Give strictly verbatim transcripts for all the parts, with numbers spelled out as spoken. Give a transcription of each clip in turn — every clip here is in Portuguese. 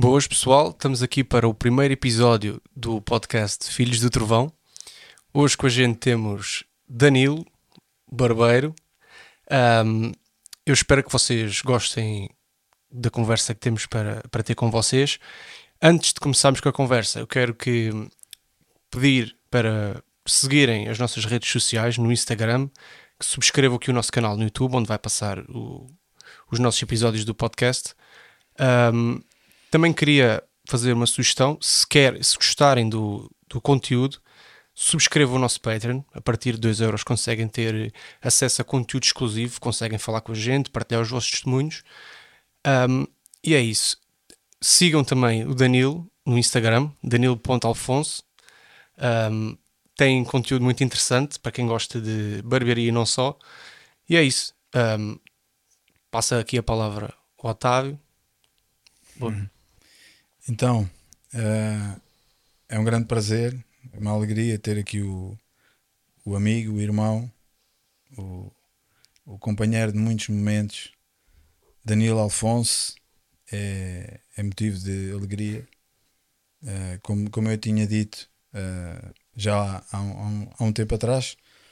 Boas, pessoal, estamos aqui para o primeiro episódio do podcast Filhos do Trovão. Hoje com a gente temos Danilo, barbeiro. Um, eu espero que vocês gostem da conversa que temos para, para ter com vocês. Antes de começarmos com a conversa, eu quero que pedir para seguirem as nossas redes sociais no Instagram, que subscrevam aqui o nosso canal no YouTube, onde vai passar o, os nossos episódios do podcast. Um, também queria fazer uma sugestão: se, quer, se gostarem do, do conteúdo, subscrevam o nosso Patreon. A partir de dois euros conseguem ter acesso a conteúdo exclusivo, conseguem falar com a gente, partilhar os vossos testemunhos. Um, e é isso. Sigam também o Danilo no Instagram, danilo ponto alfonso. Um, tem conteúdo muito interessante para quem gosta de barbearia e não só. E é isso. Um, passa aqui a palavra ao Otávio. Boa. Então, uh, é um grande prazer, uma alegria ter aqui o, o amigo, o irmão, o, o companheiro de muitos momentos, Danilo Alfonso. É, é motivo de alegria. Uh, como, como eu tinha dito uh, já há um, há um tempo atrás,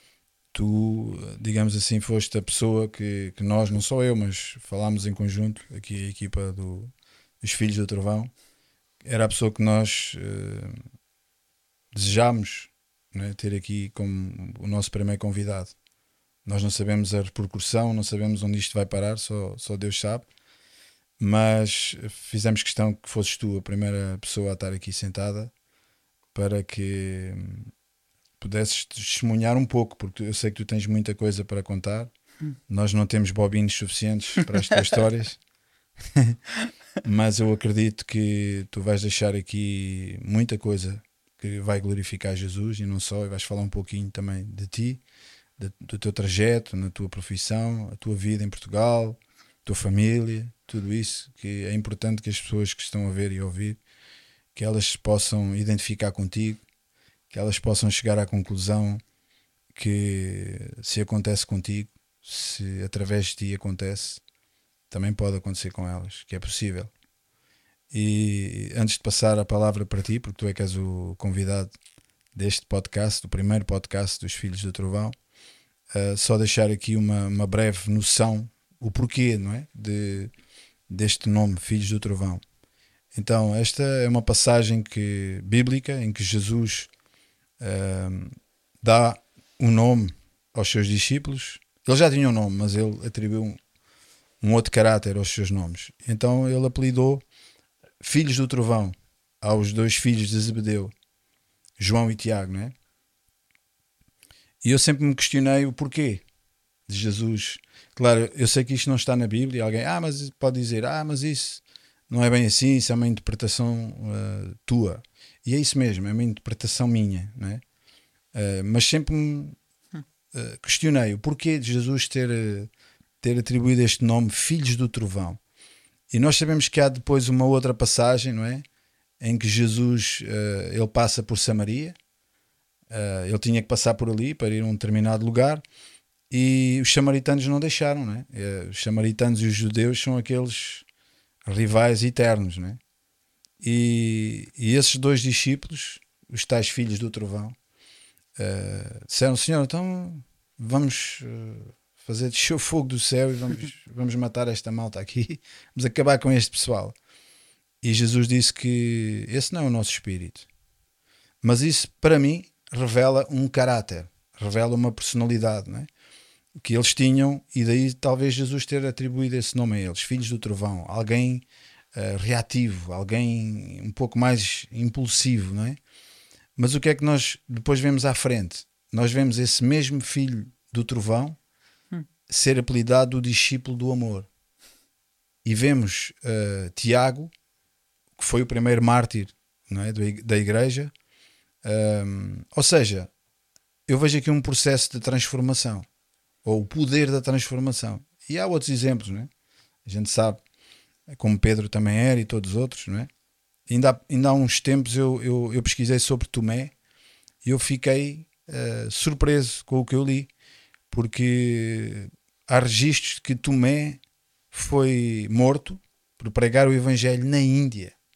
tu, digamos assim, foste a pessoa que, que nós, não só eu, mas falámos em conjunto, aqui a equipa do, dos Filhos do Trovão, era a pessoa que nós uh, desejámos, né, ter aqui como o nosso primeiro convidado. Nós não sabemos a repercussão, não sabemos onde isto vai parar, só, só Deus sabe, mas fizemos questão que fosses tu a primeira pessoa a estar aqui sentada para que pudesses testemunhar um pouco, porque eu sei que tu tens muita coisa para contar. Hum. Nós não temos bobinos suficientes para as tuas histórias. Mas eu acredito que tu vais deixar aqui muita coisa que vai glorificar Jesus, e não só, e vais falar um pouquinho também de ti, de, do teu trajeto, na tua profissão, a tua vida em Portugal, a tua família, tudo isso, que é importante que as pessoas que estão a ver e a ouvir, que elas possam identificar contigo, que elas possam chegar à conclusão que se acontece contigo, se através de ti acontece, também pode acontecer com elas, que é possível. E antes de passar a palavra para ti, porque tu é que és o convidado deste podcast, do primeiro podcast dos Filhos do Trovão, uh, só deixar aqui uma, uma breve noção, o porquê, não é? De, deste nome, Filhos do Trovão. Então, esta é uma passagem que, bíblica, em que Jesus uh, dá um nome aos seus discípulos. Ele já tinha um nome, mas ele atribuiu um um outro caráter aos seus nomes. Então ele apelidou Filhos do Trovão aos dois filhos de Zebedeu, João e Tiago, não é? E eu sempre me questionei o porquê de Jesus. Claro, eu sei que isto não está na Bíblia. Alguém, ah, mas pode dizer, ah, mas isso não é bem assim, isso é uma interpretação uh, tua. E é isso mesmo, é uma interpretação minha, não é? Uh, mas sempre me uh, questionei o porquê de Jesus ter... Uh, ter atribuído este nome, Filhos do Trovão. E nós sabemos que há depois uma outra passagem, não é? Em que Jesus, uh, ele passa por Samaria, uh, ele tinha que passar por ali para ir a um determinado lugar, e os samaritanos não deixaram, não é? Uh, os samaritanos e os judeus são aqueles rivais eternos, não é? E, e esses dois discípulos, os tais Filhos do Trovão, uh, disseram, Senhor, então vamos... Uh, fazer descer o fogo do céu e vamos, vamos matar esta malta aqui, vamos acabar com este pessoal. E Jesus disse que esse não é o nosso espírito. Mas isso, para mim, revela um caráter, revela uma personalidade, não é? Que eles tinham, e daí talvez Jesus ter atribuído esse nome a eles, Filhos do Trovão, alguém uh, reativo, alguém um pouco mais impulsivo, não é? Mas o que é que nós depois vemos à frente? Nós vemos esse mesmo Filho do Trovão ser apelidado o discípulo do amor. E vemos uh, Tiago, que foi o primeiro mártir, não é, da igreja. Um, ou seja, eu vejo aqui um processo de transformação, ou o poder da transformação. E há outros exemplos, não é? A gente sabe, como Pedro também era e todos os outros, não é? Ainda há, ainda há uns tempos eu, eu, eu pesquisei sobre Tomé e eu fiquei uh, surpreso com o que eu li, porque há registros de que Tomé foi morto por pregar o Evangelho na Índia.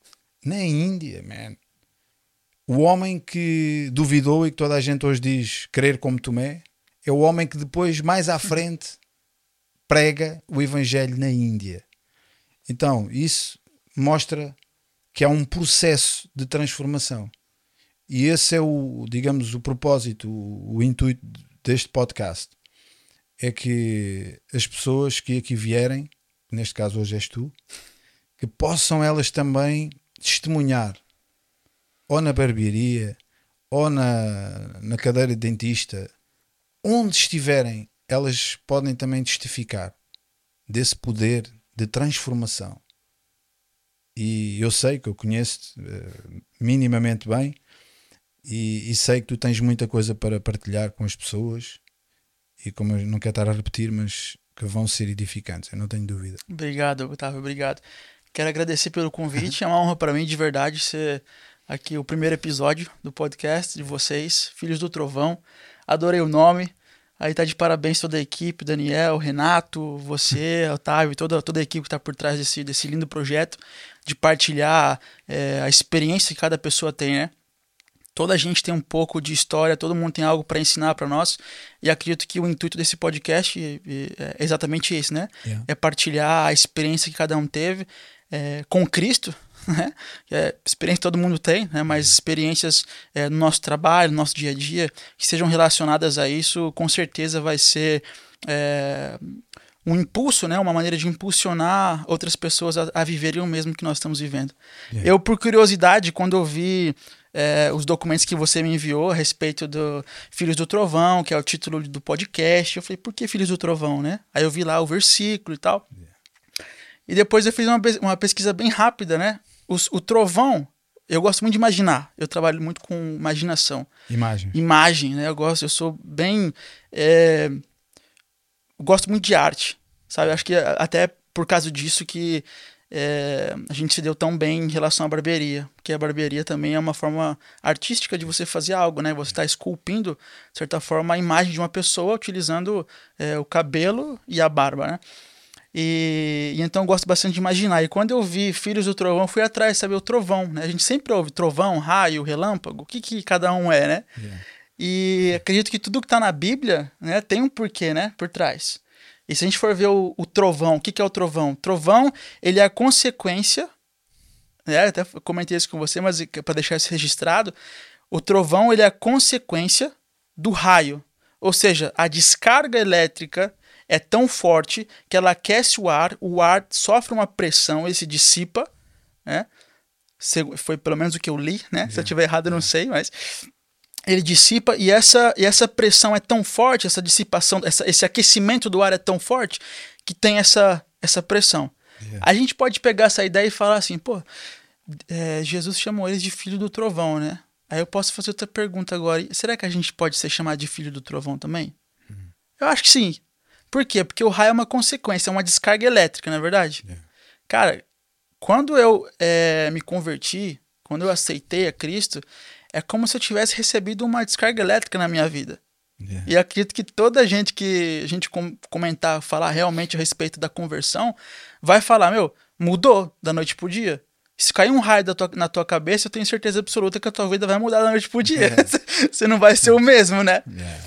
Na Índia, man. O homem que duvidou e que toda a gente hoje diz crer como Tomé, é o homem que depois, mais à frente, prega o Evangelho na Índia. Então, isso mostra que há um processo de transformação. E esse é o, digamos, o propósito, o, o intuito deste podcast. É que as pessoas que aqui vierem, neste caso hoje és tu, que possam elas também testemunhar, ou na barbearia, ou na, na cadeira de dentista, onde estiverem, elas podem também testificar desse poder de transformação. E eu sei que eu conheço-te uh, minimamente bem e, e sei que tu tens muita coisa para partilhar com as pessoas e, como eu não quero estar a repetir, mas que vão ser edificantes, eu não tenho dúvida. Obrigado, Otávio, obrigado. Quero agradecer pelo convite, é uma honra para mim de verdade ser aqui o primeiro episódio do podcast de vocês, Filhos do Trovão. Adorei o nome. Aí tá de parabéns toda a equipe, Daniel, Renato, você, Otávio, toda, toda a equipe que está por trás desse, desse lindo projeto, de partilhar é, a experiência que cada pessoa tem, né? Toda a gente tem um pouco de história, todo mundo tem algo para ensinar para nós, e acredito que o intuito desse podcast é exatamente esse, né? Yeah. É partilhar a experiência que cada um teve é, com Cristo, né? É, experiência que todo mundo tem, né? Mas experiências é, no nosso trabalho, no nosso dia a dia, que sejam relacionadas a isso, com certeza vai ser é, um impulso, né? Uma maneira de impulsionar outras pessoas a, a viverem o mesmo que nós estamos vivendo. Yeah. Eu, por curiosidade, quando eu vi é, os documentos que você me enviou a respeito do Filhos do Trovão, que é o título do podcast, eu falei, por que Filhos do Trovão, né? Aí eu vi lá o versículo e tal. Yeah. E depois eu fiz uma, uma pesquisa bem rápida, né? O, o trovão, eu gosto muito de imaginar. Eu trabalho muito com imaginação. Imagem. Imagem, né? Eu gosto, eu sou bem... É, eu gosto muito de arte, sabe? Acho que até por causa disso que é, a gente se deu tão bem em relação à barbearia. Porque a barbearia também é uma forma artística de você fazer algo, né? Você está esculpindo, de certa forma, a imagem de uma pessoa utilizando é, o cabelo e a barba, né? E, e então eu gosto bastante de imaginar. E quando eu vi Filhos do Trovão, fui atrás de saber o trovão, né? A gente sempre ouve trovão, raio, relâmpago, o que, que cada um é, né? Yeah. E acredito que tudo que está na Bíblia, né, tem um porquê, né, por trás. E se a gente for ver o, o trovão, o que, que é o trovão? Trovão, ele é a consequência, né? Até comentei isso com você, mas para deixar isso registrado, o trovão, ele é a consequência do raio. Ou seja, a descarga elétrica é tão forte que ela aquece o ar, o ar sofre uma pressão, ele se dissipa, né? Foi pelo menos o que eu li, né? Yeah. Se eu estiver errado, eu não sei, mas ele dissipa e essa, e essa pressão é tão forte, essa dissipação, essa, esse aquecimento do ar é tão forte que tem essa, essa pressão. Yeah. A gente pode pegar essa ideia e falar assim, pô, é, Jesus chamou eles de filho do trovão, né? Aí eu posso fazer outra pergunta agora, será que a gente pode ser chamado de filho do trovão também? Uhum. Eu acho que sim. Por quê? Porque o raio é uma consequência, é uma descarga elétrica, não é verdade? Yeah. Cara, quando eu é, me converti, quando eu aceitei a Cristo, é como se eu tivesse recebido uma descarga elétrica na minha vida. Yeah. E acredito que toda gente que a gente com, comentar, falar realmente a respeito da conversão, vai falar, meu, mudou da noite pro dia. Se cair um raio da tua, na tua cabeça, eu tenho certeza absoluta que a tua vida vai mudar da noite pro dia. Yeah. Você não vai ser o mesmo, né? Yeah.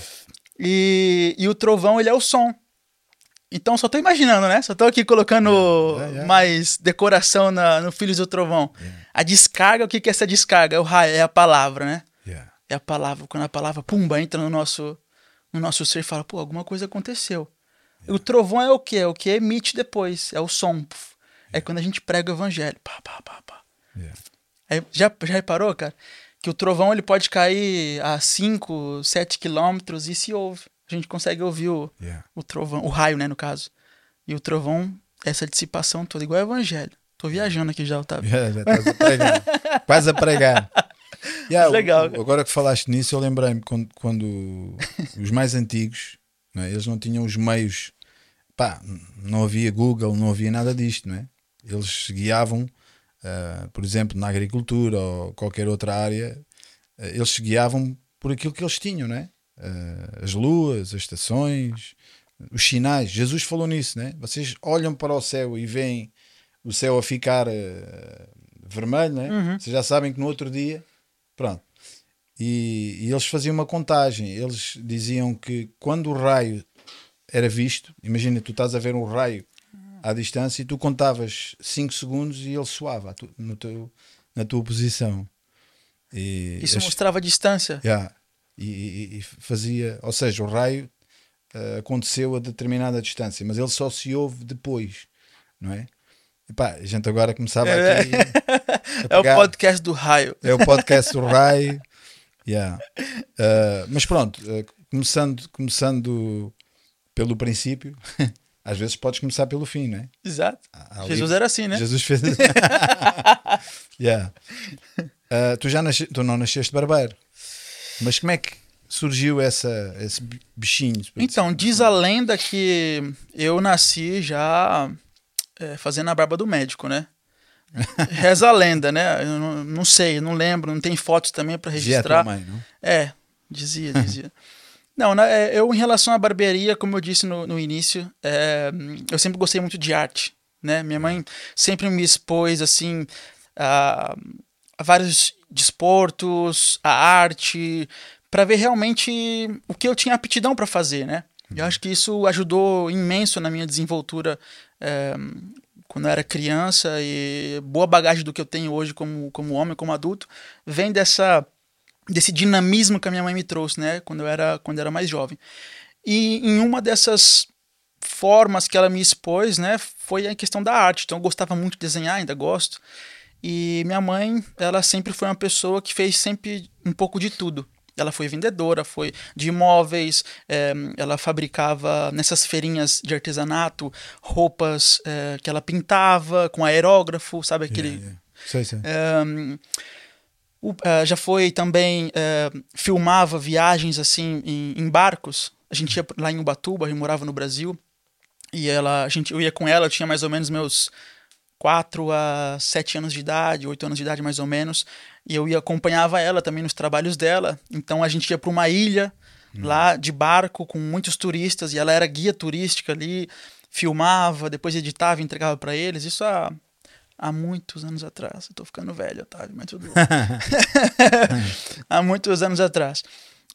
E, e o trovão, ele é o som. Então, só tô imaginando, né? Só tô aqui colocando yeah, yeah. mais decoração na, no Filhos do Trovão. Yeah. A descarga, o que que é essa descarga? É o raio, é a palavra, né? Yeah. É a palavra. Quando a palavra, pumba, entra no nosso, no nosso ser e fala, pô, alguma coisa aconteceu. Yeah. O trovão é o quê? É o que emite depois. É o som. Yeah. É quando a gente prega o evangelho. Pá, pá, pá, pá. Yeah. Aí, já, já reparou, cara? Que o trovão ele pode cair a cinco, sete quilômetros e se ouve. A gente consegue ouvir o, yeah. o trovão, o raio, né, no caso. E o trovão, essa dissipação toda, igual o evangelho. Tô viajando aqui já, Otávio. Yeah, já estás a pregar. Quase a pregar. Yeah, legal. O, agora que falaste nisso, eu lembrei-me quando, quando os mais antigos, não é, eles não tinham os meios, pá, não havia Google, não havia nada disto, não é? Eles se guiavam, uh, por exemplo, na agricultura ou qualquer outra área, uh, eles se guiavam por aquilo que eles tinham, não é? Uh, as luas, as estações, os sinais. Jesus falou nisso, né? Vocês olham para o céu e veem o céu a ficar uh, vermelho, né? Uhum. Vocês já sabem que no outro dia, pronto. E, e eles faziam uma contagem. Eles diziam que quando o raio era visto, imagina, tu estás a ver um raio à distância e tu contavas cinco segundos e ele soava tu, no teu, na tua posição. E Isso as- mostrava a distância. Yeah. E, e- e fazia, ou seja, o raio uh, aconteceu a determinada distância, mas ele só se ouve depois, não é? Epá, a gente agora começava É. aqui a É o pegar- podcast do raio. é o podcast do raio. Yeah. Uh, mas pronto, uh, começando, começando pelo princípio, às vezes podes começar pelo fim, não é? Exato. Há Jesus livros- era assim, né? Jesus fez. Yeah. Uh, tu já nasce... tu não nasceste barbeiro, mas como é que surgiu essa, esse bichinho? Então, diz a lenda que eu nasci já é, fazendo a barba do médico, né? Reza a lenda, né? Eu não, não sei, não lembro, não tem fotos também para Dizia a tua registrar. mãe, não? É, dizia, dizia. Não, né, é, eu em relação à barbearia, como eu disse no, no início, é, eu sempre gostei muito de arte, né? Minha mãe sempre me expôs, assim, a, a vários desportos, a arte, para ver realmente o que eu tinha aptidão para fazer, né? Eu acho que isso ajudou imenso na minha desenvoltura é, quando eu era criança, e boa bagagem do que eu tenho hoje como, como homem, como adulto, vem dessa, desse dinamismo que a minha mãe me trouxe, né? Quando eu era, quando eu era mais jovem. E em uma dessas formas que ela me expôs, né, foi a questão da arte. Então eu gostava muito de desenhar, ainda gosto. E minha mãe, ela sempre foi uma pessoa que fez sempre um pouco de tudo. Ela foi vendedora, foi de imóveis, é, ela fabricava nessas feirinhas de artesanato roupas é, que ela pintava com aerógrafo, sabe aquele... Yeah, yeah. Sei, sei. Um, o, uh, já foi também, uh, filmava viagens assim em, em barcos. A gente ia lá em Ubatuba, a gente morava no Brasil, e ela, a gente, eu ia com ela, eu tinha mais ou menos meus quatro a sete anos de idade, oito anos de idade mais ou menos, e eu ia, acompanhava ela também nos trabalhos dela. Então a gente ia para uma ilha hum. lá de barco com muitos turistas, e ela era guia turística ali, filmava, depois editava e entregava para eles. Isso há, há muitos anos atrás. Eu tô ficando velho, Otávio, mas tudo bem. Há muitos anos atrás.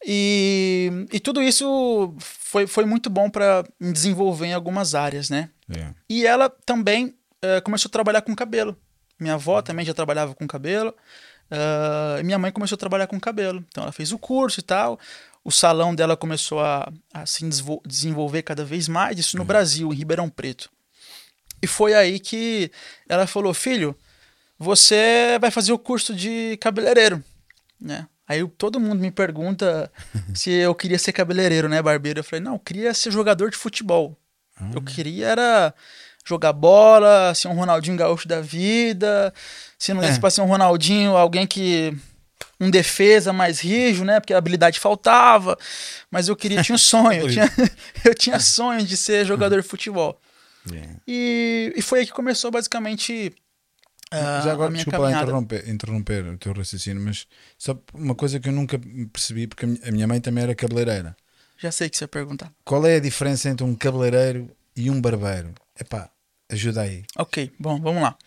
E, e tudo isso foi, foi muito bom para me desenvolver em algumas áreas, né? Yeah. E ela também uh, começou a trabalhar com cabelo. Minha avó também já trabalhava com cabelo. Uh, e minha mãe começou a trabalhar com cabelo. Então ela fez o curso e tal. O salão dela começou a, a se desenvolver cada vez mais. Isso no uhum. Brasil, em Ribeirão Preto. E foi aí que ela falou: filho, você vai fazer o curso de cabeleireiro, né? Aí todo mundo me pergunta se eu queria ser cabeleireiro, né, barbeiro? Eu falei: não, eu queria ser jogador de futebol. Uhum. Eu queria era jogar bola, ser um Ronaldinho Gaúcho da vida. Se não desse é. pra ser um Ronaldinho, alguém que... um defesa mais rijo, né? Porque a habilidade faltava. Mas eu queria, tinha um sonho. eu, tinha, eu tinha sonho de ser jogador de futebol. Yeah. E, e foi aí que começou basicamente uh, Já agora, a minha desculpa caminhada. lá interromper, interromper o teu raciocínio, mas só uma coisa que eu nunca percebi, porque a minha mãe também era cabeleireira. Já sei o que você ia perguntar. Qual é a diferença entre um cabeleireiro e um barbeiro? Epá, ajuda aí. Ok, bom, vamos lá.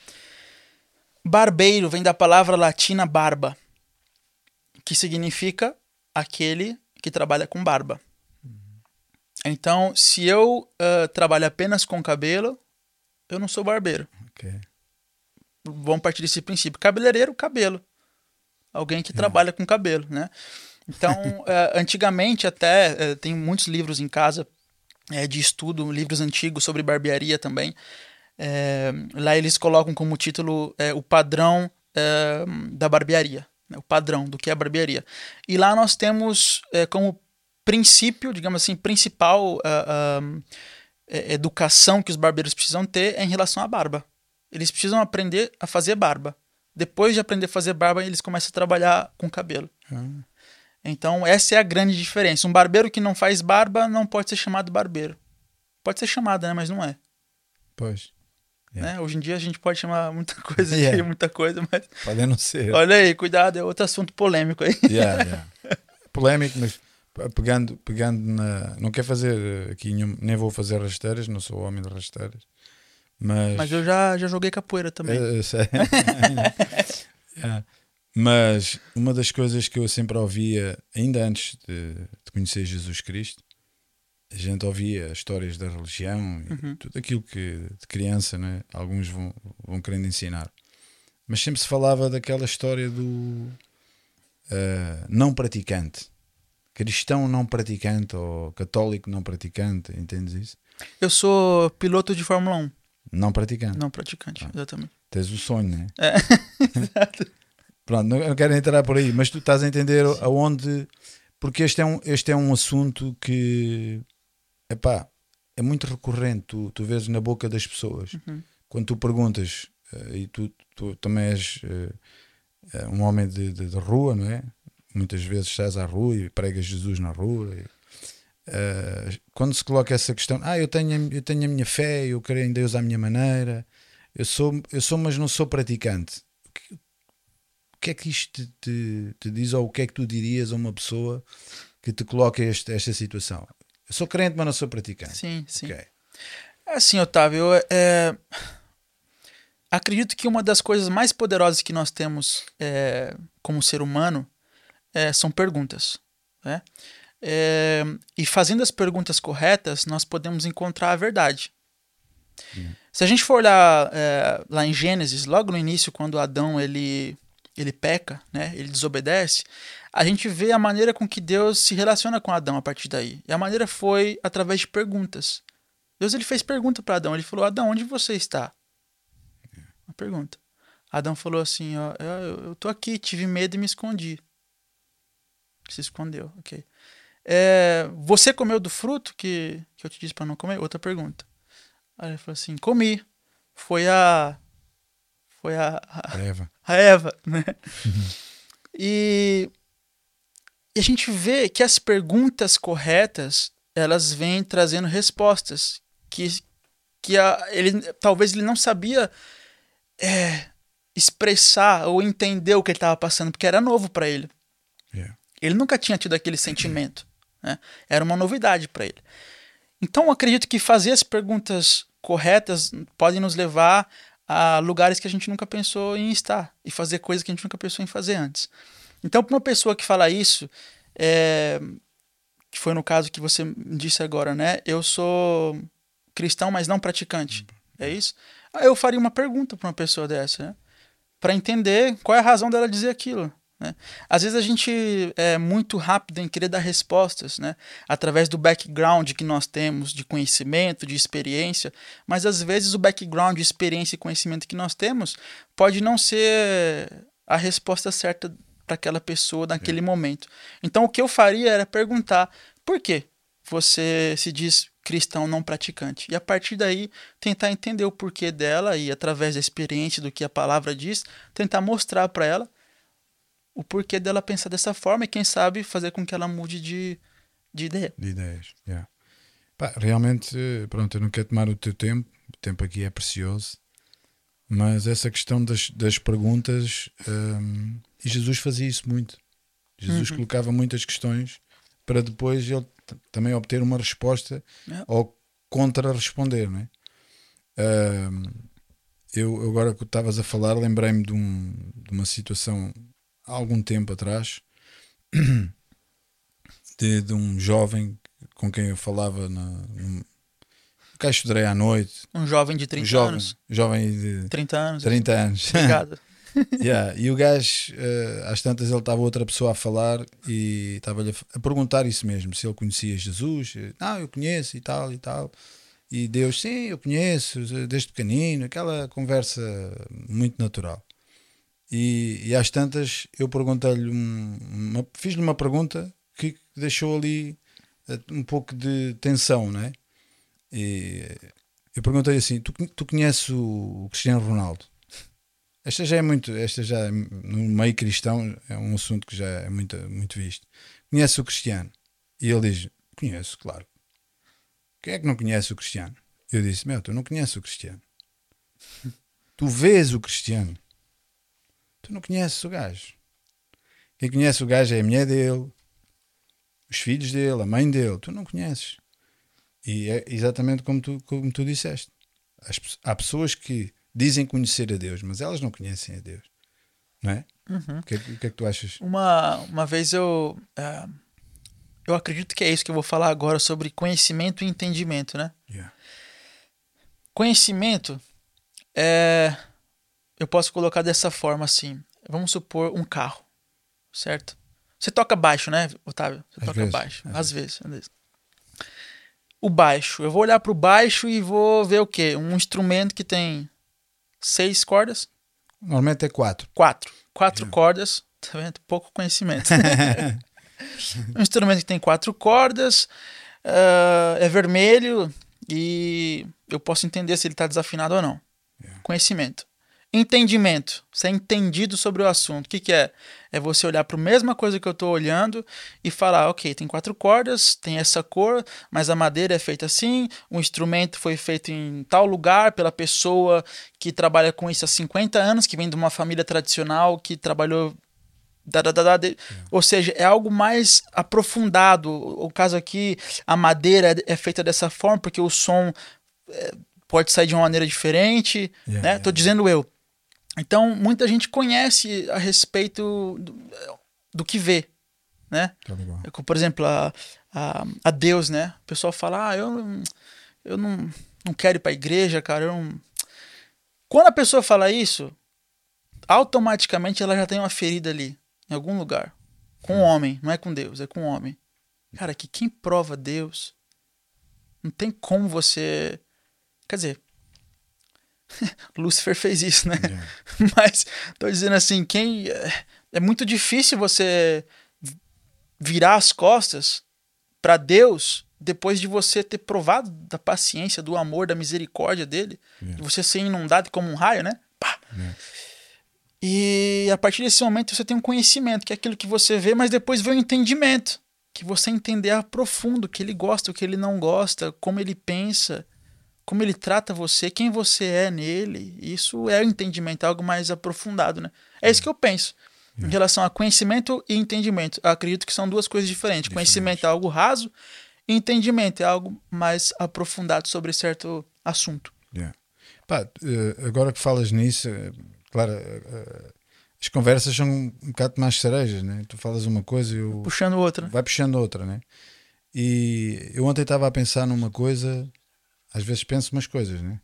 Barbeiro vem da palavra latina barba, que significa aquele que trabalha com barba. Então, se eu uh, trabalho apenas com cabelo, eu não sou barbeiro. Okay. Vamos partir desse princípio. Cabeleireiro, cabelo. Alguém que yeah. trabalha com cabelo, né? Então, uh, antigamente até, uh, tem muitos livros em casa uh, de estudo, livros antigos sobre barbearia também. Uh, lá eles colocam como título uh, o padrão uh, da barbearia. Né? O padrão do que é a barbearia. E lá nós temos uh, como princípio, digamos assim, principal uh, uh, educação que os barbeiros precisam ter é em relação à barba. Eles precisam aprender a fazer barba. Depois de aprender a fazer barba, eles começam a trabalhar com cabelo. Hum. Então, essa é a grande diferença. Um barbeiro que não faz barba não pode ser chamado barbeiro. Pode ser chamado, né? Mas não é. Pois. Yeah. Né? Hoje em dia a gente pode chamar muita coisa yeah. aqui, muita coisa, mas... Pode não ser. Olha aí, cuidado, é outro assunto polêmico aí. Yeah, yeah. Polêmico, mas... Pegando, pegando na... Não quero fazer aqui nenhum... Nem vou fazer rasteiras, não sou homem de rasteiras. Mas, Mas eu já, já joguei capoeira também. Eu, eu sei. Yeah. Mas uma das coisas que eu sempre ouvia, ainda antes de, de conhecer Jesus Cristo, a gente ouvia histórias da religião e Uhum. tudo aquilo que de criança, né, alguns vão, vão querendo ensinar. Mas sempre se falava daquela história do uh, não praticante, cristão não praticante ou católico não praticante, entendes isso? Eu sou piloto de Fórmula um, Não praticante. não praticante, Ah. exatamente. Tens o sonho, né? É. Exato. Pronto, não, não quero entrar por aí, mas tu estás a entender aonde. Porque este é um, este é um assunto que epá, é muito recorrente. Tu, tu vês na boca das pessoas. Uhum. Quando tu perguntas, uh, e tu, tu também és uh, um homem de, de, de rua, não é? Muitas vezes estás à rua e pregas Jesus na rua. E, uh, quando se coloca essa questão, ah, eu tenho, eu tenho a minha fé, eu creio em Deus à minha maneira, eu sou, eu sou mas não sou praticante. O que é que isto te, te, te diz, ou o que é que tu dirias a uma pessoa que te coloca este, esta situação? Eu sou crente, mas não sou praticante. Sim, sim. Okay. Assim, Otávio, eu é, acredito que uma das coisas mais poderosas que nós temos é, como ser humano é, são perguntas. Né? É, e fazendo as perguntas corretas, nós podemos encontrar a verdade. Hum. Se a gente for olhar é, lá em Gênesis, logo no início, quando Adão ele... ele peca, né? Ele desobedece, a gente vê a maneira com que Deus se relaciona com Adão a partir daí. E a maneira foi através de perguntas. Deus ele fez pergunta para Adão. Ele falou: Adão, onde você está? Uma pergunta. Adão falou assim: ó, eu, eu tô aqui, tive medo e me escondi. Se escondeu, ok. É, você comeu do fruto que, que eu te disse para não comer? Outra pergunta. Aí ele falou assim: comi. Foi a... Foi a... a, a Eva. A Eva, né? e, e a gente vê que as perguntas corretas, elas vêm trazendo respostas que, que a, ele, talvez ele não sabia é, expressar ou entender o que ele estava passando, porque era novo para ele. Yeah. Ele nunca tinha tido aquele sentimento. Né? Era uma novidade para ele. Então, eu acredito que fazer as perguntas corretas podem nos levar a lugares que a gente nunca pensou em estar e fazer coisas que a gente nunca pensou em fazer antes. Então, para uma pessoa que fala isso, é, que foi no caso que você disse agora, né? Eu sou cristão, mas não praticante. É isso? Aí eu faria uma pergunta para uma pessoa dessa, né? Para entender qual é a razão dela dizer aquilo. Né? Às vezes a gente é muito rápido em querer dar respostas, né? Através do background que nós temos de conhecimento, de experiência, mas às vezes o background de experiência e conhecimento que nós temos pode não ser a resposta certa para aquela pessoa naquele é. momento. Então o que eu faria era perguntar: por que você se diz cristão não praticante? E a partir daí tentar entender o porquê dela e, através da experiência do que a palavra diz, tentar mostrar para ela o porquê dela pensar dessa forma e, quem sabe, fazer com que ela mude de, de ideia. De ideias, yeah. Pá, realmente, pronto, eu não quero tomar o teu tempo, o tempo aqui é precioso, mas essa questão das, das perguntas, hum, e Jesus fazia isso muito. Jesus uhum. colocava muitas questões para depois ele t- também obter uma resposta yeah. ou contra-responder, não é? Hum, eu, agora que estavas a falar, lembrei-me de, um, de uma situação há algum tempo atrás, de, de um jovem com quem eu falava na, no cá estudei à noite. Um jovem de trinta um jovem, anos. Jovem de trinta anos. trinta anos. Obrigado. Yeah. E o gajo, uh, às tantas, ele estava outra pessoa a falar e estava-lhe a, a perguntar isso mesmo, se ele conhecia Jesus. Não, eu conheço e tal e tal. E Deus, sim, eu conheço, desde pequenino, aquela conversa muito natural. E, e às tantas eu perguntei-lhe, um, uma, fiz-lhe uma pergunta que deixou ali um pouco de tensão, não é? E eu perguntei assim: tu, tu conheces o, o Cristiano Ronaldo? Esta já é muito, esta já no meio cristão é um assunto que já é muito, muito visto. Conhece o Cristiano? E ele diz: conheço, claro. Quem é que não conhece o Cristiano? Eu disse: meu, tu não conheces o Cristiano. Tu vês o Cristiano. Tu não conheces o gajo. Quem conhece o gajo é a mulher dele, os filhos dele, a mãe dele. Tu não conheces. E é exatamente como tu, como tu disseste. As, há pessoas que dizem conhecer a Deus, mas elas não conhecem a Deus, não é? Uhum. O que, é que- o que é que tu achas? Uma, uma vez eu. é, eu acredito que é isso que eu vou falar agora sobre conhecimento e entendimento, né? Yeah. Conhecimento é. Eu posso colocar dessa forma assim. Vamos supor um carro, certo? Você toca baixo, né, Otávio? Você Às toca vezes, baixo. às Às vezes. às vezes. O baixo. Eu vou olhar pro baixo e vou ver o quê? Um instrumento que tem seis cordas? Normalmente é quatro. Quatro. Quatro Yeah. cordas. Tá vendo? Pouco conhecimento. Um instrumento que tem quatro cordas, ah, é vermelho e eu posso entender se ele está desafinado ou não. Yeah. Conhecimento. Entendimento. Ser entendido sobre o assunto. O que, que é? É você olhar para a mesma coisa que eu estou olhando e falar, ok, tem quatro cordas, tem essa cor, mas a madeira é feita assim, o instrumento foi feito em tal lugar pela pessoa que trabalha com isso há cinquenta anos, que vem de uma família tradicional, que trabalhou... Da, da, da, da, de- Ou seja, é algo mais aprofundado. O caso aqui, a madeira é, é feita dessa forma porque o som é, pode sair de uma maneira diferente, Yeah, né? yeah, Tô dizendo eu. Então, muita gente conhece a respeito do, do que vê, né? Tá legal. Como, por exemplo, a, a, a Deus, né? O pessoal fala, ah, eu, não- eu não, não quero ir pra igreja, cara. Eu não... Quando a pessoa fala isso, automaticamente ela já tem uma ferida ali, em algum lugar. Com o homem, não é com Deus, é com o homem. Cara, que quem prova Deus, não tem como você... Quer dizer, Lúcifer fez isso, né? Yeah. Mas tô dizendo assim, quem... É, é muito difícil você virar as costas para Deus depois de você ter provado da paciência, do amor, da misericórdia dele, Yeah. de você ser inundado como um raio, né? Pá! Yeah. E a partir desse momento você tem um conhecimento, que é aquilo que você vê, mas depois vem o entendimento, que você entender a profundo o que ele gosta, o que ele não gosta, como ele pensa, como ele trata você, quem você é nele. Isso é o entendimento, é algo mais aprofundado, né? É isso que eu penso. Em relação a conhecimento e entendimento. Eu acredito que são duas coisas diferentes. Diferente. Conhecimento é algo raso, e entendimento é algo mais aprofundado sobre certo assunto. Yeah. Pá, eh, agora que falas nisso, eh, claro, eh, eh, as conversas são um bocado mais cerejas, né? Tu falas uma coisa e eu Puxando outra, né? vai puxando outra, né? E eu ontem estava a pensar numa coisa, às vezes penso umas coisas, né?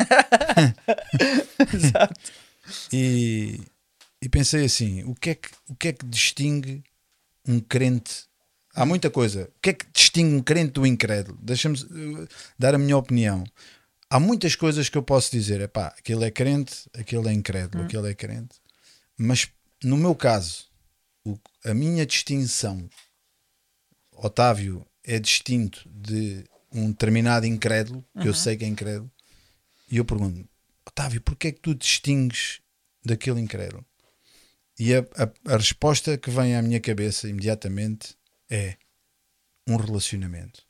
Exato. E, e pensei assim: o que, é que, o que é que distingue um crente? Há muita coisa. O que é que distingue um crente do incrédulo? Deixa-me uh, dar a minha opinião. Há muitas coisas que eu posso dizer: é pá, aquele é crente, aquele é incrédulo, Hum. aquele é crente. Mas no meu caso, o, a minha distinção, Otávio é distinto de um determinado incrédulo, que eu Uhum. sei que é incrédulo, e eu pergunto: Otávio, porquê é que tu distingues daquele incrédulo? E a, a, a resposta que vem à minha cabeça imediatamente é um relacionamento.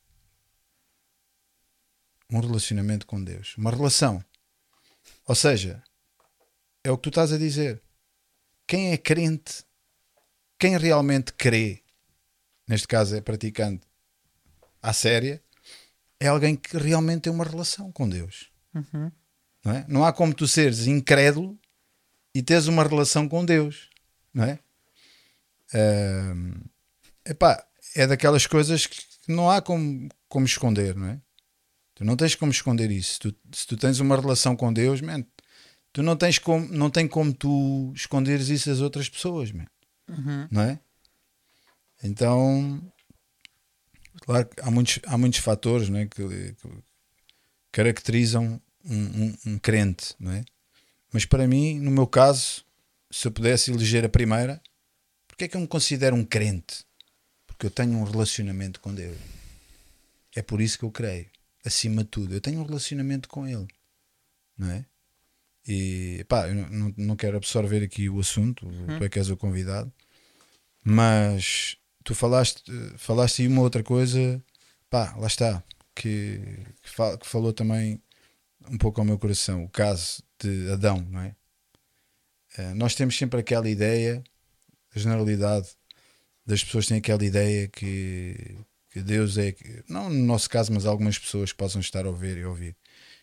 Um relacionamento com Deus. Uma relação. Ou seja, é o que tu estás a dizer. Quem é crente, quem realmente crê, neste caso é praticante à séria, é alguém que realmente tem uma relação com Deus. Uhum. Não é? Não há como tu seres incrédulo e teres uma relação com Deus. Não é? Ahm, epá, é daquelas coisas que não há como, como esconder, não é? Tu não tens como esconder isso. Tu, se tu tens uma relação com Deus, man, tu não tens como, não tem como tu esconderes isso às outras pessoas, man, Uhum. não é? Então, claro que há muitos, há muitos fatores, não é, que, que caracterizam um, um, um crente, não é? Mas para mim, no meu caso, se eu pudesse eleger a primeira, porque é que eu me considero um crente? Porque eu tenho um relacionamento com Deus. É por isso que eu creio. Acima de tudo, eu tenho um relacionamento com Ele, não é? E pá, eu não, não quero absorver aqui o assunto, Uhum. tu é que és o convidado, mas tu falaste, falaste aí uma outra coisa, pá, lá está, que, que, fal, que falou também um pouco ao meu coração, o caso de Adão, não é? Uh, nós temos sempre aquela ideia, a generalidade das pessoas têm aquela ideia que, que Deus é, não no nosso caso, mas algumas pessoas que possam estar a ouvir e ouvir,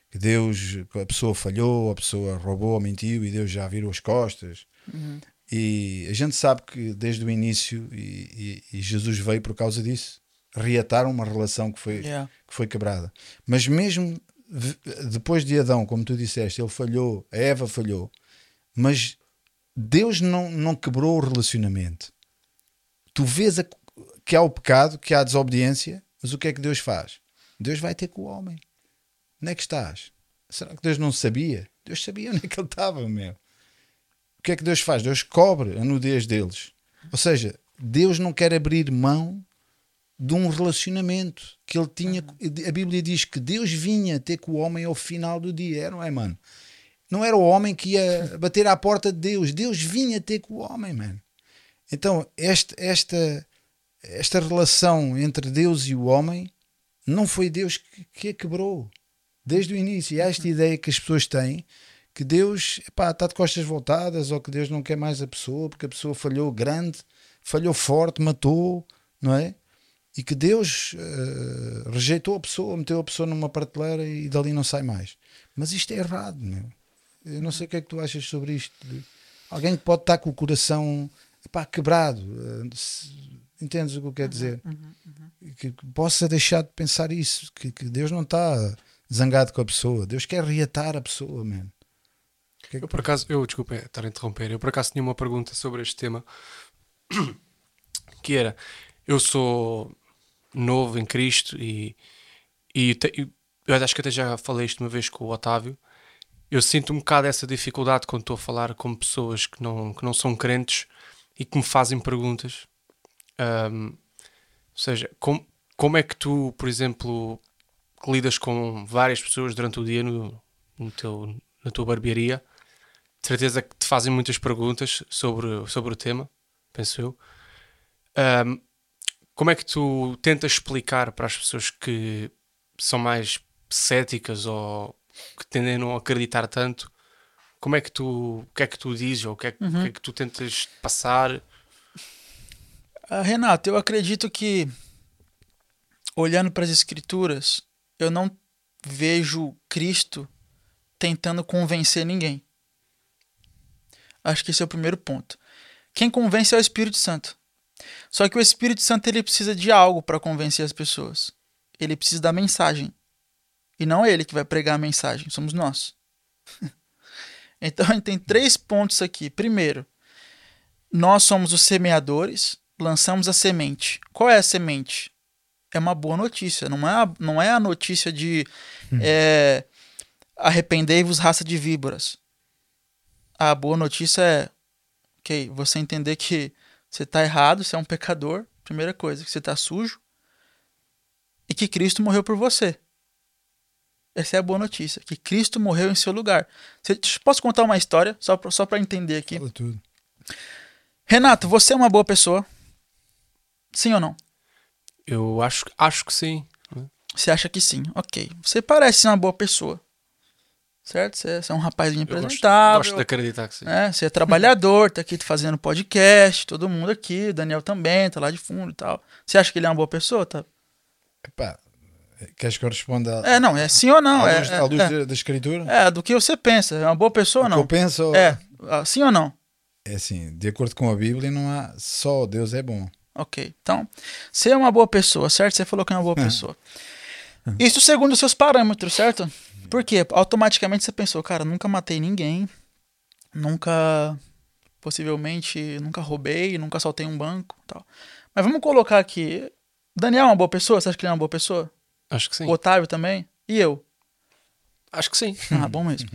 que Deus, que a pessoa falhou, a pessoa roubou, mentiu e Deus já virou as costas. Uhum. E a gente sabe que desde o início, e, e, e Jesus veio por causa disso, reatar uma relação que foi, Yeah. que foi quebrada. Mas mesmo v- depois de Adão, como tu disseste, ele falhou, a Eva falhou, mas Deus não, não quebrou o relacionamento. Tu vês a, que há o pecado, que há a desobediência, mas o que é que Deus faz? Deus vai ter com o homem. Onde é que estás? Será que Deus não sabia? Deus sabia onde é que ele estava, meu. O que é que Deus faz? Deus cobre a nudez deles. Ou seja, Deus não quer abrir mão de um relacionamento que ele tinha. A Bíblia diz que Deus vinha ter com o homem ao final do dia, não é, mano? Não era o homem que ia bater à porta de Deus. Deus vinha ter com o homem, mano. Então, este, esta, esta relação entre Deus e o homem não foi Deus que, que a quebrou desde o início. E há esta ideia que as pessoas têm que Deus epá, está de costas voltadas, ou que Deus não quer mais a pessoa porque a pessoa falhou grande, falhou forte, matou, não é? E que Deus uh, rejeitou a pessoa, meteu a pessoa numa prateleira e dali não sai mais. Mas isto é errado, meu. Eu não sei o que é que tu achas sobre isto. Alguém que pode estar com o coração epá, quebrado, uh, se, entendes o que eu quero dizer? Uhum, uhum. Que, que possa deixar de pensar isso, que, que Deus não está zangado com a pessoa, Deus quer reatar a pessoa, mano. Que é que... Eu por acaso, eu desculpa estar a interromper, eu por acaso tinha uma pergunta sobre este tema, que era, eu sou novo em Cristo e, e te, eu acho que até já falei isto uma vez com o Otávio, eu sinto um bocado essa dificuldade quando estou a falar com pessoas que não, que não são crentes e que me fazem perguntas. Um, ou seja, com, como é que tu, por exemplo, lidas com várias pessoas durante o dia no, no teu, na tua barbearia? De certeza que te fazem muitas perguntas sobre, sobre o tema, penso eu. Um, como é que tu tentas explicar para as pessoas que são mais céticas ou que tendem a não acreditar tanto, como é que tu, o que é que tu dizes ou o que é, Uhum. o que é que tu tentas passar? Ah, Renato, eu acredito que, olhando para as Escrituras, eu não vejo Cristo tentando convencer ninguém. Acho que esse é o primeiro ponto. Quem convence é o Espírito Santo. Só que o Espírito Santo ele precisa de algo para convencer as pessoas. Ele precisa da mensagem. E não é ele que vai pregar a mensagem, somos nós. Então, a gente tem três pontos aqui. Primeiro, nós somos os semeadores, lançamos a semente. Qual é a semente? É uma boa notícia. Não é a, não é a notícia de hum. é, arrependei-vos, raça de víboras. A boa notícia é ok, você entender que você está errado, você é um pecador, primeira coisa, que você está sujo e que Cristo morreu por você. Essa é a boa notícia, que Cristo morreu em seu lugar. Você, posso contar uma história, só para só para entender aqui? Fala tudo. Renato, você é uma boa pessoa? Sim ou não? Eu acho, acho que sim. Você acha que sim, ok. Você parece ser uma boa pessoa, certo? Você, você é um rapazinho apresentável. Eu gosto, gosto de acreditar que sim. Né? Você é trabalhador, tá aqui fazendo podcast, todo mundo aqui, o Daniel também, tá lá de fundo e tal. Você acha que ele é uma boa pessoa? Tá? Epá, queres que eu responda? É, não, é sim ou não? À é, luz, é, à luz é, da, da Escritura? É, do que você pensa. É uma boa pessoa ou O não? que eu penso É, sim ou não? é assim, de acordo com a Bíblia, não há só Deus é bom. Ok, então, você é uma boa pessoa, certo? Você falou que é uma boa pessoa. Isso segundo os seus parâmetros, certo? Por quê? Automaticamente você pensou, cara, nunca matei ninguém, nunca, possivelmente, nunca roubei, nunca assaltei um banco e tal. Mas vamos colocar aqui, Daniel é uma boa pessoa? Você acha que ele é uma boa pessoa? Acho que sim. O Otávio também? E eu? Acho que sim. Ah, bom mesmo.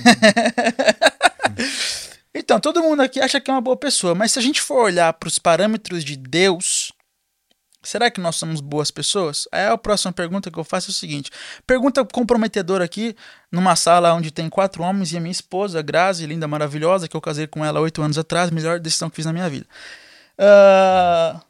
Então, todo mundo aqui acha que é uma boa pessoa, mas se a gente for olhar para os parâmetros de Deus, será que nós somos boas pessoas? Aí a próxima pergunta que eu faço é o seguinte, pergunta comprometedora aqui, numa sala onde tem quatro homens e a minha esposa, Grazi, linda, maravilhosa, que eu casei com ela oito anos atrás, melhor decisão que fiz na minha vida. Uh...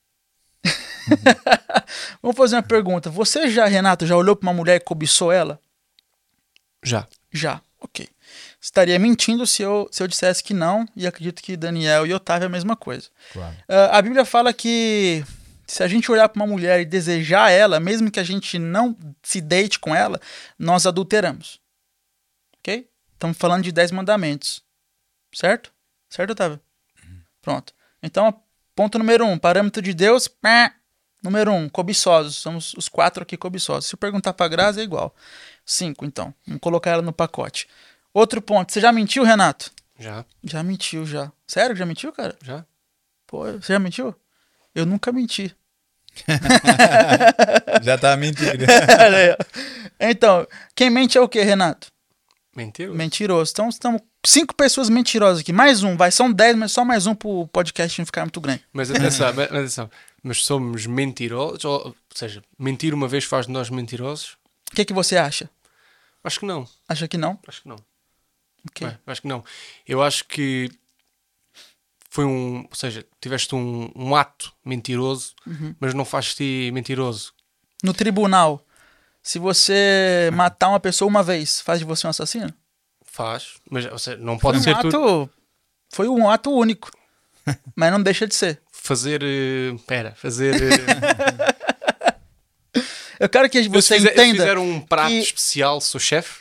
Vamos fazer uma pergunta. Você já, Renato, já olhou para uma mulher e cobiçou ela? Já. Já, ok. Estaria mentindo se eu, se eu dissesse que não, e acredito que Daniel e Otávio é a mesma coisa. Claro. Uh, a Bíblia fala que Se a gente olhar para uma mulher e desejar ela, mesmo que a gente não se deite com ela, nós adulteramos. Ok? Estamos falando de dez mandamentos. Certo? Certo, Otávio? Uhum. Pronto. Então, ponto número um, parâmetro de Deus. Pá. Número um, cobiçosos. Somos os quatro aqui cobiçosos. Se eu perguntar para a Grazi, é igual. Cinco, então. Vamos colocar ela no pacote. Outro ponto. Você já mentiu, Renato? Já. Já mentiu, já. Sério que já mentiu, cara? Já. Pô, você já mentiu? Eu nunca menti. Já tá mentindo. Então, quem mente é o quê, Renato? Mentiroso. Mentiroso. Então, estamos cinco pessoas mentirosas aqui. Mais um, vai. São dez, mas só mais um pro podcast não ficar muito grande. Mas atenção, mas, atenção. Mas somos mentirosos? Ou, ou seja, mentir uma vez faz de nós mentirosos? O que é que você acha? Acho que não. Acha que não? Acho que não. Ok. Ué, acho que não. Eu acho que foi um... Ou seja, tiveste um, um ato mentiroso, Uhum. mas não faz-te mentiroso. No tribunal, se você matar uma pessoa uma vez, faz de você um assassino? Faz, mas ou seja, não pode Foi um ser ato, tudo. Foi um ato único, mas não deixa de ser. Fazer... Uh, pera, fazer... Uh, Eu quero que você se fizer, entenda... Se fizer um prato que, especial, sou chefe?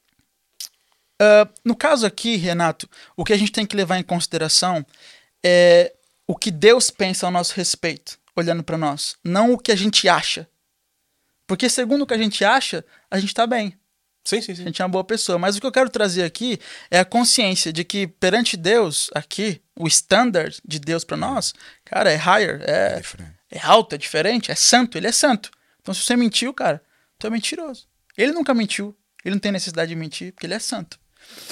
Uh, no caso aqui, Renato, o que a gente tem que levar em consideração é o que Deus pensa ao nosso respeito, olhando para nós, não o que a gente acha. Porque segundo o que a gente acha, a gente tá bem. Sim, sim, sim. A gente é uma boa pessoa. Mas o que eu quero trazer aqui é a consciência de que perante Deus, aqui, o standard de Deus para nós, cara, é higher, é, é, é alto, é diferente, é santo, ele é santo. Então se você mentiu, cara, tu é mentiroso. Ele nunca mentiu, ele não tem necessidade de mentir, porque ele é santo.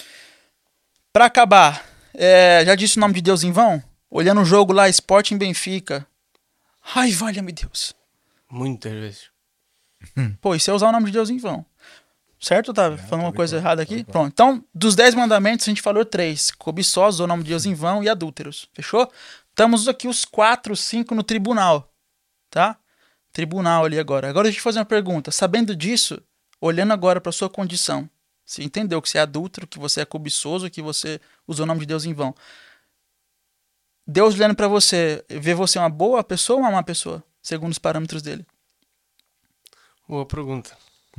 Para acabar, é, já disse o nome de Deus em vão? Olhando o jogo lá, Sporting Benfica. Ai, valha-me Deus. Muitas vezes. Pô, isso é usar o nome de Deus em vão. Certo, Otávio? É, falando uma coisa bom, errada aqui? Pronto. Então, dos dez mandamentos, a gente falou três. Cobiçosos, o nome de Deus em vão e adúlteros. Fechou? Estamos aqui os quatro, cinco no tribunal. Tá? Tribunal ali agora. Agora deixa eu fazer uma pergunta. Sabendo disso, olhando agora para sua condição, você entendeu que você é adúltero, que você é cobiçoso, que você usou o nome de Deus em vão. Deus olhando para você, vê você uma boa pessoa ou uma má pessoa? Segundo os parâmetros dele. Boa pergunta.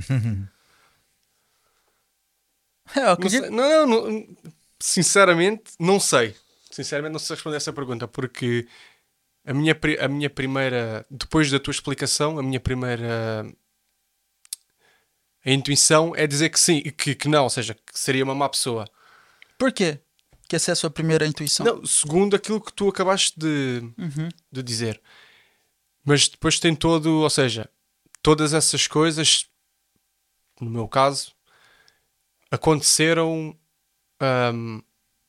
É, eu acredito... não, não, não, sinceramente, não sei. Sinceramente, não sei responder essa pergunta, porque a minha, a minha primeira, depois da tua explicação, a minha primeira a intuição é dizer que sim, que, que não, ou seja, que seria uma má pessoa. Por quê? Que essa é a sua primeira intuição? Não, segundo aquilo que tu acabaste de, uhum. de dizer. Mas depois tem todo, ou seja, todas essas coisas, no meu caso, aconteceram. Um,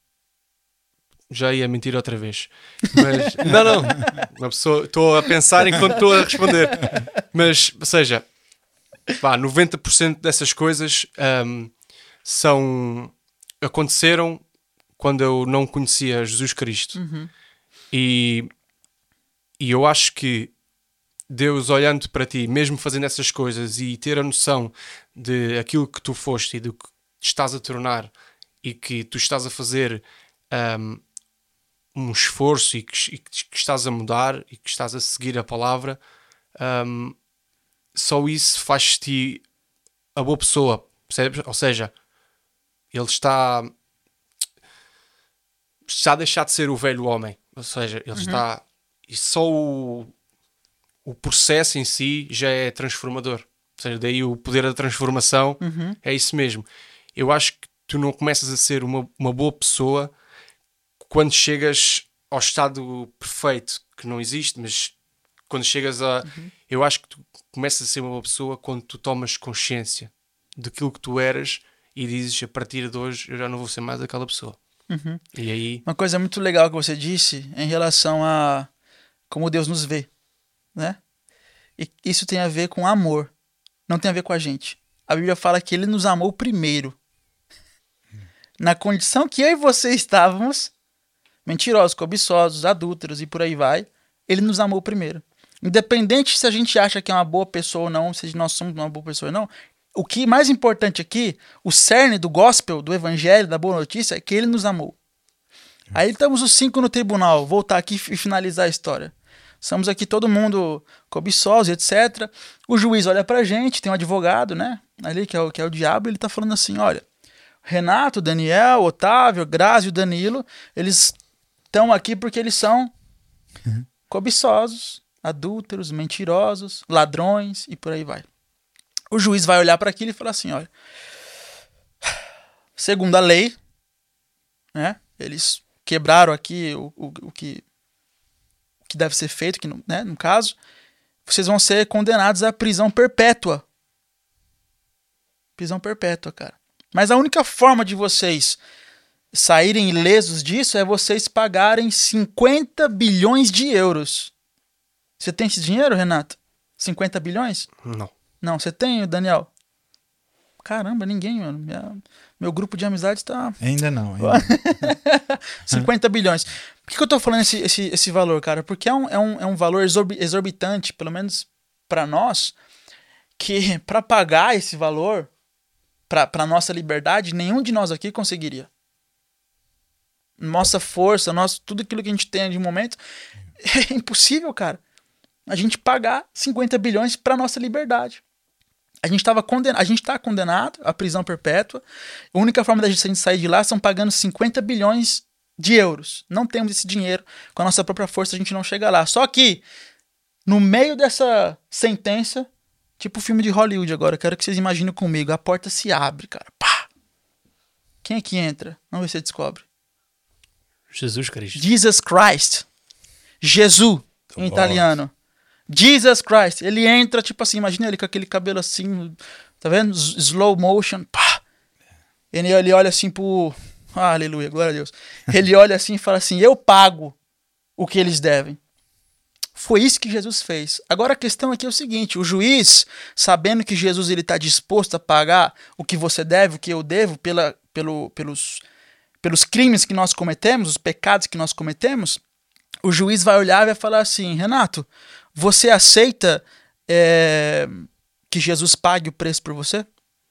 já ia mentir outra vez. Mas, não, não. Uma pessoa, estou a pensar enquanto estou a responder. Mas, ou seja, pá, noventa por cento dessas coisas um, são, aconteceram quando eu não conhecia Jesus Cristo. Uhum. E, e eu acho que Deus, olhando para ti, mesmo fazendo essas coisas e ter a noção de aquilo que tu foste e do que te estás a tornar e que tu estás a fazer um, um esforço e que, e que estás a mudar e que estás a seguir a palavra, um, só isso faz-te a boa pessoa, percebes? Ou seja, ele está está a deixar de ser o velho homem, ou seja, ele uhum. está, e só o, o processo em si já é transformador, ou seja, daí o poder da transformação uhum. é isso mesmo. Eu acho que tu não começas a ser uma, uma boa pessoa quando chegas ao estado perfeito, que não existe, mas quando chegas a... Uhum. Eu acho que tu começas a ser uma boa pessoa quando tu tomas consciência daquilo que tu eras e dizes, a partir de hoje eu já não vou ser mais aquela pessoa. Uhum. E aí... Uma coisa muito legal que você disse em relação a como Deus nos vê, né? E isso tem a ver com amor, não tem a ver com a gente. A Bíblia fala que ele nos amou primeiro. Na condição que eu e você estávamos, mentirosos, cobiçosos, adúlteros e por aí vai, ele nos amou primeiro. Independente se a gente acha que é uma boa pessoa ou não, se nós somos uma boa pessoa ou não, o que mais importante aqui, o cerne do gospel, do evangelho, da boa notícia, é que ele nos amou. Aí estamos os cinco no tribunal, voltar aqui e finalizar a história. Estamos aqui todo mundo cobiçoso, etcétera. O juiz olha pra gente, tem um advogado, né? Ali, que é o, que é o diabo, ele tá falando assim, olha, Renato, Daniel, Otávio, Grazi e Danilo, eles estão aqui porque eles são cobiçosos, adúlteros, mentirosos, ladrões e por aí vai. O juiz vai olhar para aquilo e falar assim, olha, segundo a lei, né, eles quebraram aqui o, o, o, que, o que deve ser feito, que, né, no caso, vocês vão ser condenados à prisão perpétua. Prisão perpétua, cara. Mas a única forma de vocês saírem ilesos disso é vocês pagarem cinquenta bilhões de euros. Você tem esse dinheiro, Renato? cinquenta bilhões? Não. Não, você tem, Daniel? Caramba, ninguém, mano. Minha, meu grupo de amizade tá... Ainda não. Ainda. cinquenta bilhões. Por que, que eu tô falando esse, esse, esse valor, cara? Porque é um, é um, é um valor exorbitante, pelo menos para nós, que para pagar esse valor, para nossa liberdade, nenhum de nós aqui conseguiria. Nossa força, nosso, tudo aquilo que a gente tem de momento, é impossível, cara. A gente pagar cinquenta bilhões para nossa liberdade. A gente estava condenado, a gente está condenado à prisão perpétua. A única forma da gente sair de lá são pagando cinquenta bilhões de euros. Não temos esse dinheiro. Com a nossa própria força a gente não chega lá. Só que no meio dessa sentença, tipo filme de Hollywood agora, quero que vocês imaginem comigo, a porta se abre, cara. Pá! Quem é que entra? Vamos ver se você descobre. Jesus Cristo. Jesus Christ. Jesus, em italiano. Jesus Christ. Ele entra, tipo assim, imagina ele com aquele cabelo assim, tá vendo? Slow motion. Pá! Ele, ele olha assim pro... Ah, aleluia, glória a Deus. Ele olha assim e fala assim, eu pago o que eles devem. Foi isso que Jesus fez. Agora a questão aqui é o seguinte, o juiz, sabendo que Jesus ele está disposto a pagar o que você deve, o que eu devo, pela, pelo, pelos, pelos crimes que nós cometemos, os pecados que nós cometemos, o juiz vai olhar e vai falar assim, Renato, você aceita é, que Jesus pague o preço por você?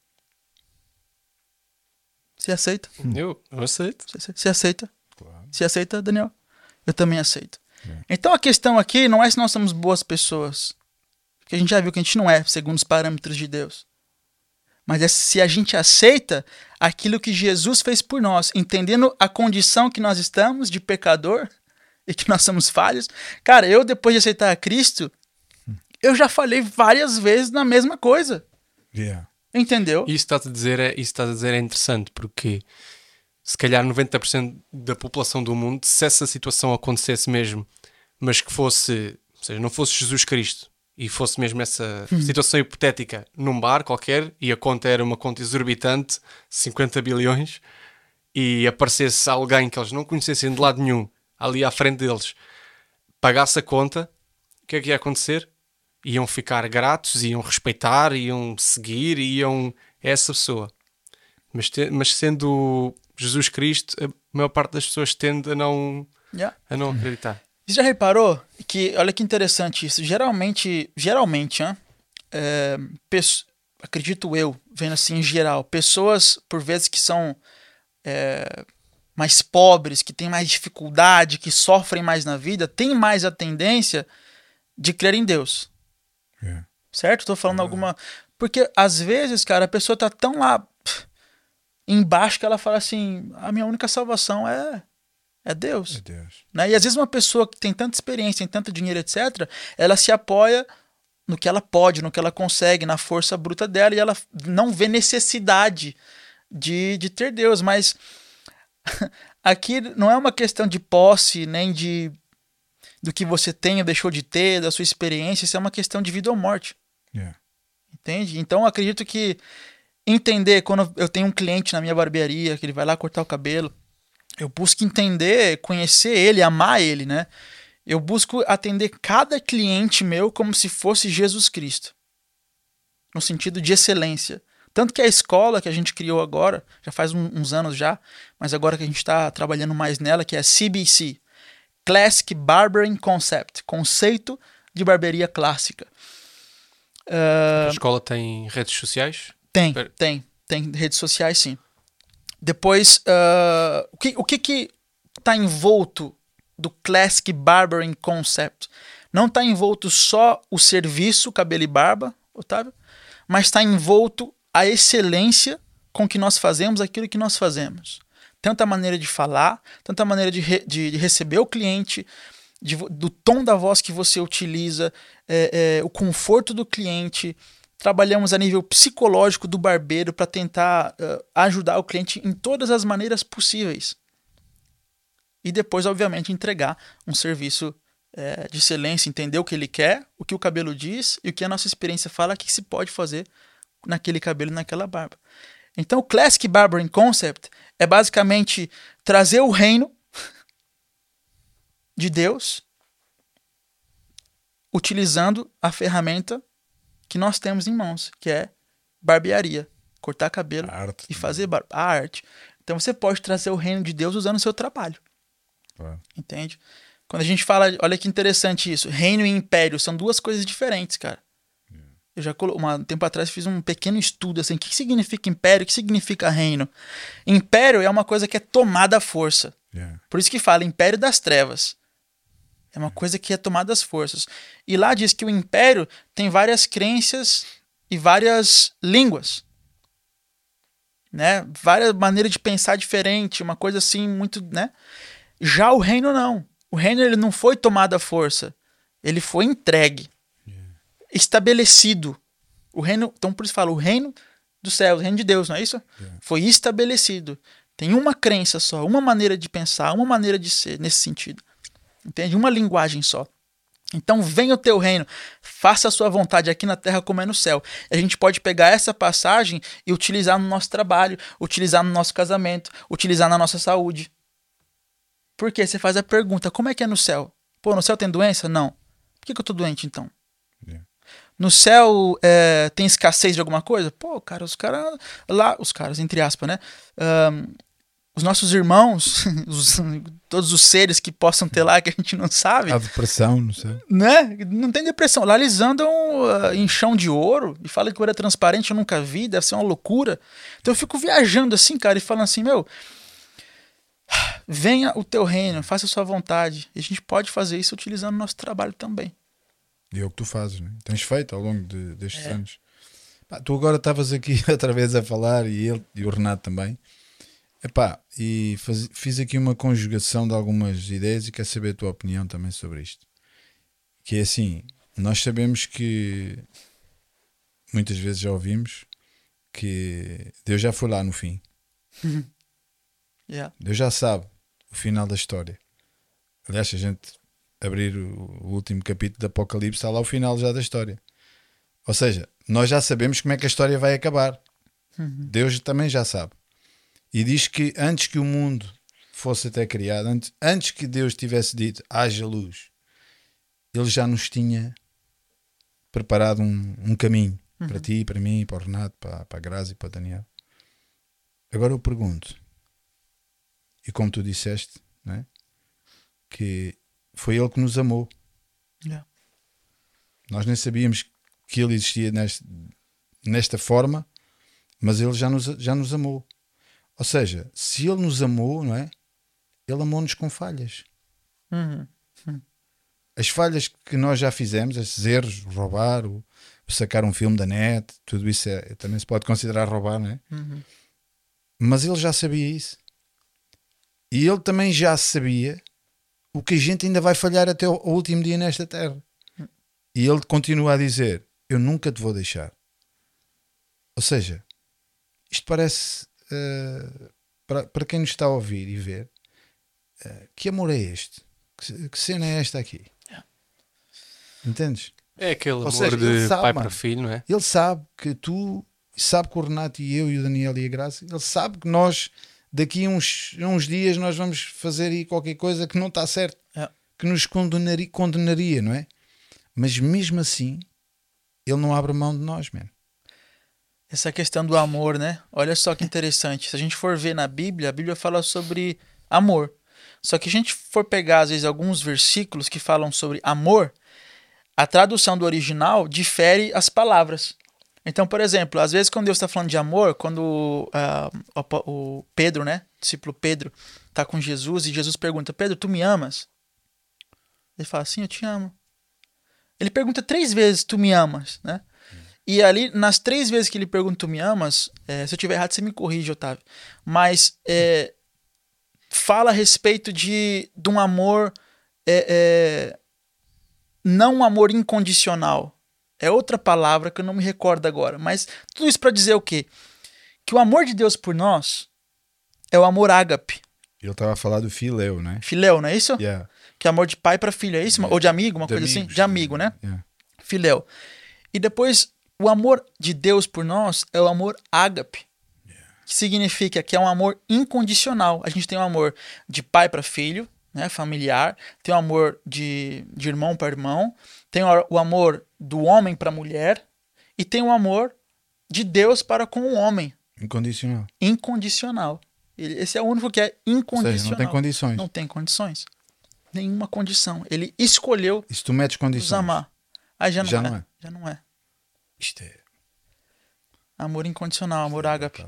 Você aceita? Eu, eu aceito. Você, você aceita? Claro. Você aceita, Daniel? Eu também aceito. É. Então a questão aqui não é se nós somos boas pessoas, porque a gente já viu que a gente não é, segundo os parâmetros de Deus. Mas é se a gente aceita aquilo que Jesus fez por nós, entendendo a condição que nós estamos de pecador e que nós somos falhos. Cara, eu depois de aceitar a Cristo, eu já falei várias vezes na mesma coisa. Yeah. Entendeu? Isso estás a dizer é, isso estás a dizer é interessante, porque se calhar noventa por cento da população do mundo, se essa situação acontecesse mesmo, mas que fosse, ou seja, não fosse Jesus Cristo, e fosse mesmo essa hum. situação hipotética num bar qualquer, e a conta era uma conta exorbitante, cinquenta bilhões, e aparecesse alguém que eles não conhecessem de lado nenhum, ali à frente deles, pagasse a conta, o que é que ia acontecer? Iam ficar gratos, iam respeitar, iam seguir, iam essa pessoa. Mas, te, mas sendo Jesus Cristo, a maior parte das pessoas tende a não, yeah. a não acreditar. Você já reparou que, olha que interessante isso, geralmente, geralmente, hein, é, peço, acredito eu, vendo assim em geral, pessoas, por vezes, que são é, mais pobres, que têm mais dificuldade, que sofrem mais na vida, têm mais a tendência de crer em Deus. Yeah. Certo? Tô falando yeah. alguma... Porque, às vezes, cara, a pessoa tá tão lá pff, embaixo que ela fala assim, a minha única salvação é, é Deus. É Deus. Né? E, às vezes, uma pessoa que tem tanta experiência, tem tanto dinheiro, etcétera, ela se apoia no que ela pode, no que ela consegue, na força bruta dela, e ela não vê necessidade de, de ter Deus. Mas aqui não é uma questão de posse, nem de... do que você tem ou deixou de ter, da sua experiência, isso é uma questão de vida ou morte. Yeah. Entende? Então, eu acredito que entender, quando eu tenho um cliente na minha barbearia, que ele vai lá cortar o cabelo, eu busco entender, conhecer ele, amar ele, né? Eu busco atender cada cliente meu como se fosse Jesus Cristo. No sentido de excelência. Tanto que a escola que a gente criou agora, já faz um, uns anos já, mas agora que a gente está trabalhando mais nela, que é a C B C, Classic Barbering Concept, conceito de barbearia clássica. Uh, a escola tem redes sociais? Tem, Pera. tem. Tem redes sociais, sim. Depois, uh, o que o que que está envolto do Classic Barbering Concept? não está envolto só o serviço, cabelo e barba, Otávio, mas está envolto a excelência com que nós fazemos aquilo que nós fazemos. Tanto a maneira de falar, tanto a maneira de, re, de, de receber o cliente, de, do tom da voz que você utiliza, é, é, o conforto do cliente. Trabalhamos a nível psicológico do barbeiro para tentar uh, ajudar o cliente em todas as maneiras possíveis. E depois, obviamente, entregar um serviço é, de excelência, entender o que ele quer, o que o cabelo diz e o que a nossa experiência fala que se pode fazer naquele cabelo e naquela barba. Então, o Classic Barbering Concept é basicamente trazer o reino de Deus utilizando a ferramenta que nós temos em mãos, que é barbearia, cortar cabelo e fazer barba, a arte. Então, você pode trazer o reino de Deus usando o seu trabalho. Claro. Entende? Quando a gente fala, olha que interessante isso, reino e império são duas coisas diferentes, cara. Yeah. Eu já, um tempo atrás, fiz um pequeno estudo, assim, o que significa império, o que significa reino? Império é uma coisa que é tomada à força. Yeah. Por isso que fala império das trevas. É uma coisa que é tomada às forças. E lá diz que o império tem várias crenças e várias línguas. Né? Várias maneiras de pensar diferente, uma coisa assim muito, né? Já o reino não. O reino ele não foi tomado à força. Ele foi entregue. Yeah. Estabelecido. O reino, então por isso fala, o reino dos céus, o reino de Deus, não é isso? Yeah. Foi estabelecido. Tem uma crença só, uma maneira de pensar, uma maneira de ser nesse sentido. Entende? Uma linguagem só. Então venha o teu reino, faça a sua vontade aqui na terra como é no céu. A gente pode pegar essa passagem e utilizar no nosso trabalho, utilizar no nosso casamento, utilizar na nossa saúde. Por quê? Você faz a pergunta, como é que é no céu? Pô, no céu tem doença? Não. Por que, que eu tô doente então? Yeah. No céu é, tem escassez de alguma coisa? Pô, cara, os caras lá, os caras, entre aspas, né? Um, os nossos irmãos, os, todos os seres que possam ter lá que a gente não sabe. A depressão, não sei. Né? Não tem depressão. Lá eles andam uh, em chão de ouro e falam que o ouro é transparente, eu nunca vi, deve ser uma loucura. Então eu fico viajando assim, cara, e falando assim, meu, venha o teu reino, faça a sua vontade. E a gente pode fazer isso utilizando o nosso trabalho também. E é o que tu fazes, né? Tens feito ao longo de, destes é. anos. Pá, tu agora estavas aqui outra vez a falar, e ele e o Renato também. Epá, e faz, fiz aqui uma conjugação de algumas ideias e quero saber a tua opinião também sobre isto. Que é assim, nós sabemos que muitas vezes já ouvimos que Deus já foi lá no fim. Yeah. Deus já sabe o final da história. Aliás, se a gente abrir o, o último capítulo do Apocalipse, está lá o final já da história. Ou seja, nós já sabemos como é que a história vai acabar. Uhum. Deus também já sabe. E diz que antes que o mundo fosse até criado, antes, antes que Deus tivesse dito haja luz, Ele já nos tinha preparado um, um caminho uhum. para ti, para mim, para o Renato, para, para a Grazi e para o Daniel. Agora eu pergunto, e como tu disseste, não é? Que foi Ele que nos amou. Yeah. Nós nem sabíamos que Ele existia neste, nesta forma, mas Ele já nos, já nos amou. Ou seja, se Ele nos amou, não é? Ele amou-nos com falhas. Uhum. Uhum. As falhas que nós já fizemos, esses erros, roubar, o, sacar um filme da net, tudo isso é, também se pode considerar roubar, não é? Uhum. Mas Ele já sabia isso. E Ele também já sabia o que a gente ainda vai falhar até o, o último dia nesta terra. Uhum. E Ele continua a dizer, eu nunca te vou deixar. Ou seja, isto parece... Uh, para, para quem nos está a ouvir e ver, uh, que amor é este? Que, que cena é esta aqui? Yeah. Entendes? É aquele Ou amor seja, de sabe, pai mano, para filho, não é? Ele sabe que tu, sabe que o Renato e eu e o Daniel e a Graça, ele sabe que nós daqui a uns, uns dias nós vamos fazer aí qualquer coisa que não está certo, yeah. que nos condenaria, condenaria, não é? Mas mesmo assim Ele não abre mão de nós, mano. Essa questão do amor, né? Olha só que interessante. Se a gente for ver na Bíblia, a Bíblia fala sobre amor. Só que a gente for pegar, às vezes, alguns versículos que falam sobre amor, a tradução do original difere as palavras. Então, por exemplo, às vezes quando Deus está falando de amor, quando uh, o, o Pedro, né? O discípulo Pedro, está com Jesus e Jesus pergunta, Pedro, tu me amas? Ele fala, sim, eu te amo. Ele pergunta três vezes, tu me amas, né? E ali, nas três vezes que ele pergunta, tu me amas, é, se eu estiver errado, você me corrige, Otávio. Mas é, fala a respeito de, de um amor, é, é, não um amor incondicional. É outra palavra que eu não me recordo agora. Mas tudo isso para dizer o quê? Que o amor de Deus por nós é o amor ágape. Ele estava a falar do filéu, né? Filéu, não é isso? Yeah. Que é amor de pai para filho, é isso? Yeah. Ou de amigo, uma De coisa amigos, assim? De amigo, né? Yeah. Filéu. E depois, o amor de Deus por nós é o amor ágape. Yeah. Que significa que é um amor incondicional. A gente tem um amor de pai para filho, né? Familiar. Tem o um amor de, de irmão para irmão. Tem o amor do homem para mulher. E tem o amor de Deus para com o homem. Incondicional. Incondicional. Esse é o único que é incondicional. Ou seja, não tem condições. Não tem condições. Nenhuma condição. Ele escolheu e se tu metes condições, nos amar. Aí já não, já é. não é. Já não é. Isto é... Amor incondicional, amor ágape.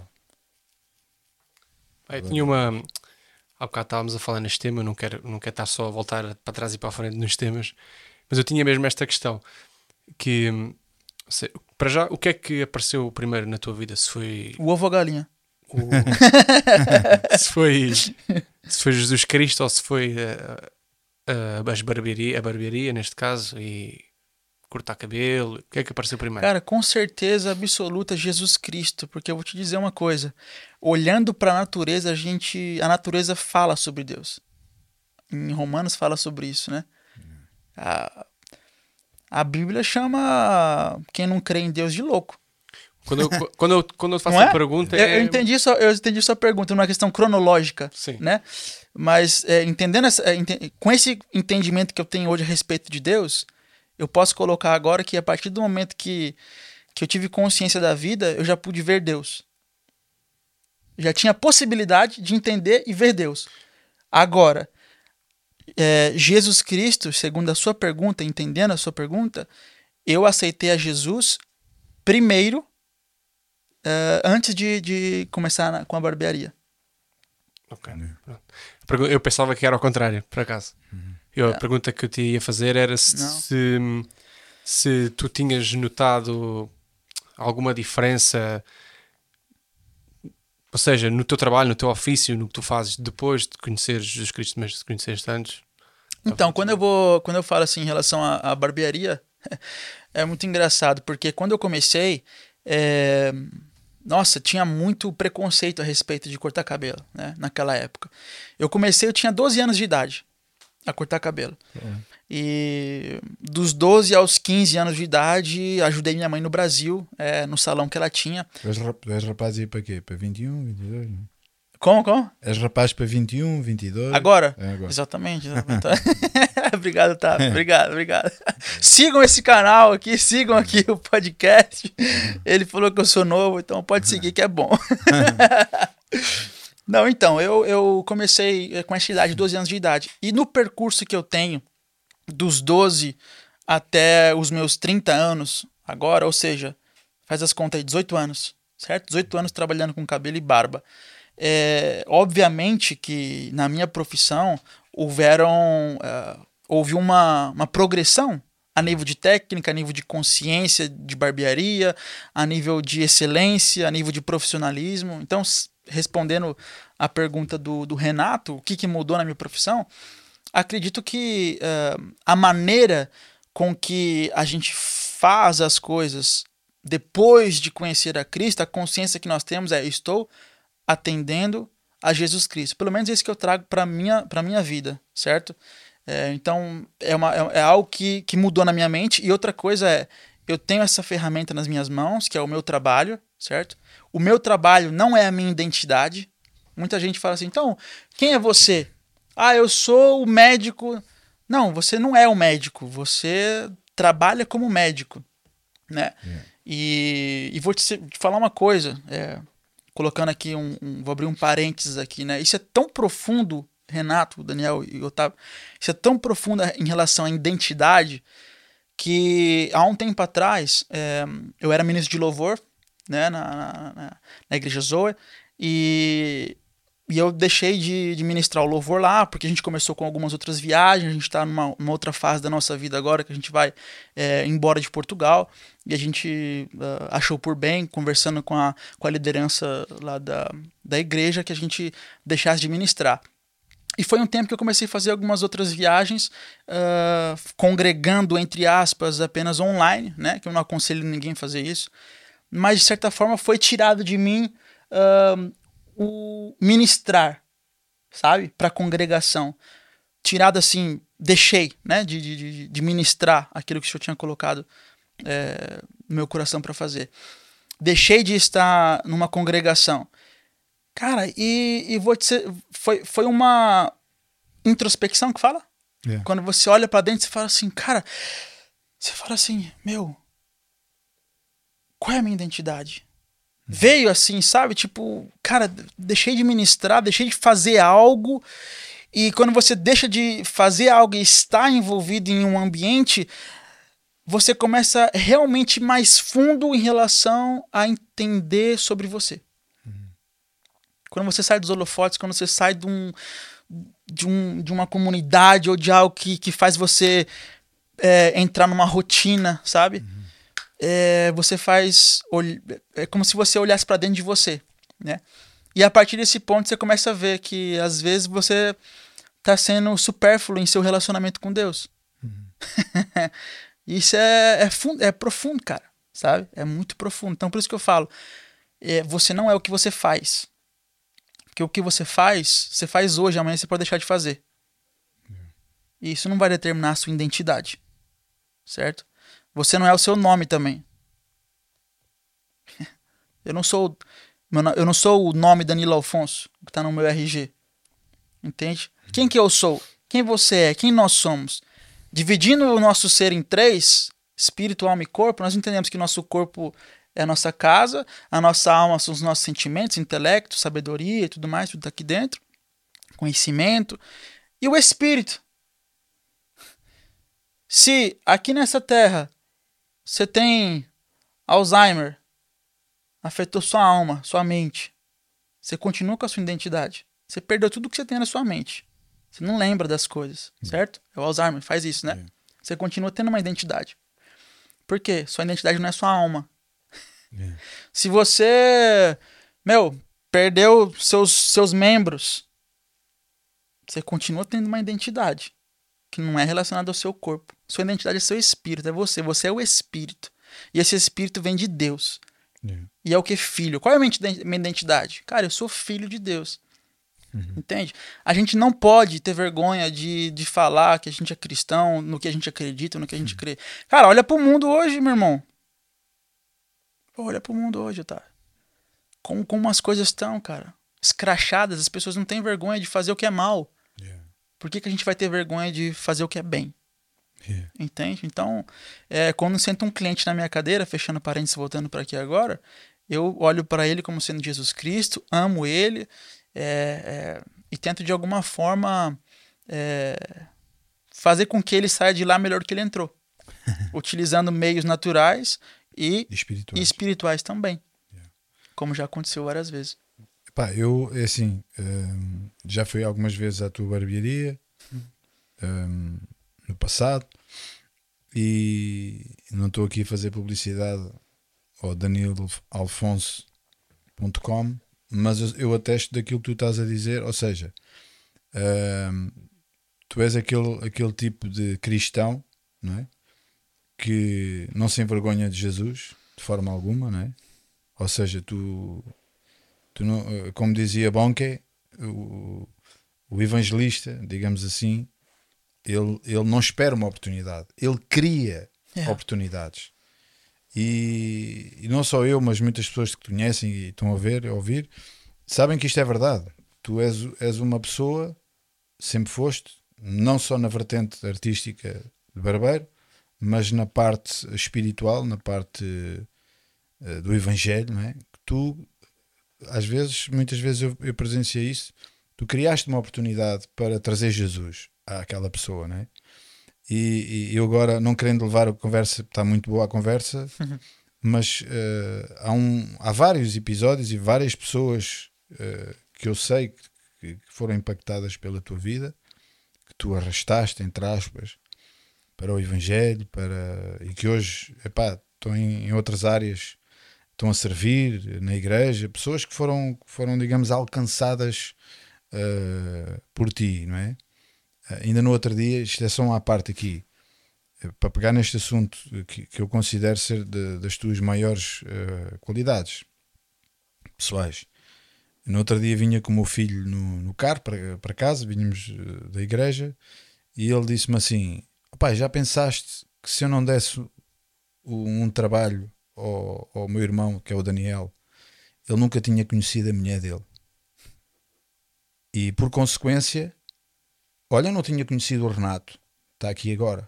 Eu tinha uma... Há bocado estávamos a falar neste tema, eu não quero, não quero estar só a voltar para trás e para a frente nos temas, mas eu tinha mesmo esta questão, que... Sei, para já, o que é que apareceu primeiro na tua vida? Se foi... O ovo ou a galinha? O... se foi... Se foi Jesus Cristo ou se foi a, a, as barbearia, a barbearia, neste caso, e cortar cabelo. O que é que apareceu primeiro? Cara, com certeza absoluta Jesus Cristo, porque eu vou te dizer uma coisa. Olhando para a natureza, a gente, a natureza fala sobre Deus. Em Romanos fala sobre isso, né? A, a Bíblia chama quem não crê em Deus de louco. Quando eu, quando eu, quando eu faço Não é? a pergunta... Eu, é... eu, entendi sua, eu entendi sua pergunta, numa questão cronológica. Sim. Né? Mas é, entendendo essa, é, ent... com esse entendimento que eu tenho hoje a respeito de Deus, eu posso colocar agora que a partir do momento que, que eu tive consciência da vida, eu já pude ver Deus. Já tinha a possibilidade de entender e ver Deus. Agora, é, Jesus Cristo, segundo a sua pergunta, entendendo a sua pergunta, eu aceitei a Jesus primeiro, Uh, antes de, de começar na, com a barbearia. Ok. Eu pensava que era ao contrário, por acaso. Uhum. Eu, a é. pergunta que eu te ia fazer era se, se, se tu tinhas notado alguma diferença, ou seja, no teu trabalho, no teu ofício, no que tu fazes depois de conheceres Jesus Cristo, mas de conheceres antes. Então, quando eu, vou, quando eu falo assim em relação à, à barbearia, é muito engraçado, porque quando eu comecei, é... Nossa, tinha muito preconceito a respeito de cortar cabelo, né? Naquela época. Eu comecei, eu tinha doze anos de idade a cortar cabelo. Uhum. E dos doze aos quinze anos de idade, ajudei minha mãe no Brasil, é, no salão que ela tinha. Tu és, tu és rapaz aí para quê? Para vinte e um, vinte e dois? Não? Como, como? És rapaz para vinte e um, vinte e dois? Agora? É agora. Exatamente. exatamente. Obrigado, tá? Obrigado, obrigado. Sigam esse canal aqui, sigam aqui o podcast. Ele falou que eu sou novo, então pode seguir que é bom. Não, então, eu, eu comecei com essa idade, doze anos de idade. E no percurso que eu tenho, dos doze até os meus trinta anos, agora, ou seja, faz as contas aí, dezoito anos, certo? dezoito anos trabalhando com cabelo e barba. É, obviamente que na minha profissão houveram, uh, houve uma, uma progressão a nível de técnica, a nível de consciência de barbearia, a nível de excelência, a nível de profissionalismo. Então, respondendo a pergunta do, do Renato, o que, que mudou na minha profissão, acredito que uh, a maneira com que a gente faz as coisas depois de conhecer a Cristo, a consciência que nós temos é: estou atendendo a Jesus Cristo. Pelo menos é isso que eu trago para minha, para minha vida, certo? É, então, é, uma, é, é algo que, que mudou na minha mente. E outra coisa é, eu tenho essa ferramenta nas minhas mãos, que é o meu trabalho, certo? O meu trabalho não é a minha identidade. Muita gente fala assim, então, quem é você? Ah, eu sou o médico. Não, você não é o médico. Você trabalha como médico, né? Yeah. E, e vou te, te falar uma coisa, é... colocando aqui um, um... Vou abrir um parênteses aqui, né? Isso é tão profundo, Renato, Daniel e Otávio, isso é tão profundo em relação à identidade que há um tempo atrás é, eu era ministro de louvor, né, na, na, na igreja Zoe, e e eu deixei de, de ministrar o louvor lá, porque a gente começou com algumas outras viagens, a gente está numa, numa outra fase da nossa vida agora, que a gente vai é, embora de Portugal, e a gente uh, achou por bem, conversando com a, com a liderança lá da, da igreja, que a gente deixasse de ministrar. E foi um tempo que eu comecei a fazer algumas outras viagens, uh, congregando, entre aspas, apenas online, né? Que eu não aconselho ninguém a fazer isso. Mas, de certa forma, foi tirado de mim uh, o ministrar, sabe? Para a congregação. Tirado assim, deixei, né? De, de, de ministrar aquilo que o Senhor tinha colocado é, no meu coração para fazer. Deixei de estar numa congregação. Cara, e, e vou dizer, foi, foi uma introspecção que fala? Yeah. Quando você olha pra dentro, você fala assim, cara, você fala assim, meu, qual é a minha identidade? Uhum. Veio assim, sabe? Tipo, cara, deixei de ministrar, deixei de fazer algo, e quando você deixa de fazer algo e está envolvido em um ambiente, você começa realmente mais fundo em relação a entender sobre você. Quando você sai dos holofotes, quando você sai de, um, de, um, de uma comunidade ou de algo que, que faz você é, entrar numa rotina, sabe? Uhum. É, você faz... É como se você olhasse para dentro de você, né? E a partir desse ponto você começa a ver que às vezes você tá sendo supérfluo em seu relacionamento com Deus. Uhum. Isso é, é, fundo, é profundo, cara, sabe? É muito profundo. Então por isso que eu falo, é, você não é o que você faz. Porque o que você faz, você faz hoje, amanhã você pode deixar de fazer. E isso não vai determinar a sua identidade. Certo? Você não é o seu nome também. Eu não sou, eu não sou o nome Danilo Alfonso, que está no meu R G. Entende? Quem que eu sou? Quem você é? Quem nós somos? Dividindo o nosso ser em três, espírito, alma e corpo, nós entendemos que nosso corpo é a nossa casa, a nossa alma são os nossos sentimentos, intelecto, sabedoria e tudo mais, tudo tá aqui dentro, conhecimento, e o espírito. Se aqui nessa terra você tem Alzheimer, afetou sua alma, sua mente, você continua com a sua identidade, você perdeu tudo que você tem na sua mente, você não lembra das coisas, certo? É o Alzheimer, faz isso, né? Você continua tendo uma identidade. Por quê? Sua identidade não é sua alma. Yeah. Se você, meu, perdeu seus, seus membros, você continua tendo uma identidade que não é relacionada ao seu corpo. Sua identidade é seu espírito, é você. Você é o espírito. E esse espírito vem de Deus. Yeah. E é o que? Filho. Qual é a minha identidade? Cara, eu sou filho de Deus. Uhum. Entende? A gente não pode ter vergonha de, de falar que a gente é cristão, no que a gente acredita, no que a gente uhum. crê. Cara, olha pro mundo hoje, meu irmão. Pô, olha pro mundo hoje, tá? Como, como as coisas estão, cara. Escrachadas, as pessoas não têm vergonha de fazer o que é mal. Yeah. Por que, que a gente vai ter vergonha de fazer o que é bem? Yeah. Entende? Então, é, quando senta um cliente na minha cadeira, fechando parênteses, voltando para aqui agora, eu olho para ele como sendo Jesus Cristo, amo ele é, é, e tento de alguma forma é, fazer com que ele saia de lá melhor que ele entrou. Utilizando meios naturais e espirituais, e espirituais também, yeah. Como já aconteceu várias vezes. Pá, eu, é assim, um, já fui algumas vezes à tua barbearia um, no passado e não estou aqui a fazer publicidade ao danilo alfonso ponto com, mas eu, eu atesto daquilo que tu estás a dizer, ou seja, um, tu és aquele, aquele tipo de cristão, não é? Que não se envergonha de Jesus de forma alguma, não é? Ou seja, tu, tu não, como dizia Bonke, o, o evangelista, digamos assim, ele, ele não espera uma oportunidade, ele cria yeah. oportunidades. E, e não só eu, mas muitas pessoas que te conhecem e estão a ver, a ouvir, sabem que isto é verdade. Tu és, és uma pessoa, sempre foste, não só na vertente artística de barbeiro, mas na parte espiritual, na parte uh, do evangelho, não é? Tu, às vezes, muitas vezes eu, eu presenciei isso, tu criaste uma oportunidade para trazer Jesus àquela pessoa, não é? E, e eu agora, não querendo levar a conversa, está muito boa a conversa, uhum. mas uh, há, um, há vários episódios e várias pessoas uh, que eu sei que, que, que foram impactadas pela tua vida, que tu arrastaste, entre aspas, para o Evangelho, para, e que hoje, epá, estão em, em outras áreas, estão a servir na igreja, pessoas que foram, foram digamos, alcançadas uh, por ti, não é? Uh, ainda no outro dia, isto é só uma parte aqui, uh, para pegar neste assunto que, que eu considero ser de, das tuas maiores uh, qualidades pessoais. No outro dia vinha com o meu filho no, no carro para, para casa, vínhamos uh, da igreja, e ele disse-me assim: pai, já pensaste que se eu não desse um, um trabalho ao, ao meu irmão, que é o Daniel, ele nunca tinha conhecido a mulher dele? E por consequência, olha, não tinha conhecido o Renato, está aqui agora.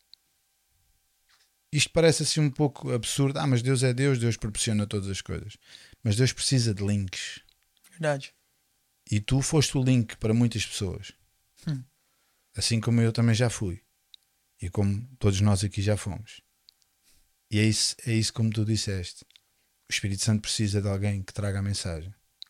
Isto parece assim um pouco absurdo. Ah, mas Deus é Deus, Deus proporciona todas as coisas. Mas Deus precisa de links. Verdade. E tu foste o link para muitas pessoas. Hum. Assim como eu também já fui. E como todos nós aqui já fomos. E é isso, é isso como tu disseste. O Espírito Santo precisa de alguém que traga a mensagem.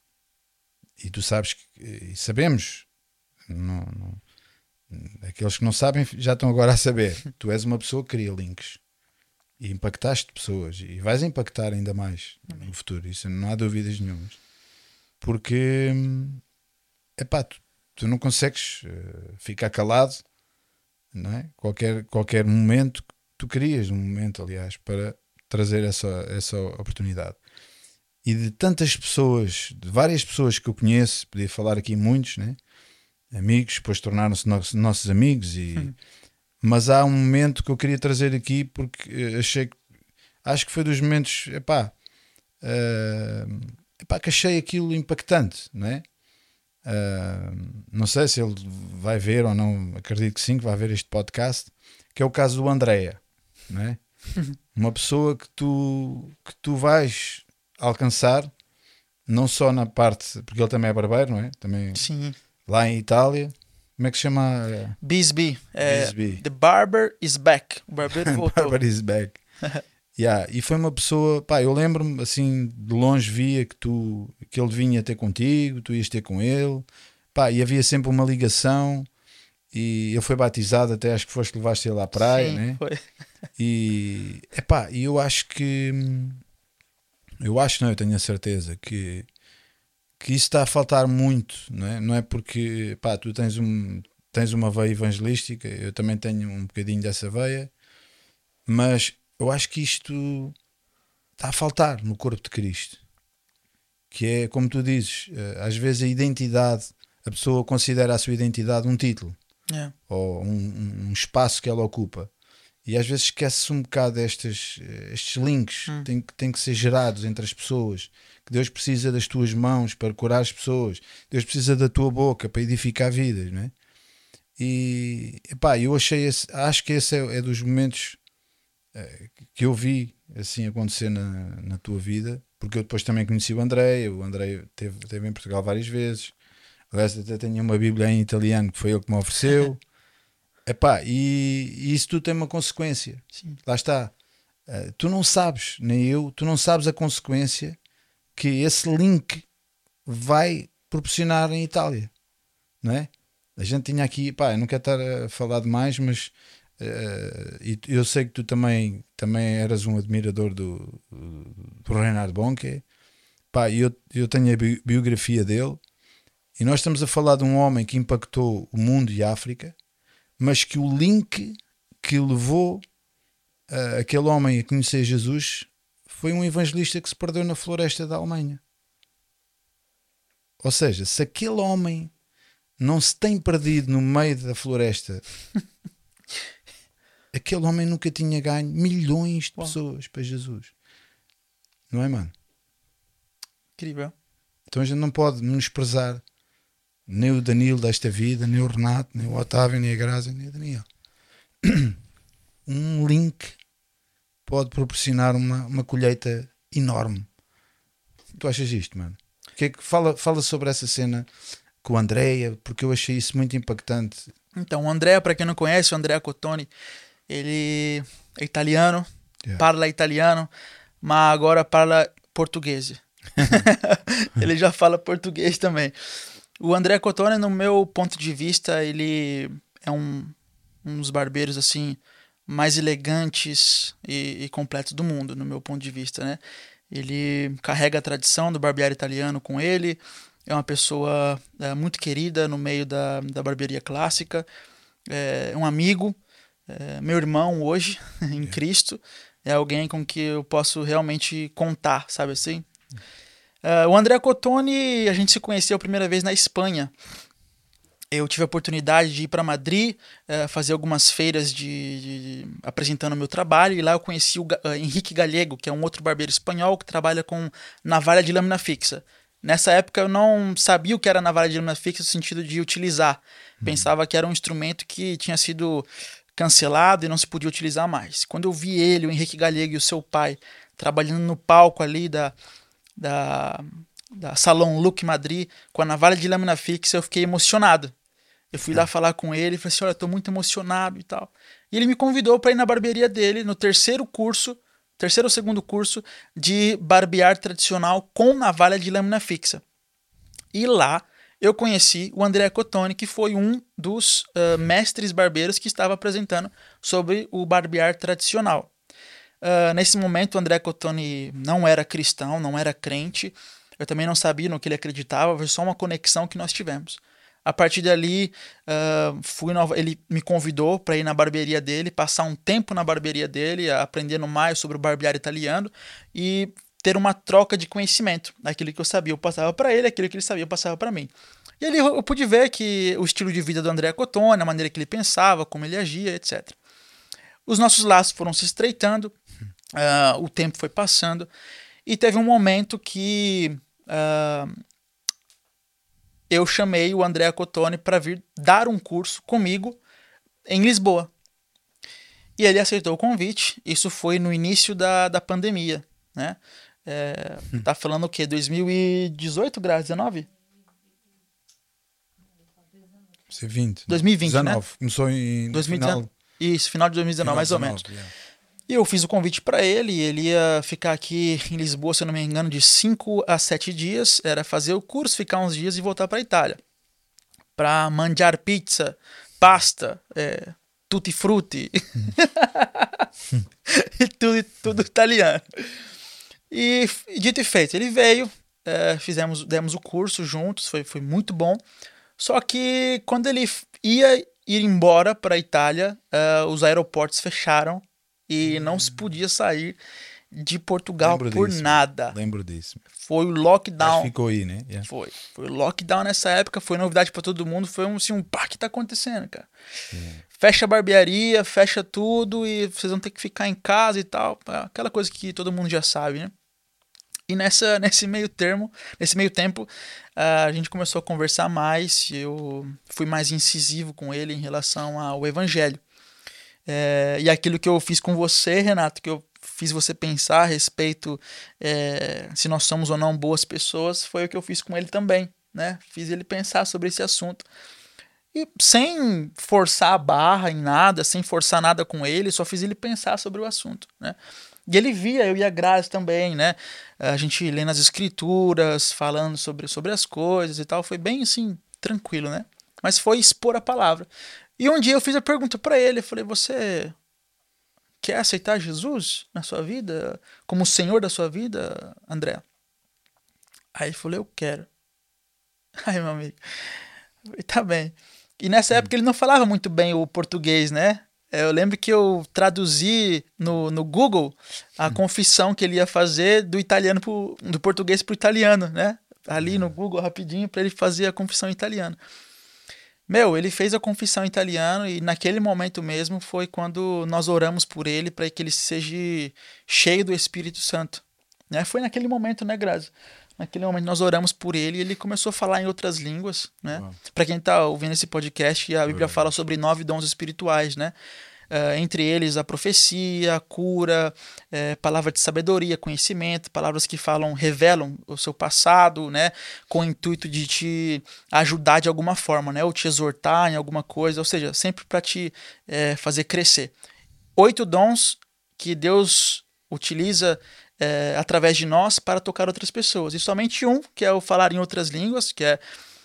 E tu sabes, que, e sabemos, não, não, aqueles que não sabem já estão agora a saber. Tu és uma pessoa que cria links. E impactaste pessoas. E vais impactar ainda mais no futuro. Isso não há dúvidas nenhumas. Porque, epá, tu, tu não consegues uh, ficar calado, não é? Qualquer, qualquer momento, tu querias um momento, aliás, para trazer essa, essa oportunidade. E de tantas pessoas, de várias pessoas que eu conheço, podia falar aqui muitos, né? Amigos, depois tornaram-se nossos, nossos amigos, e, hum. mas há um momento que eu queria trazer aqui porque achei que, acho que foi dos momentos, epá, uh, epá, que achei aquilo impactante, não é? Uh, não sei se ele vai ver ou não, acredito que sim, que vai ver este podcast, que é o caso do Andréia, não é? Uma pessoa que tu, que tu vais alcançar, não só na parte, porque ele também é barbeiro, não é? Também Sim. Lá em Itália, como é que se chama? Bisbee. É, Bisbee. The Barber is Back. O barbeiro voltou. Barber is Back. Yeah, e foi uma pessoa, pá, eu lembro-me assim, de longe via que tu, que ele vinha ter contigo, tu ias ter com ele, pá, e havia sempre uma ligação, e ele foi batizado, até acho que foste, levaste ele à praia, Sim, né? Foi. E, epá, e eu acho que, eu acho, não, eu tenho a certeza que, que isso está a faltar muito, não é? Não é porque, pá, tu tens, um, tens uma veia evangelística, eu também tenho um bocadinho dessa veia, mas eu acho que isto está a faltar no corpo de Cristo, que é, como tu dizes, às vezes a identidade, a pessoa considera a sua identidade um título, Yeah. ou um, um espaço que ela ocupa, e às vezes esquece-se um bocado destes, estes links hum. que têm, têm que ser gerados entre as pessoas, que Deus precisa das tuas mãos para curar as pessoas, Deus precisa da tua boca para edificar vidas, não é? E epá, eu achei esse, acho que esse é, é dos momentos que eu vi assim acontecer na, na tua vida, porque eu depois também conheci o André, o André esteve, esteve em Portugal várias vezes, aliás até tenho uma Bíblia em italiano que foi ele que me ofereceu. Epá, e, e isso tudo tem uma consequência. Sim. Lá está, uh, tu não sabes, nem eu, tu não sabes a consequência que esse link vai proporcionar em Itália, não é? A gente tinha aqui, pá, eu não quero estar a falar demais, mas Uh, e eu sei que tu também, também eras um admirador do, do Reinhard Bonnke. Pá, eu, eu tenho a bi- biografia dele, e nós estamos a falar de um homem que impactou o mundo e a África, mas que o link que levou uh, aquele homem a conhecer Jesus foi um evangelista que se perdeu na floresta da Alemanha. Ou seja, se aquele homem não se tem perdido no meio da floresta, aquele homem nunca tinha ganho milhões de Uau. pessoas para Jesus. Não é, mano? Incrível. Então a gente não pode menosprezar nem o Danilo desta vida, nem o Renato, nem o Otávio, nem a Graça, nem o Daniel. Um link pode proporcionar uma, uma colheita enorme. Tu achas isto, mano? Que é que fala, fala sobre essa cena com o Andréia, porque eu achei isso muito impactante. Então, o André, para quem não conhece, o Andrea Cotoni, ele é italiano, Yeah. parla italiano, mas agora parla português. Ele já fala português também. O André Cotone, no meu ponto de vista, ele é um, um dos barbeiros assim mais elegantes e, e completos do mundo, no meu ponto de vista, né? Ele carrega a tradição do barbeário italiano com ele, é uma pessoa é, muito querida no meio da, da barbearia clássica, é um amigo, é, meu irmão hoje, em Cristo, é alguém com que eu posso realmente contar, sabe assim? Uh, o André Cotone, a gente se conheceu a primeira vez na Espanha. Eu tive a oportunidade de ir para Madrid, uh, fazer algumas feiras de, de, apresentando o meu trabalho, e lá eu conheci o uh, Henrique Galego, que é um outro barbeiro espanhol que trabalha com navalha de lâmina fixa. Nessa época eu não sabia o que era navalha de lâmina fixa no sentido de utilizar. Uhum. Pensava que era um instrumento que tinha sido cancelado e não se podia utilizar mais. Quando eu vi ele, o Henrique Galego e o seu pai, trabalhando no palco ali da... Da, da Salão Look Madrid com a navalha de lâmina fixa, eu fiquei emocionado. Eu fui é. lá falar com ele e falei assim, olha, eu tô muito emocionado e tal. E ele me convidou para ir na barbearia dele no terceiro curso, terceiro ou segundo curso de barbear tradicional com navalha de lâmina fixa. E lá eu conheci o André Cotone, que foi um dos uh, mestres barbeiros que estava apresentando sobre o barbear tradicional. Uh, nesse momento, o André Cotone não era cristão, não era crente. Eu também não sabia no que ele acreditava, foi só uma conexão que nós tivemos. A partir dali, uh, fui no... ele me convidou para ir na barbearia dele, passar um tempo na barbearia dele, aprendendo mais sobre o barbear italiano e ter uma troca de conhecimento. Aquilo que eu sabia, eu passava para ele, aquilo que ele sabia, eu passava para mim. E ali eu pude ver que o estilo de vida do André Cotone, a maneira que ele pensava, como ele agia, etcétera. Os nossos laços foram se estreitando. Uh, o tempo foi passando e teve um momento que uh, eu chamei o André Cotone para vir dar um curso comigo em Lisboa. E ele aceitou o convite. Isso foi no início da, da pandemia, né? É, hum. Tá falando o quê? dois mil e dezoito, Graça? dezenove? vinte. dois mil e vinte, dezenove. né? Começou em dois mil e dezenove. Final... Isso, final de dois mil e dezenove, final mais dezenove, ou menos. Yeah. E eu fiz o convite para ele, ele ia ficar aqui em Lisboa, se eu não me engano, de cinco a sete dias, era fazer o curso, ficar uns dias e voltar para a Itália. Para mangiar pizza, pasta, é, tutti frutti, e tudo, tudo italiano. E dito e feito, ele veio, é, fizemos, demos o curso juntos, foi, foi muito bom, só que quando ele ia ir embora para a Itália, uh, os aeroportos fecharam, e não se podia sair de Portugal Lembro por disso, nada. Lembro disso. Foi o lockdown. Mas ficou aí, né? Yeah. Foi. Foi o lockdown nessa época, foi novidade para todo mundo. Foi um assim, um pá, que tá acontecendo, cara? Yeah. Fecha a barbearia, fecha tudo e vocês vão ter que ficar em casa e tal. Aquela coisa que todo mundo já sabe, né? E nessa, nesse meio termo, nesse meio tempo, a gente começou a conversar mais. Eu fui mais incisivo com ele em relação ao evangelho. É, e aquilo que eu fiz com você, Renato, que eu fiz você pensar a respeito é, se nós somos ou não boas pessoas, foi o que eu fiz com ele também, né? Fiz ele pensar sobre esse assunto. E sem forçar a barra em nada, sem forçar nada com ele, só fiz ele pensar sobre o assunto, né? E ele via, eu e a Grazi também, né? A gente lendo as escrituras, falando sobre, sobre as coisas e tal, foi bem assim, tranquilo, né? Mas foi expor a palavra. E um dia eu fiz a pergunta para ele, eu falei, você quer aceitar Jesus na sua vida, como o Senhor da sua vida, André? Aí ele falou, eu quero. Aí, meu amigo, eu falei, tá bem. E nessa época ele não falava muito bem o português, né? Eu lembro que eu traduzi no, no Google a confissão que ele ia fazer do italiano pro, do português para o italiano, né? Ali no Google, rapidinho, para ele fazer a confissão em italiano. Meu, ele fez a confissão em italiano e naquele momento mesmo foi quando nós oramos por ele para que ele seja cheio do Espírito Santo. Né? Foi naquele momento, né, Grazi? Naquele momento nós oramos por ele e ele começou a falar em outras línguas, né? Para quem está ouvindo esse podcast, a Bíblia fala sobre nove dons espirituais, né? Uh, entre eles a profecia, a cura, é, palavra de sabedoria, conhecimento, palavras que falam, revelam o seu passado, né, com o intuito de te ajudar de alguma forma, né, ou te exortar em alguma coisa, ou seja, sempre para te é, fazer crescer. Oito dons que Deus utiliza é, através de nós para tocar outras pessoas, e somente um, que é o falar em outras línguas, que é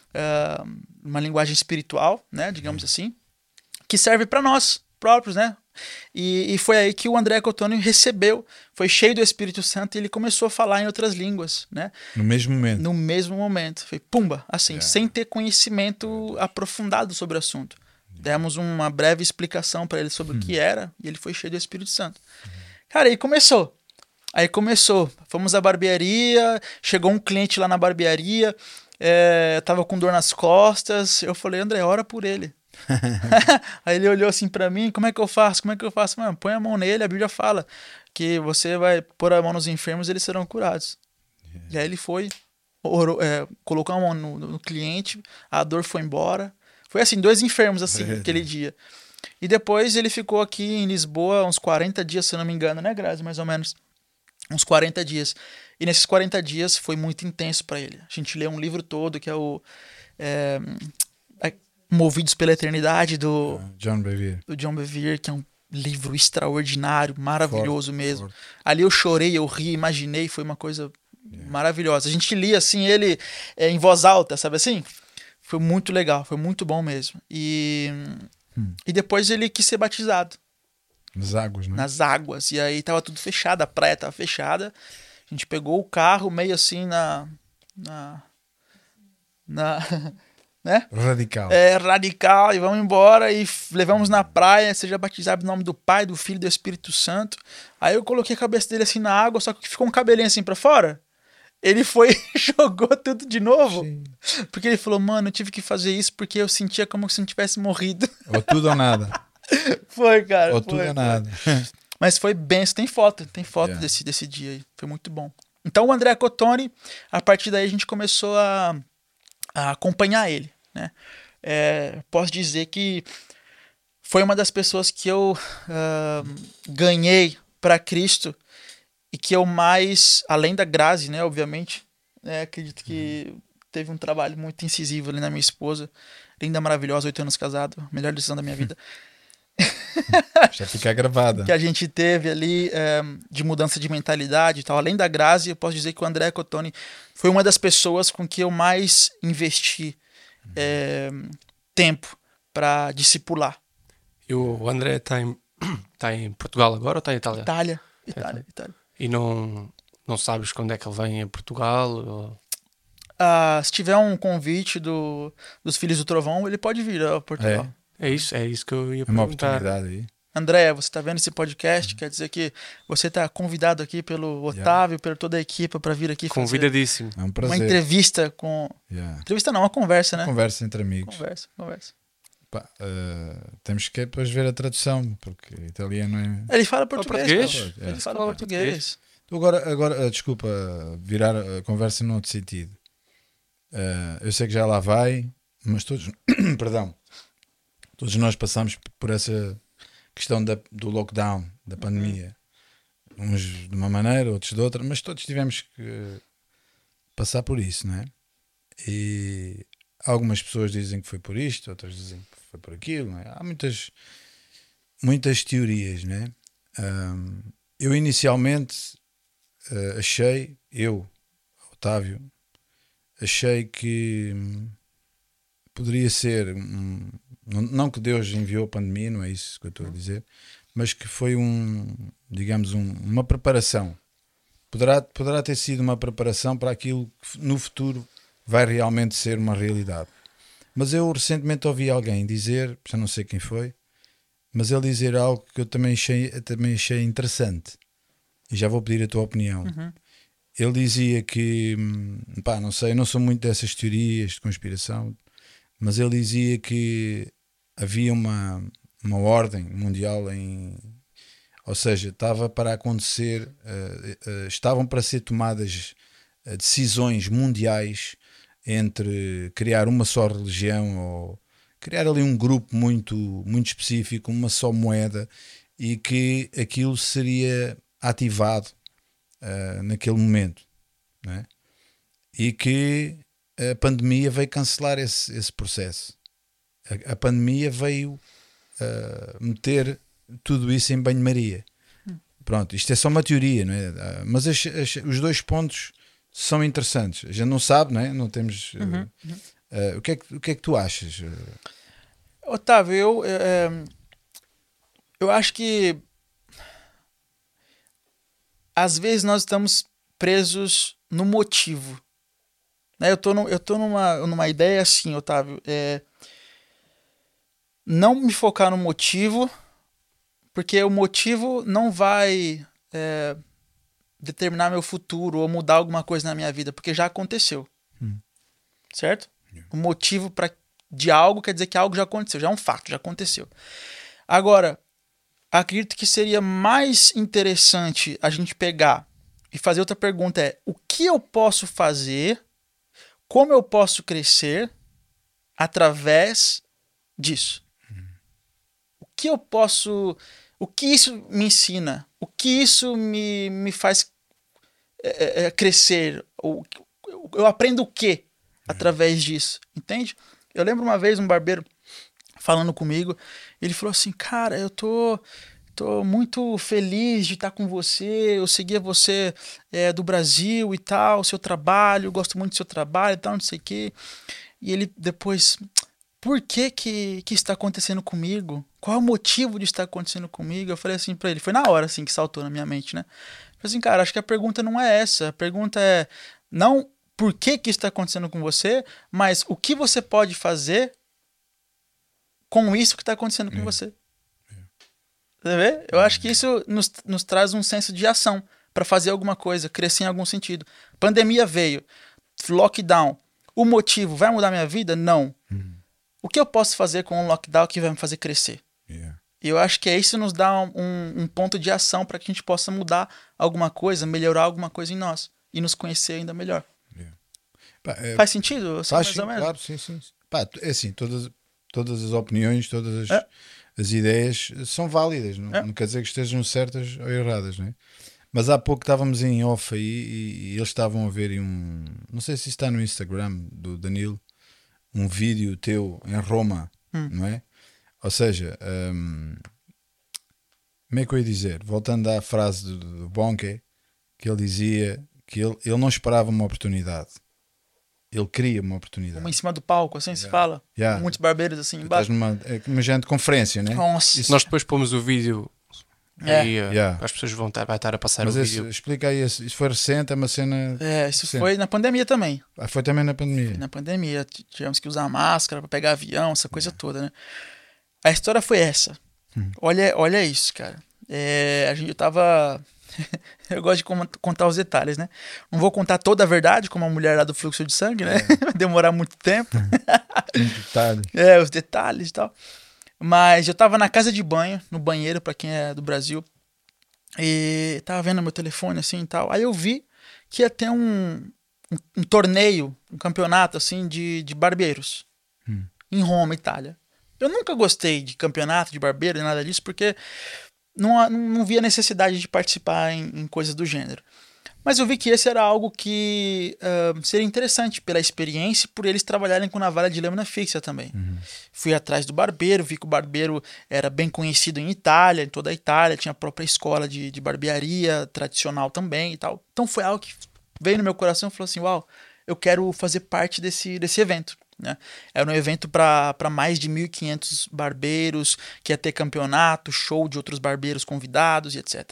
uh, uma linguagem espiritual, né, digamos assim, que serve para nós próprios, né? E, e foi aí que o André Cotoni recebeu, foi cheio do Espírito Santo e ele começou a falar em outras línguas, né? No mesmo momento. No mesmo momento. Foi pumba, assim, Yeah. sem ter conhecimento aprofundado sobre o assunto. Demos uma breve explicação para ele sobre Hum. o que era e ele foi cheio do Espírito Santo. Cara, aí começou. Aí começou. Fomos à barbearia, chegou um cliente lá na barbearia, é, tava com dor nas costas. Eu falei, André, ora por ele. Aí ele olhou assim pra mim, como é que eu faço? Como é que eu faço? Mano, põe a mão nele, a Bíblia fala que você vai pôr a mão nos enfermos e eles serão curados. Yeah. E aí ele foi, orou, é, colocou a mão no, no cliente, a dor foi embora. Foi assim, dois enfermos assim, yeah. aquele dia. E depois ele ficou aqui em Lisboa uns quarenta dias, se eu não me engano, né, Grazi? Mais ou menos. Uns quarenta dias. E nesses quarenta dias foi muito intenso pra ele. A gente leu um livro todo, que é o... É, Movidos pela Eternidade, do uh, John Bevere. do John Bevere, que é um livro extraordinário, maravilhoso forte, mesmo. Forte. Ali eu chorei, eu ri, imaginei, foi uma coisa yeah. maravilhosa. A gente lia assim ele é, em voz alta, sabe assim? Foi muito legal, foi muito bom mesmo. E, hum. e depois ele quis ser batizado. Nas águas, né? Nas águas. E aí tava tudo fechado, a praia tava fechada. A gente pegou o carro meio assim na... na, na né? Radical. É, radical, e vamos embora e levamos na praia, seja batizado em nome do Pai, do Filho e do Espírito Santo. Aí eu coloquei a cabeça dele assim na água, só que ficou um cabelinho assim pra fora. Ele foi e jogou tudo de novo. Sim. Porque ele falou, mano, eu tive que fazer isso porque eu sentia como se não tivesse morrido. Ou tudo ou nada. Foi, cara. Ou foi, tudo ou nada. Mas foi benção, tem foto, tem foto yeah. desse, desse dia aí. Foi muito bom. Então o André Cotoni, a partir daí a gente começou a... a acompanhar ele, né? É, posso dizer que foi uma das pessoas que eu uh, ganhei para Cristo e que eu mais, além da Grazi, né, obviamente, né, acredito que teve um trabalho muito incisivo ali na minha esposa, linda, maravilhosa, oito anos casado, melhor decisão da minha vida. Já fica gravada. Que a gente teve ali é, de mudança de mentalidade e tal. Além da Grazi, eu posso dizer que o André Cotoni foi uma das pessoas com que eu mais investi é, tempo para discipular. E o André está em, tá em Portugal agora ou está em Itália? Itália, Itália, Itália. E não, não sabes quando é que ele vem a Portugal? Ou... Ah, se tiver um convite do, dos Filhos do Trovão, ele pode vir a Portugal. É. É isso, é isso que eu ia é uma perguntar. Oportunidade aí. André, você está vendo esse podcast? Uhum. Quer dizer que você está convidado aqui pelo Otávio, yeah. por toda a equipe para vir aqui fazer Convidadíssimo. É um prazer. Uma entrevista com... Yeah. Entrevista não, uma conversa, né? Conversa entre amigos. Conversa, conversa. Pá, uh, temos que depois ver a tradução, porque italiano é... Ele fala português. português? Ele yeah. fala português. Tu agora, agora uh, desculpa, virar a conversa num outro sentido. Uh, eu sei que já lá vai, mas todos... Perdão. Todos nós passamos por essa questão da, do lockdown, da pandemia. Uhum. Uns de uma maneira, outros de outra, mas todos tivemos que passar por isso, não é? E algumas pessoas dizem que foi por isto, outras dizem que foi por aquilo, não é? Há muitas, muitas teorias, não é? Um, eu inicialmente uh, achei, eu, Otávio, achei que hum, poderia ser... Um, Não, não que Deus enviou a pandemia, não é isso que eu estou a dizer, mas que foi um, digamos, um, uma preparação. Poderá, poderá ter sido uma preparação para aquilo que no futuro vai realmente ser uma realidade. Mas eu recentemente ouvi alguém dizer, já não sei quem foi, mas ele dizer algo que eu também achei, também achei interessante. E já vou pedir a tua opinião. Uhum. Ele dizia que, pá, não sei, eu não sou muito dessas teorias de conspiração, mas ele dizia que havia uma, uma ordem mundial em... Ou seja, estava para acontecer, uh, uh, estavam para ser tomadas uh, decisões mundiais entre criar uma só religião ou criar ali um grupo muito, muito específico, uma só moeda, e que aquilo seria ativado uh, naquele momento, não é? E que a pandemia veio cancelar esse, esse processo. A, a pandemia veio uh, meter tudo isso em banho-maria. Hum. Pronto, isto é só uma teoria, não é? Uh, mas as, as, os dois pontos são interessantes. A gente não sabe, não é? Não temos uh, uhum, uhum. Uh, o, que é que, o que é que tu achas? Otávio, eu, é, eu acho que às vezes nós estamos presos no motivo. Né? Eu tô, no, eu tô numa, numa ideia assim, Otávio, é, não me focar no motivo, porque o motivo não vai é, determinar meu futuro ou mudar alguma coisa na minha vida, porque já aconteceu. Hum. Certo? Yeah. O motivo pra, de algo quer dizer que algo já aconteceu, já é um fato, já aconteceu. Agora, acredito que seria mais interessante a gente pegar e fazer outra pergunta, é o que eu posso fazer, como eu posso crescer através disso? Hum. O que eu posso... O que isso me ensina? O que isso me, me faz é, é, crescer? Eu, eu aprendo o quê através disso? Entende? Eu lembro uma vez um barbeiro falando comigo, ele falou assim, cara, eu tô, tô muito feliz de estar com você, eu seguia você é, do Brasil e tal, seu trabalho, gosto muito do seu trabalho e tal, não sei o quê. E ele depois... Por que que, que está acontecendo comigo? Qual é o motivo de estar acontecendo comigo? Eu falei assim pra ele, foi na hora assim que saltou na minha mente, né? Eu falei assim, cara, acho que a pergunta não é essa. A pergunta é não por que que está acontecendo com você, mas o que você pode fazer com isso que está acontecendo com é. você. É. Você vê? Eu é. acho que isso nos, nos traz um senso de ação para fazer alguma coisa, crescer em algum sentido. Pandemia veio, lockdown. O motivo vai mudar minha vida? Não. Hum. O que eu posso fazer com um lockdown que vai me fazer crescer? Yeah. E eu acho que isso nos dá um, um ponto de ação para que a gente possa mudar alguma coisa, melhorar alguma coisa em nós e nos conhecer ainda melhor. Yeah. Pá, é, faz sentido? Faz sim, claro, sim, sim. Pá, é assim, todas, todas as opiniões, todas as, é. as ideias são válidas. Não, é. não quer dizer que estejam certas ou erradas, não é? Mas há pouco estávamos em off aí e, e eles estavam a ver um... Não sei se está no Instagram do Danilo, um vídeo teu em Roma, hum. não é? Ou seja, um, como é que eu ia dizer? Voltando à frase do, do Bonke, que ele dizia que ele, ele não esperava uma oportunidade, ele queria uma oportunidade. Uma em cima do palco, assim yeah. se fala. Yeah. Muitos barbeiros assim embaixo. Numa, é uma gente de conferência, né? Nossa. Isso... Nós depois pomos o vídeo. É. Aí, yeah. as pessoas vão estar, vai estar a passar Mas o esse, vídeo. Explica aí, isso foi recente, é uma cena. É, isso recente. Foi na pandemia também. Ah, foi também na pandemia. Foi na pandemia. Tivemos que usar máscara para pegar avião, essa coisa é. toda, né? A história foi essa. Hum. Olha, olha isso, cara. É, a gente eu tava. Eu gosto de contar os detalhes, né? Não vou contar toda a verdade, como a mulher lá do fluxo de sangue, né? É. Vai demorar muito tempo. Detalhe. É, os detalhes e tal. Mas eu tava na casa de banho, no banheiro, pra quem é do Brasil, e tava vendo meu telefone assim e tal. Aí eu vi que ia ter um, um, um torneio, um campeonato assim de, de barbeiros hum. em Roma, Itália. Eu nunca gostei de campeonato de barbeiro e nada disso, porque não, não, não via necessidade de participar em, em coisas do gênero. Mas eu vi que esse era algo que uh, seria interessante pela experiência e por eles trabalharem com navalha de lâmina fixa também. Uhum. Fui atrás do barbeiro, vi que o barbeiro era bem conhecido em Itália, em toda a Itália, tinha a própria escola de, de barbearia tradicional também e tal. Então foi algo que veio no meu coração e falou assim, uau, eu quero fazer parte desse, desse evento. Né? Era um evento para mais de mil e quinhentos barbeiros, que ia ter campeonato, show de outros barbeiros convidados e etcétera.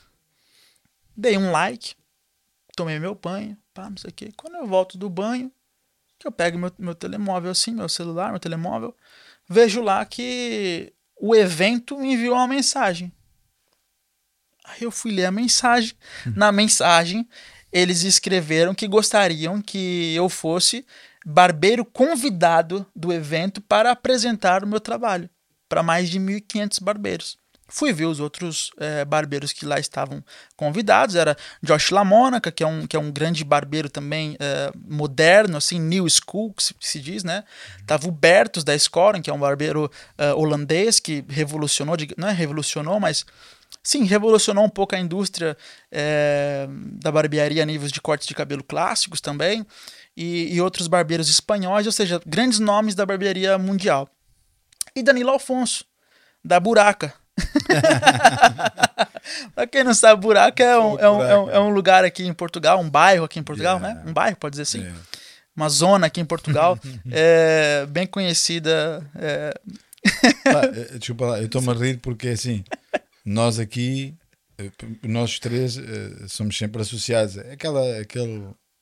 Dei um like, tomei meu banho, pá, não sei o quê. Quando eu volto do banho, que eu pego meu, meu telemóvel assim, meu celular, meu telemóvel, vejo lá que o evento me enviou uma mensagem. Aí eu fui ler a mensagem. Hum. Na mensagem, eles escreveram que gostariam que eu fosse barbeiro convidado do evento para apresentar o meu trabalho para mais de mil e quinhentos barbeiros. Fui ver os outros é, barbeiros que lá estavam convidados. Era Josh LaMonaca, que é um, que é um grande barbeiro também é, moderno, assim, new school, que se, que se diz, né? Uhum. Tava o Bertus da Scoren, que é um barbeiro é, holandês que revolucionou, não é revolucionou, mas sim, revolucionou um pouco a indústria é, da barbearia a níveis de cortes de cabelo clássicos também, e, e outros barbeiros espanhóis, ou seja, grandes nomes da barbearia mundial. E Danilo Alfonso, da Buraca. Pra quem não sabe, Buraca é um, é, um, é, um, é um lugar aqui em Portugal, um bairro aqui em Portugal, yeah. né? Um bairro, pode dizer assim. Yeah. uma zona aqui em Portugal, é, bem conhecida. É... Ah, desculpa lá, eu estou-me a rir porque assim, nós aqui, nós três somos sempre associados àquela, aquele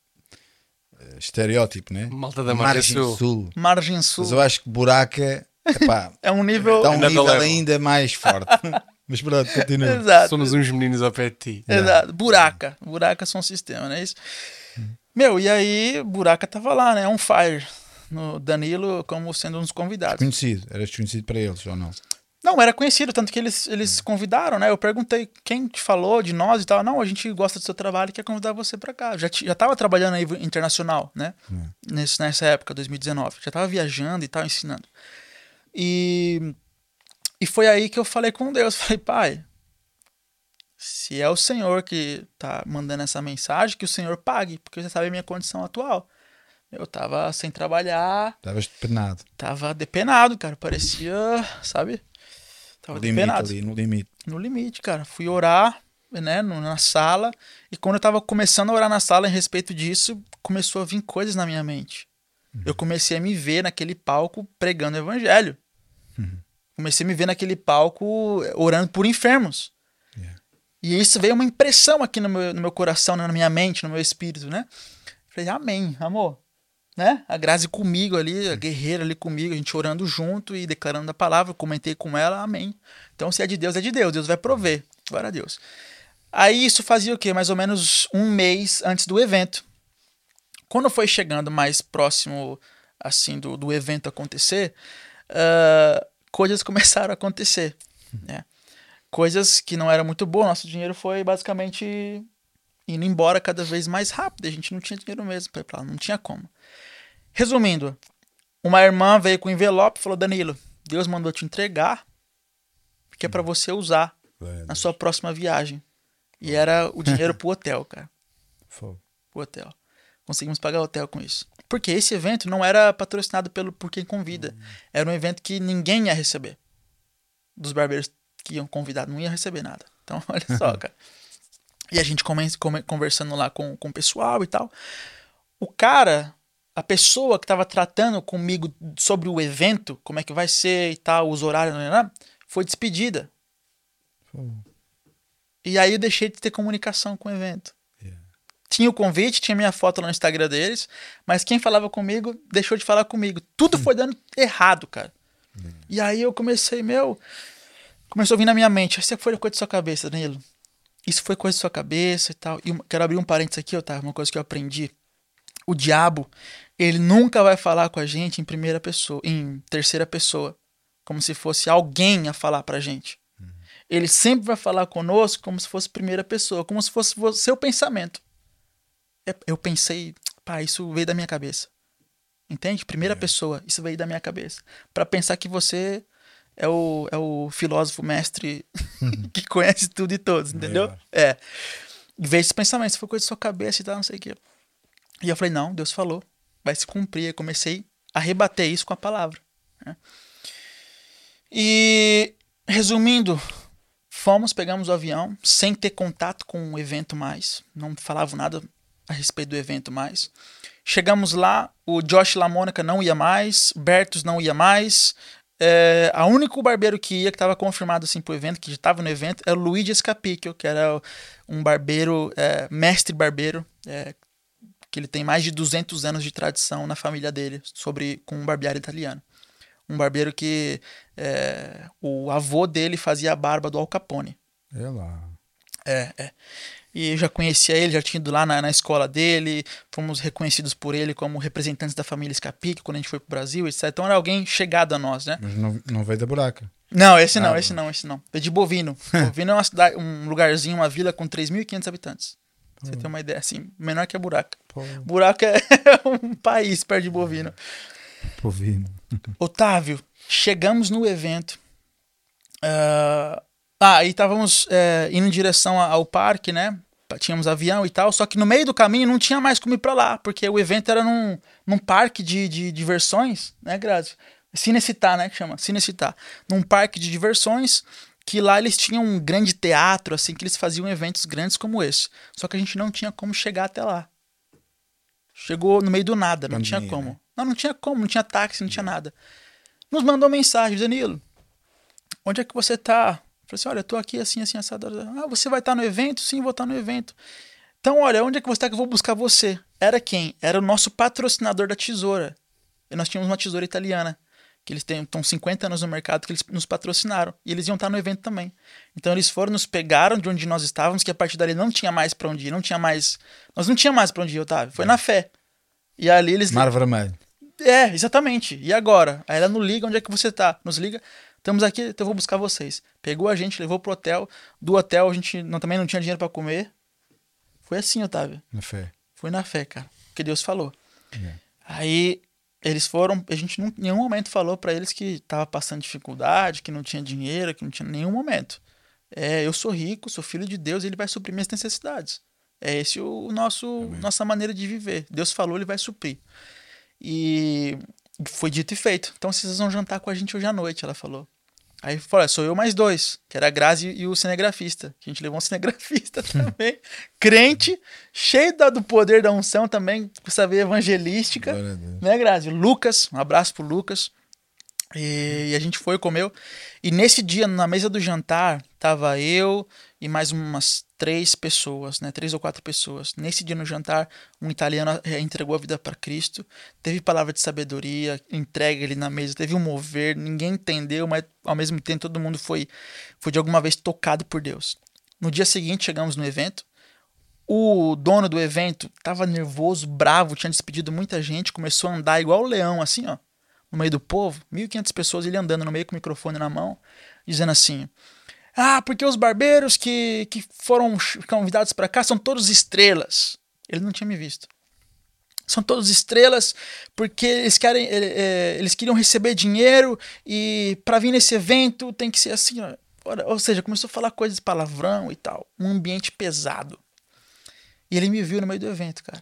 estereótipo, né? Malta da Margem Sul. Sul. Margem Sul. Mas eu acho que Buraca, epá, é um nível, está um Another nível level. ainda mais forte. Mas pronto, continua. Exato. Somos uns meninos ao pé de ti. Exato. Buraca. Buraca são um sistema, não é isso? Meu, e aí, Buraca tava lá, né? On fire. No Danilo como sendo um dos convidados. Conhecido, eras desconhecido para eles ou não? Não, era conhecido, tanto que eles, eles convidaram, né? Eu perguntei quem te falou de nós e tal. Não, a gente gosta do seu trabalho e quer convidar você pra cá. Já, já tava trabalhando aí internacional, né? Hum. Nesse, nessa época, dois mil e dezenove. Já tava viajando e tal, ensinando. E, e foi aí que eu falei com Deus. Falei, pai, se é o Senhor que tá mandando essa mensagem, que o Senhor pague, porque você sabe a minha condição atual. Eu tava sem trabalhar. Tavas depenado. Tava depenado, cara. Parecia, sabe? Tava no limite ali, no limite. No limite, cara. Fui orar, né, na sala. E quando eu tava começando a orar na sala em respeito disso, começou a vir coisas na minha mente. Uhum. Eu comecei a me ver naquele palco pregando o evangelho. Uhum. Comecei a me ver naquele palco orando por enfermos. Yeah. E isso veio uma impressão aqui no meu, no meu coração, na minha mente, no meu espírito, né? Falei, amém, amor. Né? A Grazi comigo ali, a guerreira ali comigo, a gente orando junto e declarando a palavra, eu comentei com ela, amém. Então se é de Deus, é de Deus, Deus vai prover, glória a Deus. Aí isso fazia o quê? Mais ou menos um mês antes do evento. Quando foi chegando mais próximo, assim, do, do evento acontecer, uh, coisas começaram a acontecer, né? Coisas que não eram muito boas, nosso dinheiro foi basicamente indo embora cada vez mais rápido, a gente não tinha dinheiro mesmo para ir pra lá, não tinha como. Resumindo, uma irmã veio com um envelope e falou, Danilo, Deus mandou te entregar, que é para você usar na sua próxima viagem. E era o dinheiro pro hotel, cara. Pro hotel. Conseguimos pagar o hotel com isso. Porque esse evento não era patrocinado pelo, por quem convida. Era um evento que ninguém ia receber. Dos barbeiros que iam convidar, não ia receber nada. Então, olha só, cara. E a gente come, come, conversando lá com, com o pessoal e tal. O cara... A pessoa que estava tratando comigo sobre o evento, como é que vai ser e tal, os horários, foi despedida. Uhum. E aí eu deixei de ter comunicação com o evento. Yeah. Tinha o convite, tinha minha foto lá no Instagram deles, mas quem falava comigo deixou de falar comigo. Tudo foi dando errado, cara. Yeah. E aí eu comecei, meu... Começou a vir na minha mente, isso foi coisa da sua cabeça, Danilo. Isso foi coisa da sua cabeça e tal. E quero abrir um parênteses aqui, Otávio, uma coisa que eu aprendi. O diabo, ele nunca vai falar com a gente em primeira pessoa, em terceira pessoa, como se fosse alguém a falar pra gente. Uhum. Ele sempre vai falar conosco como se fosse primeira pessoa, como se fosse o seu pensamento. Eu pensei, pá, isso veio da minha cabeça. Entende? Primeira é. pessoa, isso veio da minha cabeça. Pra pensar que você é o, é o filósofo mestre que conhece tudo e todos, entendeu? É. é. Veio esse pensamento, isso foi coisa da sua cabeça e tal, não sei o quê. E eu falei, não, Deus falou, vai se cumprir. Eu comecei a rebater isso com a palavra. Né? E, resumindo, fomos, pegamos o avião, sem ter contato com o evento mais. Não falava nada a respeito do evento mais. Chegamos lá, o Josh LaMônica não ia mais, Bertus não ia mais. É, a único barbeiro que ia, que estava confirmado assim pro evento, que já estava no evento, era o Luigi Escapicchio, que era um barbeiro, é, mestre barbeiro, é, que ele tem mais de duzentos anos de tradição na família dele, sobre, com um barbeiro italiano. Um barbeiro que é, o avô dele fazia a barba do Al Capone. É lá. É, é. E eu já conhecia ele, já tinha ido lá na, na escola dele, fomos reconhecidos por ele como representantes da família Scapicchio quando a gente foi pro Brasil, etcétera. Então era alguém chegado a nós, né? Mas não, não veio da Buraca. Não, esse não, ah, esse não, esse não. Veio de Bovino. Bovino é uma cidade, um lugarzinho, uma vila com três mil e quinhentos habitantes. Pra você ter uma ideia, assim, menor que a Buraca. Pô. Buraca é um país perto de Bovino. Bovino. Otávio, chegamos no evento. Uh, ah, e estávamos é, indo em direção ao parque, né? Tínhamos avião e tal, só que no meio do caminho não tinha mais como ir pra lá, porque o evento era num, num parque de, de diversões, né, Grazi? Cinecittà, né, que chama? Cinecittà. Num parque de diversões, que lá eles tinham um grande teatro, assim, que eles faziam eventos grandes como esse. Só que a gente não tinha como chegar até lá. Chegou no meio do nada, não Pandemia, tinha como. né? Não, não tinha como, não tinha táxi, não tinha nada. Nos mandou mensagem, Danilo, onde é que você tá? Eu falei assim, olha, eu tô aqui assim, assim, assado. Ah, você vai estar no evento? Sim, vou estar no evento. Então, olha, onde é que você tá que eu vou buscar você? Era quem? Era o nosso patrocinador da tesoura. E nós tínhamos uma tesoura italiana, que eles têm, estão cinquenta anos no mercado, que eles nos patrocinaram. E eles iam estar no evento também. Então eles foram, nos pegaram de onde nós estávamos, que a partir dali não tinha mais pra onde ir, não tinha mais... Nós não tinha mais pra onde ir, Otávio. Foi na fé. E ali eles... Mar Vermelho. É, exatamente. E agora? Aí ela nos liga, onde é que você tá? Nos liga, estamos aqui, então eu vou buscar vocês. Pegou a gente, levou pro hotel. Do hotel a gente não, também não tinha dinheiro pra comer. Foi assim, Otávio. Na fé. Foi na fé, cara. Porque Deus falou. Yeah. Aí eles foram, a gente não, em nenhum momento falou pra eles que tava passando dificuldade, que não tinha dinheiro, que não tinha nenhum momento. É, eu sou rico, sou filho de Deus, e ele vai suprir minhas necessidades. É esse o nosso, Amém. nossa maneira de viver. Deus falou, ele vai suprir. E foi dito e feito. Então vocês vão jantar com a gente hoje à noite, ela falou. Aí falou, olha, sou eu mais dois, que era a Grazi e o cinegrafista. Que a gente levou um cinegrafista também. Crente, cheio da, do poder da unção também, com essa veia evangelística. Glória a Deus. Né, Grazi? Lucas, um abraço pro Lucas. E, e a gente foi, comeu. E nesse dia, na mesa do jantar, tava eu e mais umas três pessoas, né? Três ou quatro pessoas. Nesse dia no jantar, um italiano eh, entregou a vida para Cristo. Teve palavra de sabedoria, entrega ali na mesa. Teve um mover, ninguém entendeu, mas ao mesmo tempo todo mundo foi, foi de alguma vez tocado por Deus. No dia seguinte, chegamos no evento. O dono do evento tava nervoso, bravo, tinha despedido muita gente. Começou a andar igual o leão, assim, ó. No meio do povo, mil e quinhentas pessoas, ele andando no meio com o microfone na mão, dizendo assim, ah, porque os barbeiros que, que foram convidados para cá são todos estrelas. Ele não tinha me visto. São todos estrelas porque eles querem, é, eles queriam receber dinheiro e para vir nesse evento tem que ser assim, ó. Ou seja, começou a falar coisas de palavrão e tal, um ambiente pesado. E ele me viu no meio do evento, cara.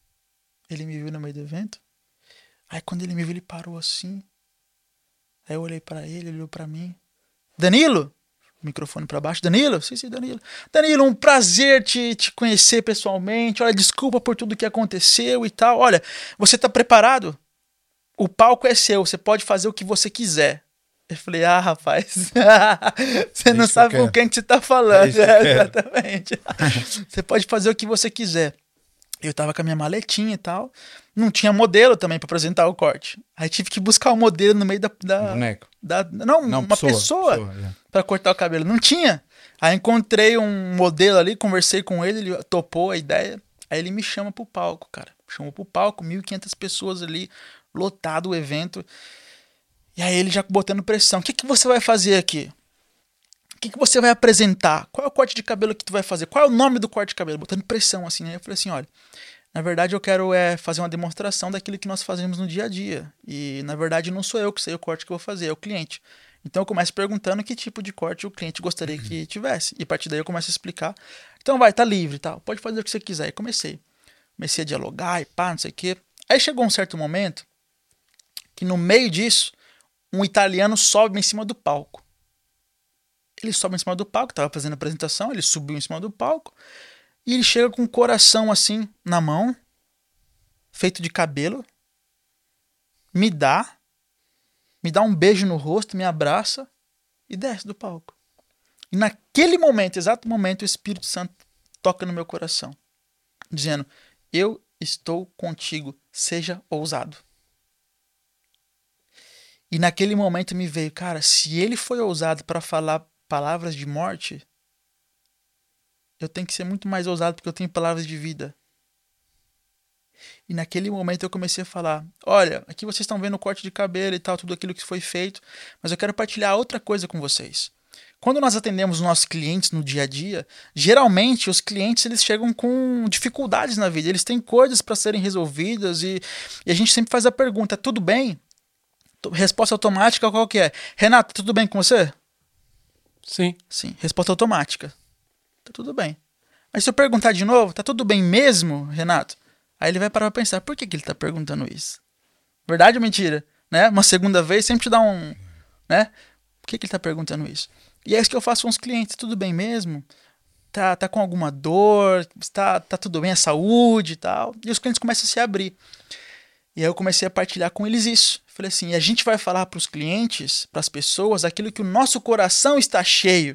Ele me viu no meio do evento. Aí quando ele me viu, ele parou assim. Aí eu olhei pra ele, ele olhou pra mim. Danilo? Microfone pra baixo. Danilo? Sim, sim, Danilo. Danilo, um prazer te, te conhecer pessoalmente. Olha, desculpa por tudo que aconteceu e tal. Olha, você tá preparado? O palco é seu, você pode fazer o que você quiser. Eu falei, ah, rapaz, você não sabe com quem que você tá falando. É, exatamente. Você pode fazer o que você quiser. Eu tava com a minha maletinha e tal. Não tinha modelo também pra apresentar o corte. Aí tive que buscar o um modelo no meio da... da, Boneco. da não, não, uma pessoa, pessoa, pessoa yeah. Pra cortar o cabelo. Não tinha. Aí encontrei um modelo ali, conversei com ele, ele topou a ideia. Aí ele me chama pro palco, cara. Chamou pro palco, mil e quinhentas pessoas ali, lotado o evento. E aí ele já botando pressão. O que, que você vai fazer aqui? O que, que você vai apresentar? Qual é o corte de cabelo que tu vai fazer? Qual é o nome do corte de cabelo? Botando pressão assim, né? Eu falei assim, olha, na verdade eu quero é, fazer uma demonstração daquilo que nós fazemos no dia a dia. E na verdade não sou eu que sei o corte que eu vou fazer, é o cliente. Então eu começo perguntando que tipo de corte o cliente gostaria que tivesse. E a partir daí eu começo a explicar. Então vai, tá livre e tal. Pode fazer o que você quiser. E comecei. Comecei a dialogar e pá, não sei o quê. Aí chegou um certo momento que no meio disso, um italiano sobe em cima do palco. Ele sobe em cima do palco, tava fazendo a apresentação, ele subiu em cima do palco e ele chega com o coração assim na mão, feito de cabelo, me dá, me dá um beijo no rosto, me abraça e desce do palco. E naquele momento, exato momento, o Espírito Santo toca no meu coração, dizendo, eu estou contigo, seja ousado. E naquele momento me veio, cara, se ele foi ousado para falar palavras de morte, eu tenho que ser muito mais ousado porque eu tenho palavras de vida. E naquele momento eu comecei a falar, olha, aqui vocês estão vendo o corte de cabelo e tal, tudo aquilo que foi feito, mas eu quero partilhar outra coisa com vocês. Quando nós atendemos os nossos clientes no dia a dia, geralmente os clientes eles chegam com dificuldades na vida, eles têm coisas para serem resolvidas e, e a gente sempre faz a pergunta, tudo bem? Resposta automática qual que é? Renato, tudo bem com você? Sim. Sim, resposta automática. Tá tudo bem. Mas se eu perguntar de novo, tá tudo bem mesmo, Renato? Aí ele vai parar pra pensar, por que, que ele tá perguntando isso? Verdade ou mentira? Né? Uma segunda vez sempre te dá um... Né? Por que, que ele tá perguntando isso? E é isso que eu faço com os clientes, tudo bem mesmo? tá, tá com alguma dor? Tá, tá tudo bem, a saúde e tal? E os clientes começam a se abrir. E aí eu comecei a partilhar com eles isso. Falei assim, a gente vai falar para os clientes, para as pessoas, aquilo que o nosso coração está cheio.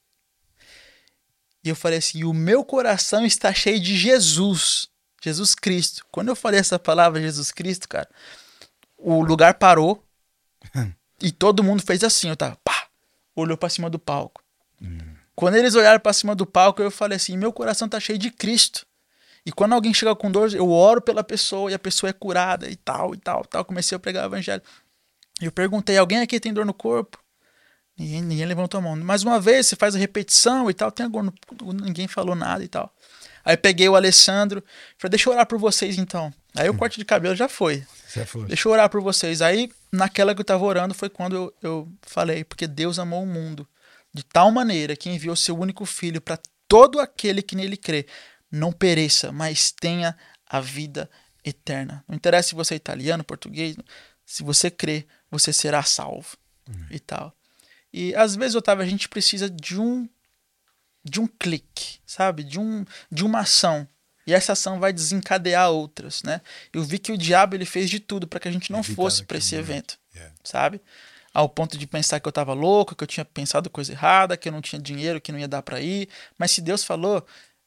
E eu falei assim, o meu coração está cheio de Jesus, Jesus Cristo. Quando eu falei essa palavra, Jesus Cristo, cara, o lugar parou e todo mundo fez assim, eu tava, pá, olhou para cima do palco. Hum. Quando eles olharam para cima do palco, eu falei assim, meu coração está cheio de Cristo. E quando alguém chega com dor, eu oro pela pessoa e a pessoa é curada e tal, e tal, tal. Comecei a pregar o evangelho. E eu perguntei, alguém aqui tem dor no corpo? Ninguém, ninguém levantou a mão. Mais uma vez, você faz a repetição e tal, tem dor no... Ninguém falou nada e tal. Aí peguei o Alessandro, falei, deixa eu orar por vocês então. Aí o corte de cabelo já foi. Já foi. Deixa eu orar por vocês. Aí, naquela que eu tava orando, foi quando eu, eu falei, porque Deus amou o mundo de tal maneira que enviou seu único filho para todo aquele que nele crê. Não pereça, mas tenha a vida eterna. Não interessa se você é italiano, português, se você crê, você será salvo. Uhum. E tal. E às vezes, Otávio, a gente precisa de um de um clique, sabe? De, um, de uma ação. E essa ação vai desencadear outras, né? Eu vi que o diabo ele fez de tudo para que a gente não Evitar fosse para esse evento, yeah. sabe? Ao ponto de pensar que eu estava louco, que eu tinha pensado coisa errada, que eu não tinha dinheiro, que não ia dar para ir. Mas se Deus falou,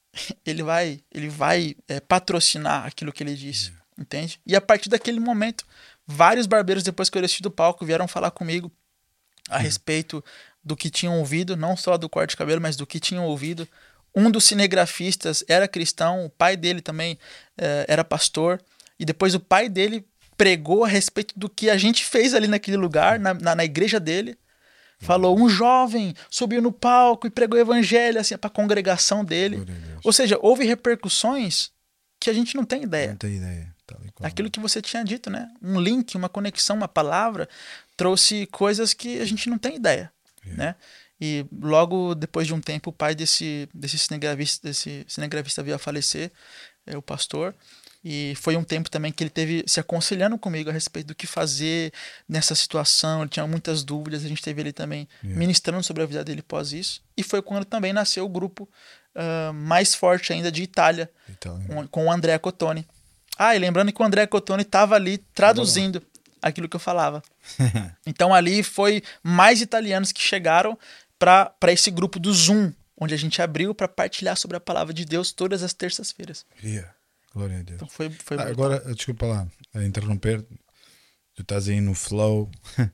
ele vai, ele vai é, patrocinar aquilo que ele disse, yeah. entende? E a partir daquele momento, vários barbeiros, depois que eu desci do palco, vieram falar comigo a yeah. respeito do que tinham ouvido, não só do corte de cabelo, mas do que tinham ouvido. Um dos cinegrafistas era cristão, o pai dele também eh, era pastor, e depois o pai dele pregou a respeito do que a gente fez ali naquele lugar, na, na, na igreja dele. Falou, um jovem subiu no palco e pregou o evangelho assim, para a congregação dele. Ou seja, houve repercussões que a gente não tem ideia. Não tem ideia. Aquilo que você tinha dito, né? Um link, uma conexão, uma palavra, trouxe coisas que a gente não tem ideia. Yeah. Né? E logo depois de um tempo o pai desse, desse, cinegrafista, desse cinegrafista veio a falecer, é, o pastor, e foi um tempo também que ele teve se aconselhando comigo a respeito do que fazer nessa situação, ele tinha muitas dúvidas, a gente teve ele também yeah. ministrando sobre a vida dele após isso, e foi quando também nasceu o grupo uh, mais forte ainda de Itália, Itália. Com, com o Andrea Cotone. Ah, e lembrando que o Andrea Cotone estava ali traduzindo aquilo que eu falava. Então ali foi mais italianos que chegaram para esse grupo do Zoom, onde a gente abriu para partilhar sobre a palavra de Deus todas as terças-feiras. Yeah. Glória a Deus. Então foi, foi ah, agora, desculpa lá, a interromper, tu estás aí no flow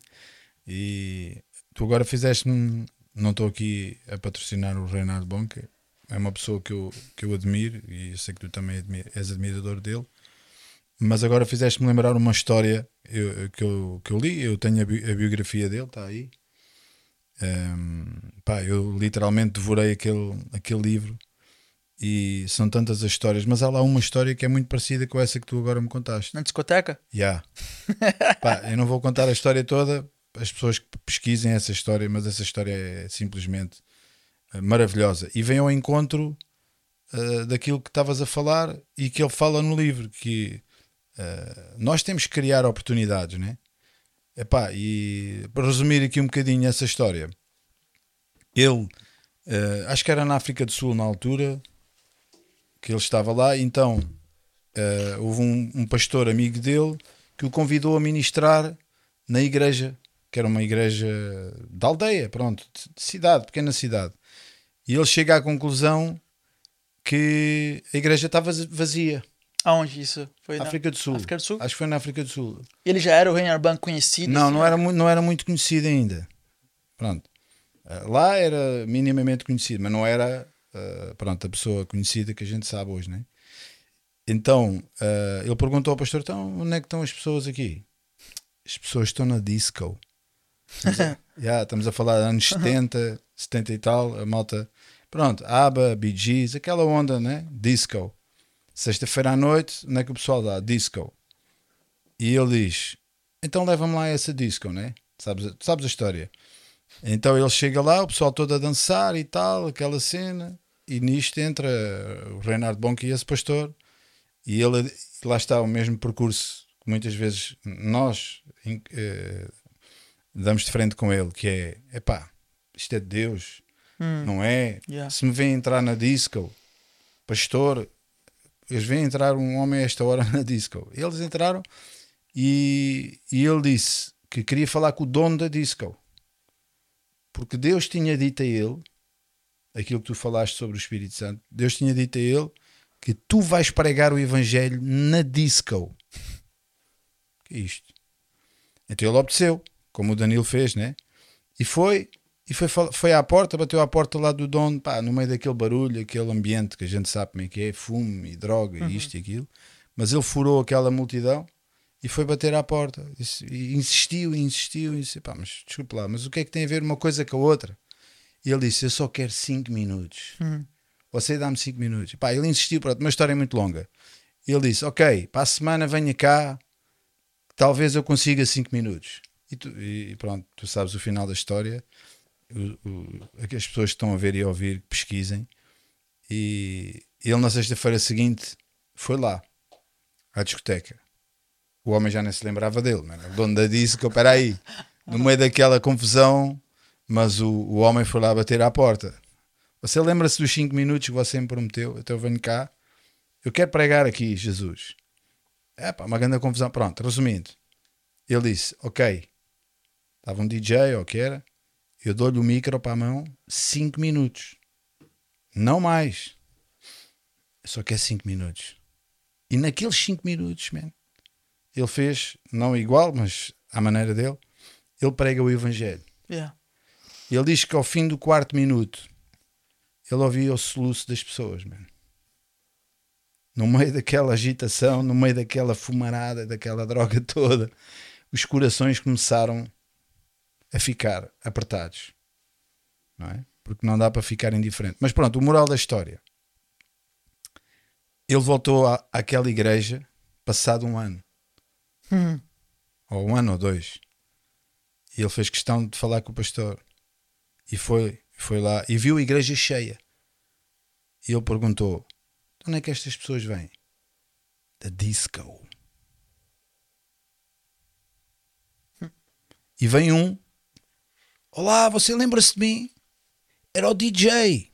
e tu agora fizeste-me, não estou aqui a patrocinar o Reinhard Bonnke, é uma pessoa que eu, que eu admiro e eu sei que tu também admira, és admirador dele. Mas agora fizeste-me lembrar uma história eu, que, eu, que eu li. Eu tenho a, bi, a biografia dele, está aí. Um, pá, eu literalmente devorei aquele, aquele livro e são tantas as histórias. Mas há lá uma história que é muito parecida com essa que tu agora me contaste. Na discoteca? Já. Yeah. Pá, eu não vou contar a história toda, as pessoas que pesquisem essa história, mas essa história é simplesmente uh, maravilhosa. E vem ao encontro uh, daquilo que estavas a falar e que ele fala no livro, que Uh, nós temos que criar oportunidades, né? Epá, e para resumir aqui um bocadinho essa história, ele, uh, acho que era na África do Sul na altura que ele estava lá, então uh, houve um, um pastor amigo dele que o convidou a ministrar na igreja, que era uma igreja da aldeia, pronto, de cidade, pequena cidade, e ele chega à conclusão que a igreja estava vazia. Aonde isso? Foi África do Sul. África do Sul? Acho que foi na África do Sul. Ele já era o Reinhard Bonnke conhecido? Não, assim, não, né? era, não era muito conhecido ainda. Pronto. Lá era minimamente conhecido, mas não era uh, pronto, a pessoa conhecida que a gente sabe hoje, né? Então, uh, ele perguntou ao pastor, então, onde é que estão as pessoas aqui? As pessoas estão na disco. Estamos a, yeah, estamos a falar de anos setenta, setenta e tal, a malta, pronto, ABBA, Bee Gees, aquela onda, né? Disco. Sexta-feira à noite, onde é que o pessoal dá? Disco. E ele diz, então leva-me lá a essa disco, né? Sabes, sabes a história? Então ele chega lá, o pessoal todo a dançar e tal, aquela cena, e nisto entra o Reinhard Bonnke e esse pastor, e ele, lá está o mesmo percurso que muitas vezes nós eh, damos de frente com ele, que é, epá, isto é de Deus, Hum. Não é? Yeah. Se me vem entrar na disco, pastor, eles vêm entrar um homem a esta hora na disco. Eles entraram e, e ele disse que queria falar com o dono da disco. Porque Deus tinha dito a ele, aquilo que tu falaste sobre o Espírito Santo, Deus tinha dito a ele que tu vais pregar o Evangelho na disco. Que é isto? Então ele obedeceu, como o Danilo fez, né? E foi, e foi, foi à porta, bateu à porta lá do dono, pá, no meio daquele barulho, aquele ambiente que a gente sabe como é que é, fumo e droga, uhum. isto e aquilo. Mas ele furou aquela multidão e foi bater à porta. E insistiu, e insistiu, e disse, pá, mas desculpe lá, mas o que é que tem a ver uma coisa com a outra? E ele disse, eu só quero cinco minutos. Uhum. Você dá-me cinco minutos. Pá, ele insistiu, pronto, uma história muito longa. E ele disse, ok, para a semana venha cá, talvez eu consiga cinco minutos. E, tu, e pronto, tu sabes o final da história. O, o, as pessoas que estão a ver e a ouvir, pesquisem. E ele na sexta-feira seguinte foi lá, à discoteca. O homem já nem se lembrava dele, não era? O dono da disco, espera aí, no meio daquela confusão, mas o, o homem foi lá bater à porta. Você lembra-se dos cinco minutos que você me prometeu? Então eu venho cá, eu quero pregar aqui, Jesus. É pá, uma grande confusão. Pronto, resumindo, ele disse, ok, estava um D J, ou o que era, eu dou-lhe o micro para a mão, cinco minutos, não mais. Eu só quero cinco minutos. E naqueles cinco minutos, man, ele fez, não igual, mas à maneira dele, ele prega o Evangelho. Yeah. Ele diz que ao fim do quarto minuto, ele ouvia o soluço das pessoas, man. No meio daquela agitação, no meio daquela fumarada, daquela droga toda, os corações começaram a ficar apertados, não é? Porque não dá para ficar indiferente. Mas pronto, o moral da história. Ele voltou à, àquela igreja passado um ano. Uhum. Ou um ano ou dois. E ele fez questão de falar com o pastor. E foi, foi lá e viu a igreja cheia. E ele perguntou, de onde é que estas pessoas vêm? Da disco. E vem um, olá, você lembra-se de mim? Era o D J.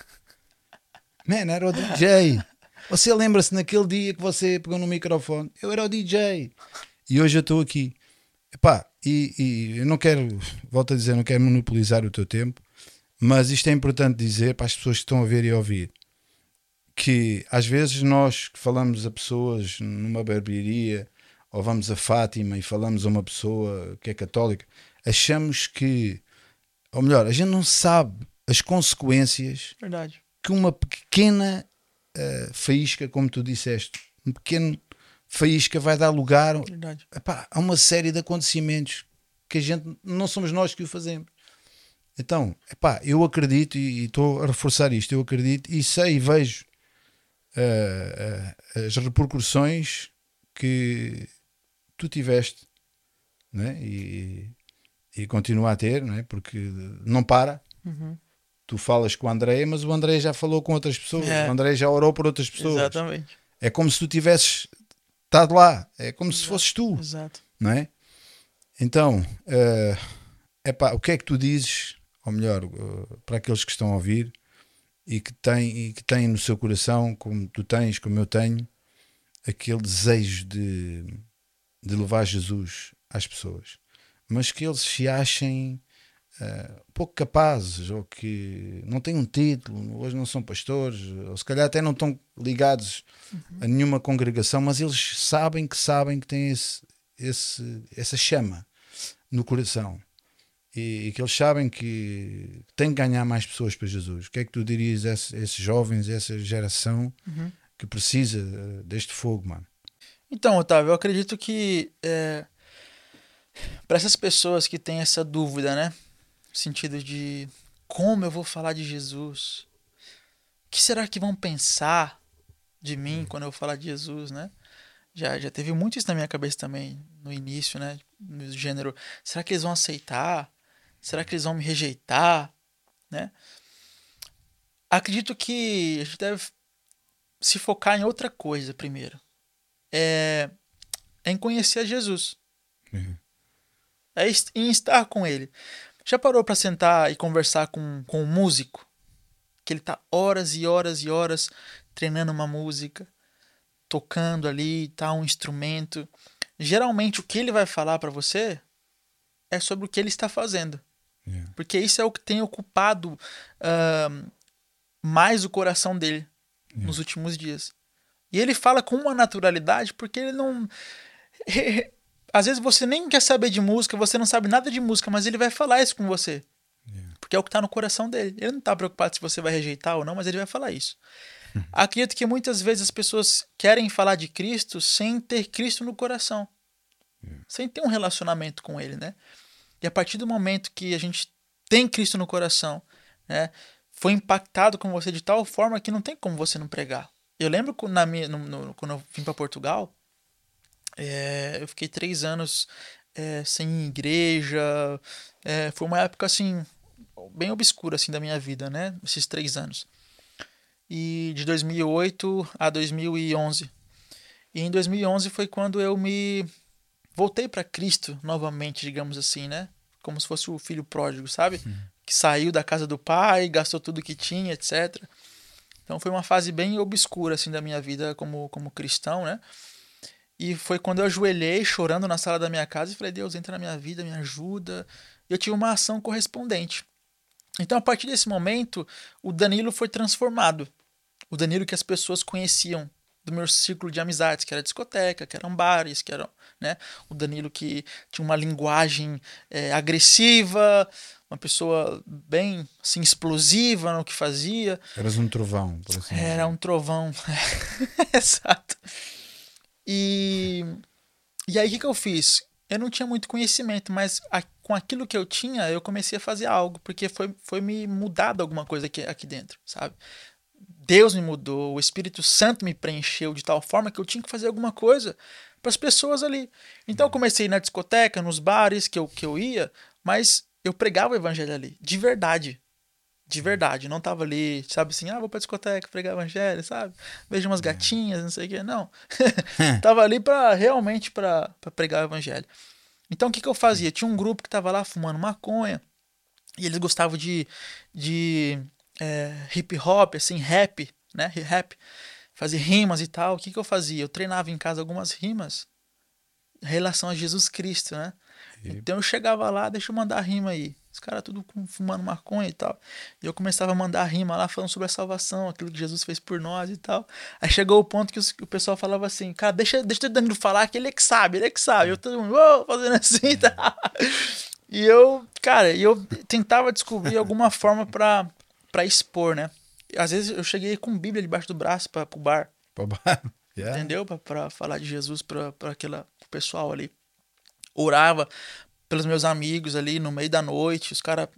Man, era o D J. Você lembra-se naquele dia que você pegou no microfone? Eu era o D J. E hoje eu estou aqui. Epá, e, e eu não quero, volto a dizer, não quero monopolizar o teu tempo, mas isto é importante dizer para as pessoas que estão a ver e a ouvir, que às vezes nós que falamos a pessoas numa barbearia, ou vamos a Fátima e falamos a uma pessoa que é católica, achamos que, ou melhor, a gente não sabe as consequências Verdade. que uma pequena uh, faísca, como tu disseste, um pequeno faísca vai dar lugar, epá, a uma série de acontecimentos que a gente, não somos nós que o fazemos. Então, epá, eu acredito e estou a reforçar isto, eu acredito e sei e vejo uh, uh, as repercussões que tu tiveste, né? e, e continua a ter, né? Porque não para. Uhum. Tu falas com o André, mas o André já falou com outras pessoas, É. o André já orou por outras pessoas. Exatamente. É como se tu tivesses estado lá, é como Exato. se fosses tu. Exato. Não é? Então, uh, epá, o que é que tu dizes, ou melhor, uh, para aqueles que estão a ouvir e que têm, e que têm no seu coração, como tu tens, como eu tenho, aquele desejo de, de levar Jesus às pessoas, mas que eles se achem uh, pouco capazes, ou que não têm um título, hoje não são pastores, ou se calhar até não estão ligados uhum. a nenhuma congregação, mas eles sabem que sabem que têm esse, esse, essa chama no coração e, e que eles sabem que têm que ganhar mais pessoas para Jesus. O que é que tu dirias a esses, a esses jovens, a essa geração uhum. que precisa uh, deste fogo, mano? Então, Otávio, eu acredito que é, para essas pessoas que têm essa dúvida, né, no sentido de como eu vou falar de Jesus, o que será que vão pensar de mim quando eu falar de Jesus, né? Já, já teve muito isso na minha cabeça também, no início, né? No gênero, será que eles vão aceitar? Será que eles vão me rejeitar? Né? Acredito que a gente deve se focar em outra coisa primeiro. É, é em conhecer Jesus. Uhum. É em estar com Ele. Já parou para sentar e conversar com, com um músico? Que ele tá horas e horas e horas treinando uma música, tocando ali, tá, um instrumento. Geralmente o que ele vai falar para você é sobre o que ele está fazendo. Yeah. Porque isso é o que tem ocupado uh, mais o coração dele yeah. nos últimos dias. E ele fala com uma naturalidade porque ele não... Às vezes você nem quer saber de música, você não sabe nada de música, mas ele vai falar isso com você. Yeah. Porque é o que está no coração dele. Ele não está preocupado se você vai rejeitar ou não, mas ele vai falar isso. Acredito que muitas vezes as pessoas querem falar de Cristo sem ter Cristo no coração. Yeah. Sem ter um relacionamento com ele, né? E a partir do momento que a gente tem Cristo no coração, né, foi impactado com você de tal forma que não tem como você não pregar. Eu lembro que na minha, no, no, quando eu vim para Portugal, é, eu fiquei três anos é, sem igreja. É, foi uma época assim bem obscura assim da minha vida, né? Esses três anos. E de dois mil e oito a dois mil e onze. E em dois mil e onze foi quando eu me voltei para Cristo novamente, digamos assim, né? Como se fosse o filho pródigo, sabe? Uhum. Que saiu da casa do pai, gastou tudo que tinha, etcétera. Então foi uma fase bem obscura assim da minha vida como, como cristão, né? E foi quando eu ajoelhei chorando na sala da minha casa e falei, Deus, entra na minha vida, me ajuda. E eu tive uma ação correspondente. Então, a partir desse momento, o Danilo foi transformado. O Danilo que as pessoas conheciam do meu círculo de amizades, que era discoteca, que eram bares, que eram, né? O Danilo que tinha uma linguagem é, agressiva, uma pessoa bem assim, explosiva no que fazia. Eras um trovão, por assim dizer. Era um trovão. Exato. E, e aí o que, que eu fiz? Eu não tinha muito conhecimento, mas a, com aquilo que eu tinha, eu comecei a fazer algo, porque foi, foi me mudado alguma coisa aqui, aqui dentro, sabe? Deus me mudou, o Espírito Santo me preencheu de tal forma que eu tinha que fazer alguma coisa para as pessoas ali. Então eu comecei na discoteca, nos bares que eu, que eu ia, mas eu pregava o evangelho ali, de verdade. De verdade, não tava ali, sabe assim, ah, vou pra discoteca pregar o evangelho, sabe? Vejo umas gatinhas, não sei o que, não. Tava ali para realmente para pregar o evangelho. Então o que, que eu fazia? Tinha um grupo que tava lá fumando maconha e eles gostavam de, de é, hip hop, assim, rap, né? Rap, fazer rimas e tal. O que, que eu fazia? Eu treinava em casa algumas rimas em relação a Jesus Cristo, né? Então eu chegava lá, deixa eu mandar rima aí. Os caras tudo fumando maconha e tal. E eu começava a mandar rima lá falando sobre a salvação, aquilo que Jesus fez por nós e tal. Aí chegou o ponto que, os, que o pessoal falava assim, cara, deixa, deixa o Danilo falar que ele é que sabe, ele é que sabe. Eu todo mundo, oh, fazendo assim e tal. E eu, cara, eu tentava descobrir alguma forma pra, pra expor, né? Às vezes eu cheguei com Bíblia debaixo do braço pra, pro bar. Pro bar? Yeah. Entendeu? Pra, pra falar de Jesus pra, pra aquela, pro pessoal ali. Orava pelos meus amigos ali no meio da noite, os caras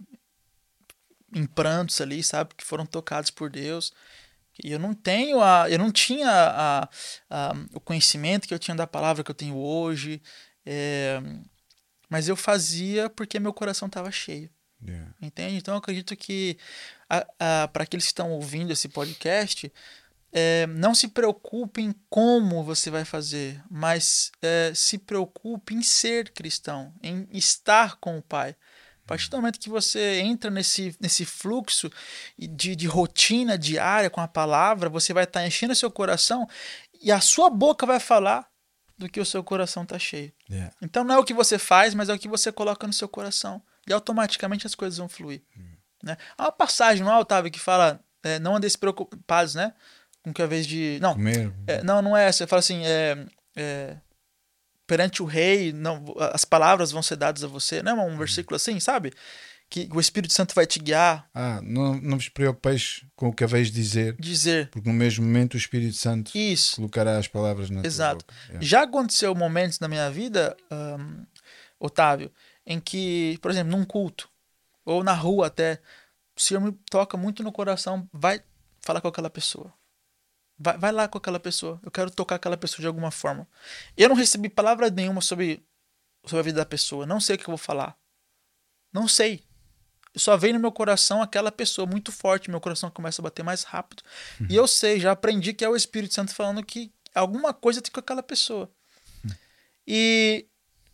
em prantos ali, sabe, que foram tocados por Deus. E eu não tenho a, eu não tinha a, a, o conhecimento que eu tinha da palavra que eu tenho hoje, é, mas eu fazia porque meu coração estava cheio. Yeah. Entende? Então eu acredito que para aqueles que estão ouvindo esse podcast, É, não se preocupe em como você vai fazer, mas é, se preocupe em ser cristão, em estar com o Pai. A partir do momento que você entra nesse, nesse fluxo de, de rotina diária com a palavra, você vai estar enchendo o seu coração e a sua boca vai falar do que o seu coração está cheio. Yeah. Então não é o que você faz, mas é o que você coloca no seu coração. E automaticamente as coisas vão fluir. Mm. Né? Há uma passagem no Otávio que fala, é, não andem preocupados, né? Com que a vez de... Não, é, não, não é essa. Fala assim, é, é, perante o rei, não, as palavras vão ser dadas a você. Não é um versículo assim, sabe? Que o Espírito Santo vai te guiar. Ah, não, não vos preocupeis com o que haveis dizer. Dizer. Porque no mesmo momento o Espírito Santo Isso. colocará as palavras na Exato. tua boca. Yeah. Já aconteceu momentos na minha vida, um, Otávio, em que, por exemplo, num culto, ou na rua até, o Senhor me toca muito no coração, vai falar com aquela pessoa. Vai, vai lá com aquela pessoa. Eu quero tocar aquela pessoa de alguma forma. Eu não recebi palavra nenhuma sobre, sobre a vida da pessoa. Não sei o que eu vou falar. Não sei. Só veio no meu coração aquela pessoa muito forte. Meu coração começa a bater mais rápido. Uhum. E eu sei, já aprendi que é o Espírito Santo falando que alguma coisa tem com aquela pessoa. Uhum. E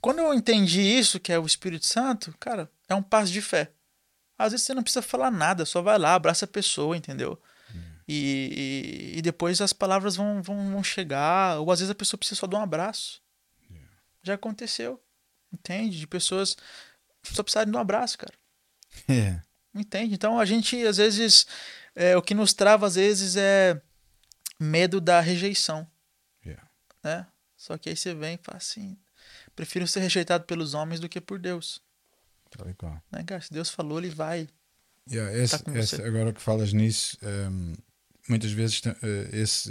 quando eu entendi isso, que é o Espírito Santo, cara, é um passo de fé. Às vezes você não precisa falar nada, só vai lá, abraça a pessoa, entendeu? Hum. E, e, e depois as palavras vão, vão, vão chegar, ou às vezes a pessoa precisa só de um abraço. Yeah. Já aconteceu, entende? De pessoas só precisarem de um abraço, cara. Yeah. Entende? Então a gente, às vezes, é, o que nos trava, às vezes, é medo da rejeição. Yeah. Né? Só que aí você vem e fala assim, prefiro ser rejeitado pelos homens do que por Deus. Tá, né, cara? Se Deus falou, ele vai. Yeah, esse, tá esse, agora que falas nisso, um, muitas vezes uh, esse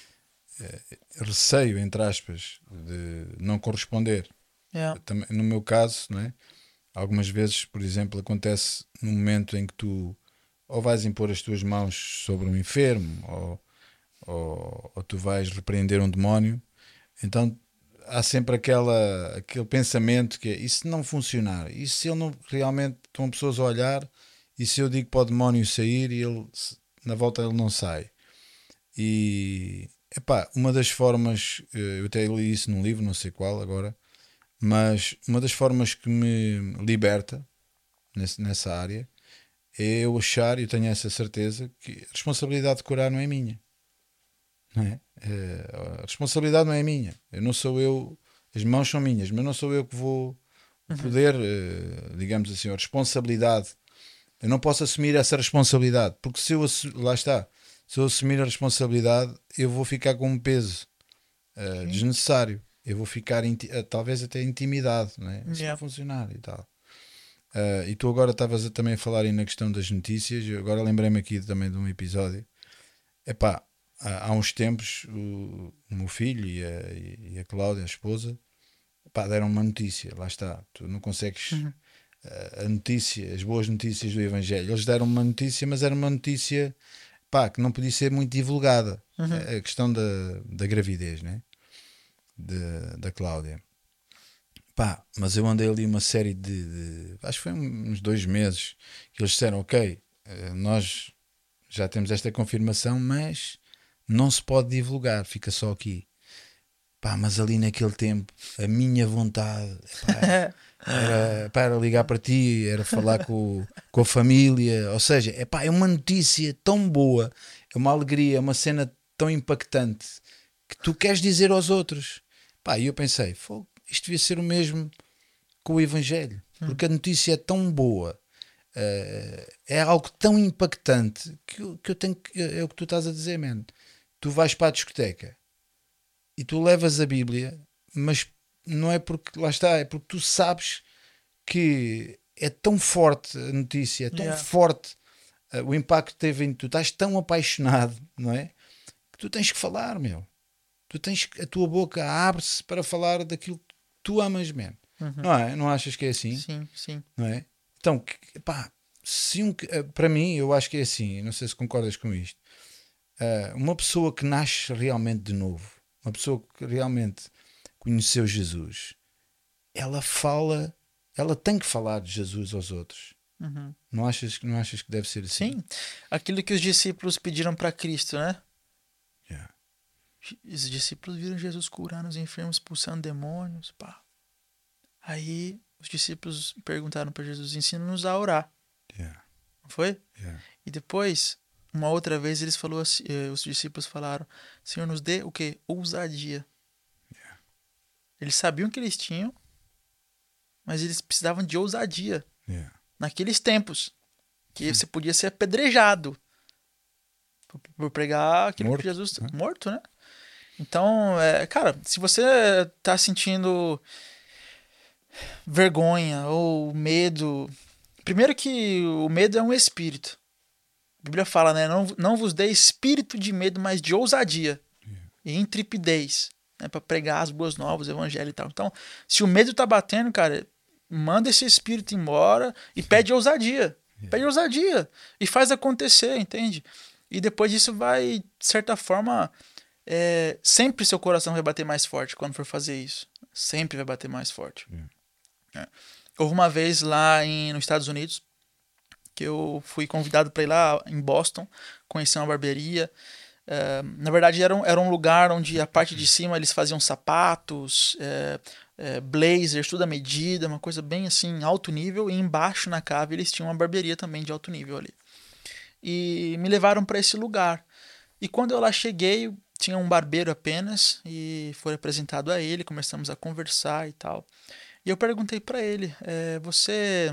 uh, receio, entre aspas, de não corresponder. Yeah. Também, no meu caso, não é? Algumas vezes, por exemplo, acontece no momento em que tu ou vais impor as tuas mãos sobre um enfermo ou, ou, ou tu vais repreender um demónio, então há sempre aquela, aquele pensamento que é, e se não funcionar? E se ele não realmente estão pessoas a olhar e se eu digo para o demónio sair e ele na volta ele não sai? E epá, uma das formas, eu até li isso num livro, não sei qual agora, mas uma das formas que me liberta nesse, nessa área é eu achar, e eu tenho essa certeza, que a responsabilidade de curar não é minha. Não é? É, a responsabilidade não é minha. Eu não sou eu, as mãos são minhas, mas não sou eu que vou uhum. poder, digamos assim, a responsabilidade. Eu não posso assumir essa responsabilidade, porque se eu lá está, se eu assumir a responsabilidade, eu vou ficar com um peso uh, desnecessário. Eu vou ficar talvez até intimidado, não é? Isso yeah. vai funcionar e tal. Uh, e tu agora estavas também a falar aí na questão das notícias. Eu agora lembrei-me aqui também de um episódio. Epá, há, há uns tempos o, o meu filho e a, e a Cláudia, a esposa, epá, deram uma notícia. Lá está, tu não consegues uhum. uh, a notícia, as boas notícias do Evangelho. Eles deram uma notícia, mas era uma notícia epá, que não podia ser muito divulgada. Uhum. A, a questão da, da gravidez, né? De, da Cláudia. Pá, mas eu andei ali uma série de, de acho que foi uns dois meses que eles disseram, ok, nós já temos esta confirmação, mas não se pode divulgar, fica só aqui. Pá, mas ali naquele tempo a minha vontade pá, era para ligar para ti, era falar com, com a família, ou seja, é, pá, é uma notícia tão boa, é uma alegria, é uma cena tão impactante que tu queres dizer aos outros. Pá, e eu pensei, isto devia ser o mesmo com o Evangelho, porque a notícia é tão boa, uh, é algo tão impactante que eu, que eu tenho que, é o que tu estás a dizer, man. Tu vais para a discoteca e tu levas a Bíblia, mas não é porque, lá está, é porque tu sabes que é tão forte a notícia, é tão yeah. forte uh, o impacto que teve em tu, estás tão apaixonado, não é? Que tu tens que falar, meu. Tu tens, a tua boca abre-se para falar daquilo que tu amas mesmo. Uhum. Não é? Não achas que é assim? Sim, sim. Não é? Então, pá, se um, para mim, eu acho que é assim, não sei se concordas com isto. Uh, uma pessoa que nasce realmente de novo, uma pessoa que realmente conheceu Jesus, ela fala, ela tem que falar de Jesus aos outros. Uhum. Não achas, não achas que deve ser assim? Sim. Aquilo que os discípulos pediram para Cristo, né? Yeah. Os discípulos viram Jesus curando os enfermos, expulsando demônios, pá. Aí os discípulos perguntaram para Jesus, ensina-nos a orar. Yeah. Não foi? Yeah. E depois, uma outra vez, eles falou assim, eh, os discípulos falaram, Senhor, nos dê o quê? Ousadia. Yeah. Eles sabiam que eles tinham, mas eles precisavam de ousadia. Yeah. Naqueles tempos, que você podia ser apedrejado por, por pregar aquilo morto, que Jesus... né? Morto, né? Então, é, cara, se você tá sentindo vergonha ou medo... Primeiro que o medo é um espírito. A Bíblia fala, né? Não, não vos dê espírito de medo, mas de ousadia yeah. e intrepidez, né? Para pregar as boas novas, o evangelho e tal. Então, se o medo tá batendo, cara, manda esse espírito embora e pede ousadia. Yeah. Pede ousadia e faz acontecer, entende? E depois disso vai, de certa forma... É, sempre seu coração vai bater mais forte quando for fazer isso. Sempre vai bater mais forte. Yeah. É. Houve uma vez lá em, nos Estados Unidos que eu fui convidado para ir lá em Boston, conhecer uma barbearia. É, na verdade era um, era um lugar onde a parte de cima eles faziam sapatos, é, é, blazers, tudo à medida, uma coisa bem assim, alto nível. E embaixo na cave eles tinham uma barbearia também de alto nível ali. E me levaram para esse lugar. E quando eu lá cheguei, tinha um barbeiro apenas e foi apresentado a ele, começamos a conversar e tal. E eu perguntei para ele, é, você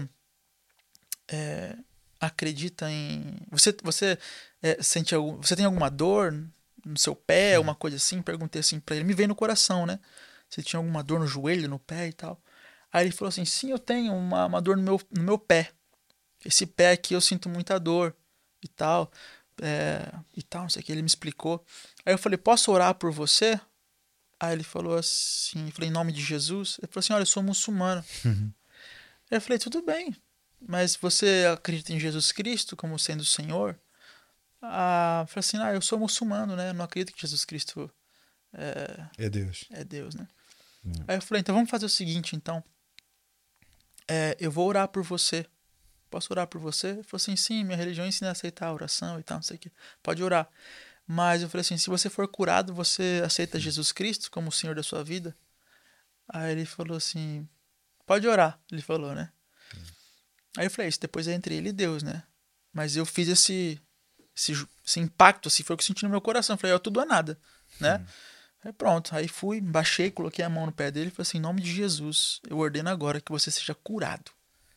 é, acredita em... Você, você, é, sente algum, você tem alguma dor no seu pé, uma coisa assim? Perguntei assim para ele, me veio no coração, né? Se tinha alguma dor no joelho, no pé e tal. Aí ele falou assim, sim, eu tenho uma, uma dor no meu, no meu pé. Esse pé aqui eu sinto muita dor e tal. É, e tal, não sei o que, ele me explicou. Aí eu falei, posso orar por você? Aí ele falou assim, eu falei, em nome de Jesus? Ele falou assim, olha, eu sou muçulmano. Uhum. Aí eu falei, tudo bem, mas você acredita em Jesus Cristo como sendo o Senhor? Ah, eu falei assim, ah, eu sou muçulmano, né? Eu não acredito que Jesus Cristo é, É Deus. é Deus, né? Uhum. Aí eu falei, então vamos fazer o seguinte, então. É, eu vou orar por você. Posso orar por você? Ele falou assim, sim, minha religião ensina a aceitar a oração e tal, não sei o que. Pode orar. Mas eu falei assim, se você for curado, você aceita Jesus Cristo como o Senhor da sua vida? Aí ele falou assim, pode orar, ele falou, né? Aí eu falei, isso depois é entre ele e Deus, né? Mas eu fiz esse, esse, esse impacto, assim, foi o que eu senti no meu coração. Eu falei, ó, tudo ou nada, né? Hum. Aí pronto, aí fui, baixei, coloquei a mão no pé dele e falei assim, em nome de Jesus, eu ordeno agora que você seja curado.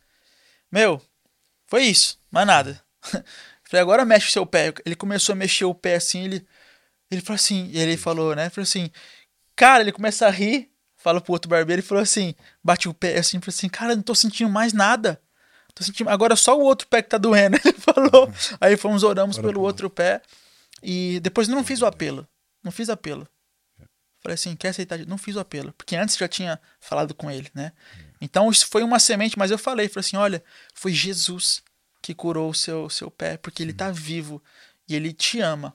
Meu, foi isso, mais nada. Falei, agora mexe o seu pé. Ele começou a mexer o pé assim, ele, ele falou assim, ele falou, né? Falou assim, cara, ele começa a rir, fala pro outro barbeiro, ele falou assim, bate o pé assim, falou assim, cara, não tô sentindo mais nada. Tô sentindo, agora só o outro pé que tá doendo. Ele falou. Aí fomos, oramos pelo outro pé. E depois não fiz o apelo. Não fiz apelo. Falei assim, quer aceitar? Não fiz o apelo. Porque antes já tinha falado com ele, né? Então isso foi uma semente, mas eu falei, falei assim, olha, foi Jesus que curou o seu, seu pé, porque ele tá vivo e ele te ama.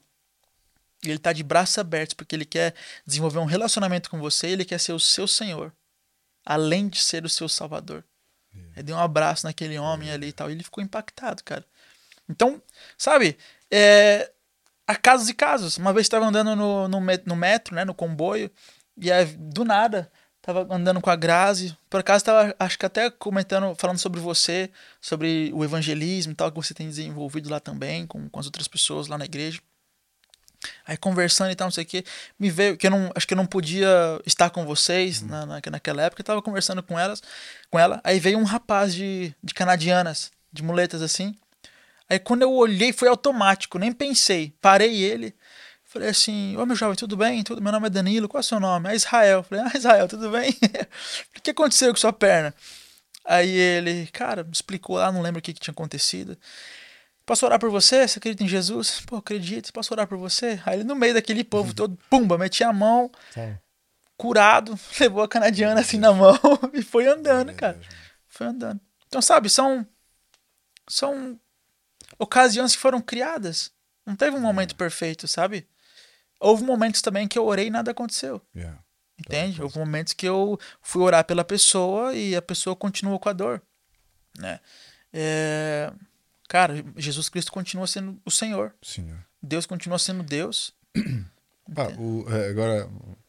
E ele tá de braços abertos, porque ele quer desenvolver um relacionamento com você e ele quer ser o seu Senhor, além de ser o seu Salvador. Yeah. Ele deu um abraço naquele homem yeah. ali e tal, e ele ficou impactado, cara. Então, sabe, é, há casos e casos. Uma vez estava andando no, no, no metro, né, no comboio, e aí, do nada, tava andando com a Grazi, por acaso tava, acho que até comentando, falando sobre você, sobre o evangelismo e tal, que você tem desenvolvido lá também, com, com as outras pessoas lá na igreja. Aí conversando e tal, não sei o que, me veio, que eu não, acho que eu não podia estar com vocês uhum. na, na, naquela época, eu tava conversando com elas, com ela, aí veio um rapaz de, de canadianas, de muletas assim, aí quando eu olhei foi automático, nem pensei, parei ele, falei assim, ô meu jovem, tudo bem? Tudo, meu nome é Danilo, qual é o seu nome? É Israel. Falei, ah Israel, tudo bem? O que aconteceu com sua perna? Aí ele, cara, me explicou lá, não lembro o que, que tinha acontecido. Posso orar por você? Você acredita em Jesus? Pô, acredito. Posso orar por você? Aí ele no meio daquele povo uhum. todo, pumba, metia a mão, Sim. curado, levou a canadiana assim na mão e foi andando, Meu cara. Deus, foi andando. Então, sabe, são, são ocasiões que foram criadas. Não teve um momento é. perfeito, sabe? Houve momentos também que eu orei e nada aconteceu. Yeah. Entende? Houve momentos que eu fui orar pela pessoa e a pessoa continuou com a dor, né? É... Cara, Jesus Cristo continua sendo o Senhor. Senhor. Deus continua sendo Deus. Pá, o, agora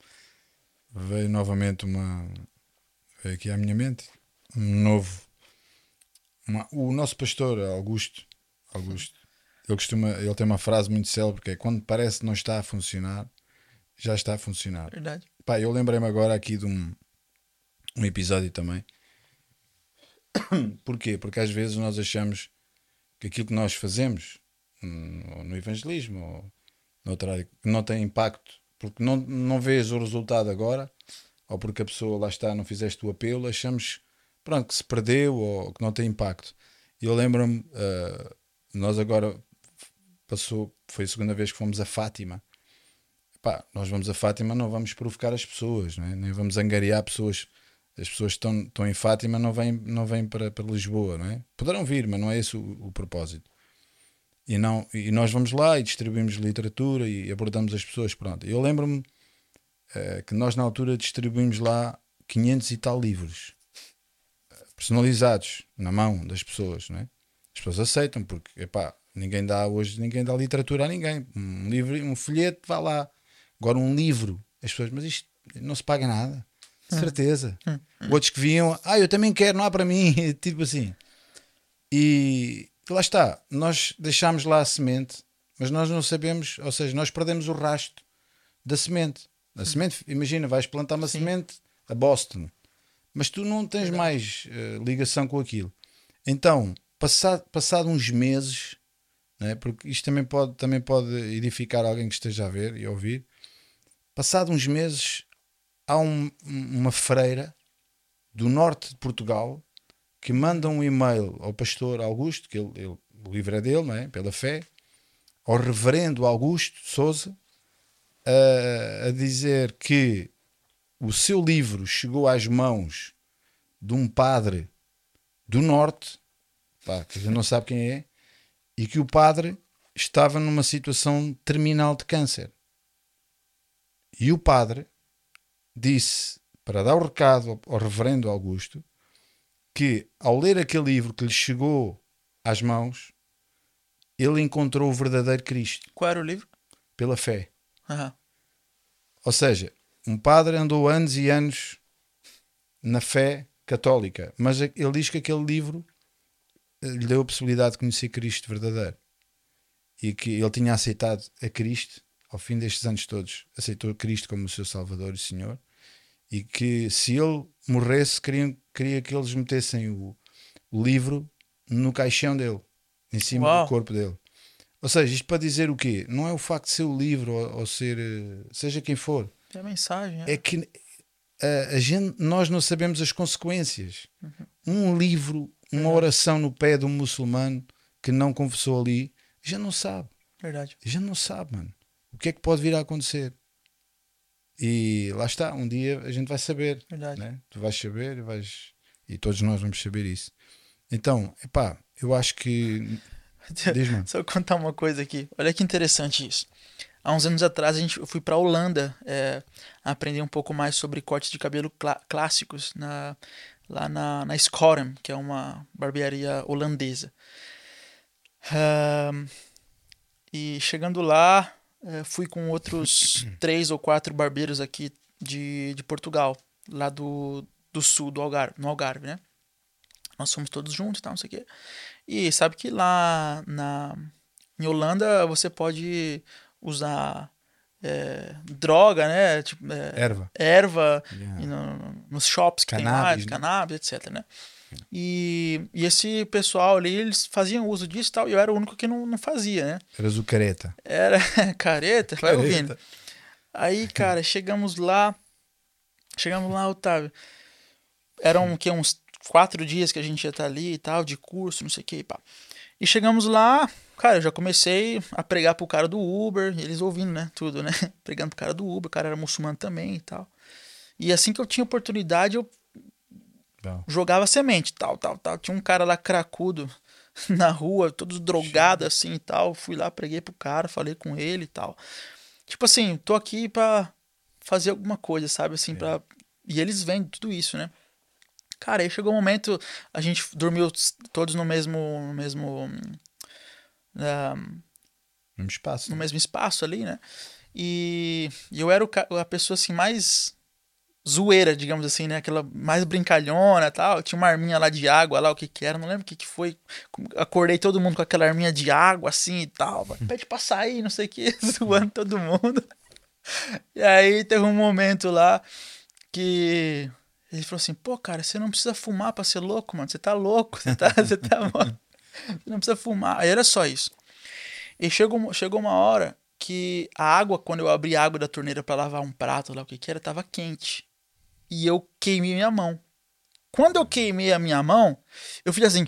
veio novamente uma... Veio aqui à minha mente um novo... Uma, o nosso pastor, Augusto, Augusto ele, costuma, ele tem uma frase muito célebre que é quando parece que não está a funcionar, já está a funcionar. Verdade. Pá, eu lembrei-me agora aqui de um, um episódio também. Porquê? Porque às vezes nós achamos que aquilo que nós fazemos no, no evangelismo ou noutra área não tem impacto, porque não, não vês o resultado agora, ou porque a pessoa lá está, não fizeste o apelo, achamos pronto, que se perdeu ou que não tem impacto. E eu lembro-me, uh, nós agora passou, foi a segunda vez que fomos a Fátima. Pá, nós vamos a Fátima, não vamos provocar as pessoas, né? Nem vamos angariar pessoas. As pessoas que estão, estão em Fátima não vêm, não vêm para, para Lisboa, não é? Poderão vir, mas não é esse o, o propósito. E, não, e nós vamos lá e distribuímos literatura e abordamos as pessoas, pronto. Eu lembro-me uh, que nós na altura distribuímos lá quinhentos e tal livros personalizados na mão das pessoas, não é? As pessoas aceitam porque, epá, ninguém dá hoje, ninguém dá literatura a ninguém. Um livro, um folheto, vá lá. Agora um livro, as pessoas, mas isto não se paga nada. de certeza. Outros que vinham, ah, eu também quero, não há para mim, tipo assim. E lá está, nós deixámos lá a semente, mas nós não sabemos, ou seja, nós perdemos o rastro da semente. A semente, imagina, vais plantar uma Sim. semente a Boston, mas tu não tens Verdade. mais uh, ligação com aquilo. Então, passado, passado uns meses, né, porque isto também pode, também pode edificar alguém que esteja a ver e a ouvir, passado uns meses, há um, uma freira do norte de Portugal que manda um e-mail ao pastor Augusto, que ele, ele, o livro é dele, não é? Pela fé, ao reverendo Augusto Souza, a, a dizer que o seu livro chegou às mãos de um padre do norte, pá, que a gente não sabe quem é, e que o padre estava numa situação terminal de câncer. E o padre disse, para dar o recado ao, ao reverendo Augusto, que ao ler aquele livro que lhe chegou às mãos, ele encontrou o verdadeiro Cristo. Qual era o livro? Pela fé. Aham. Ou seja, um padre andou anos e anos na fé católica, mas ele diz que aquele livro lhe deu a possibilidade de conhecer Cristo verdadeiro. E que ele tinha aceitado a Cristo, ao fim destes anos todos, aceitou Cristo como o seu Salvador e Senhor, e que se ele morresse, queria, queria que eles metessem o, o livro no caixão dele, em cima Uau. do corpo dele. Ou seja, isto para dizer o quê? Não é o facto de ser o livro ou, ou ser, seja quem for, É a mensagem. É. é que a, a gente, nós não sabemos as consequências. Uhum. Um livro, uma Verdade. oração no pé de um muçulmano que não confessou ali, a gente não sabe. Verdade. A gente não sabe, mano. O que é que pode vir a acontecer? E lá está, um dia a gente vai saber. Verdade. Né? Tu vais saber e, vais... e todos nós vamos saber isso. Então, epá, eu acho que... Diz-me. Só contar uma coisa aqui. Olha que interessante isso. Há uns anos atrás a gente, eu fui para a Holanda é, aprender um pouco mais sobre cortes de cabelo clá- clássicos na, lá na, na Scorum, que é uma barbearia holandesa. Um, e chegando lá, é, fui com outros três ou quatro barbeiros aqui de, de Portugal, lá do, do sul, do Algarve, no Algarve, né? Nós fomos todos juntos e tal, não sei o quê. E sabe que lá na, em Holanda você pode usar é, droga, né? Tipo, é, Erva. erva Yeah. e no- no- nos shops que Cannabis, tem né? lá, cannabis, etc, né? E, e esse pessoal ali, eles faziam uso disso e tal, e eu era o único que não, não fazia, né? Eras o careta. Era careta, vai Careta. ouvindo. Aí, cara, chegamos lá, chegamos lá, Otávio. Eram que, uns quatro dias que a gente ia estar ali e tal, de curso, não sei o que e pá. E chegamos lá, cara, eu já comecei a pregar pro cara do Uber, e eles ouvindo, né, tudo, né, pregando pro cara do Uber, o cara era muçulmano também e tal. E assim que eu tinha oportunidade, eu Bom. jogava semente, tal, tal, tal. Tinha um cara lá cracudo na rua, todos drogados assim e tal. Fui lá, preguei pro cara, falei com ele e tal. Tipo assim, tô aqui pra fazer alguma coisa, sabe, assim, pra... E eles vendem tudo isso, né? Cara, aí chegou o um momento, a gente dormiu todos no mesmo, no mesmo, uh, No espaço. no mesmo espaço ali, né? E, e eu era o, ca- a pessoa assim mais zoeira, digamos assim, né? Aquela mais brincalhona e tal. Tinha uma arminha lá de água, lá o que que era, não lembro o que que foi. Acordei todo mundo com aquela arminha de água assim e tal. Pede pra sair, não sei o que, zoando todo mundo. E aí teve um momento lá que ele falou assim, pô, cara, você não precisa fumar pra ser louco, mano. Você tá louco, você tá, você tá você não precisa fumar. Aí era só isso. E chegou, chegou uma hora que a água, quando eu abri a água da torneira pra lavar um prato, lá o que que era, tava quente. E eu queimei minha mão. Quando eu queimei a minha mão, eu fiz assim...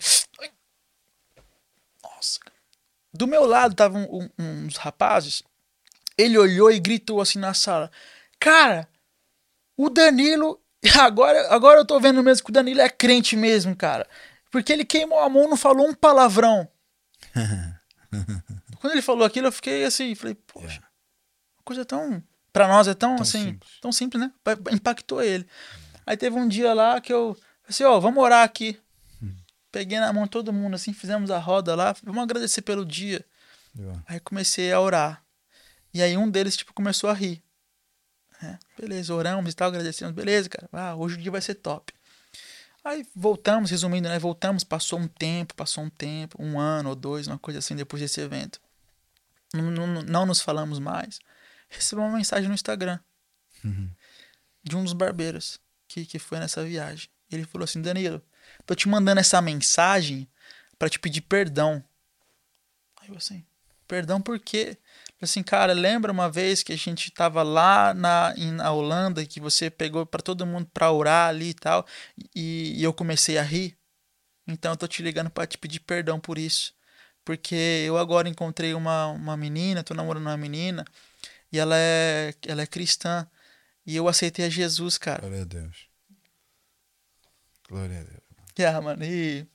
Nossa. Do meu lado tava um, um, uns rapazes. Ele olhou e gritou assim na sala. Cara, o Danilo... Agora, agora eu tô vendo mesmo que o Danilo é crente mesmo, cara. Porque ele queimou a mão, não falou um palavrão. Quando ele falou aquilo, eu fiquei assim, falei, poxa, Yeah. uma coisa tão... Pra nós é tão, Tão assim, simples. tão simples, né? Impactou ele. Aí teve um dia lá que eu... Assim, ó, vamos orar aqui. Peguei na mão todo mundo, assim, fizemos a roda lá. Vamos agradecer pelo dia. Yeah. Aí comecei a orar. E aí um deles, tipo, começou a rir. É, beleza, oramos e tal, agradecemos. Beleza, cara. Ah, hoje o dia vai ser top. Aí voltamos, resumindo, né? Voltamos, passou um tempo, passou um tempo, um ano ou dois, uma coisa assim, depois desse evento. Não, não, não nos falamos mais. Recebi uma mensagem no Instagram Uhum. de um dos barbeiros que, que foi nessa viagem. Ele falou assim: Danilo, tô te mandando essa mensagem pra te pedir perdão. Aí eu assim, perdão por quê? Assim, cara, lembra uma vez que a gente tava lá na, em, na Holanda, que você pegou pra todo mundo pra orar ali e tal, e, e eu comecei a rir? Então eu tô te ligando pra te pedir perdão por isso. Porque eu agora encontrei uma, uma menina, tô namorando uma menina, e ela é, ela é cristã. E eu aceitei a Jesus, cara. Glória a Deus. Glória a Deus. Yeah, mano, e...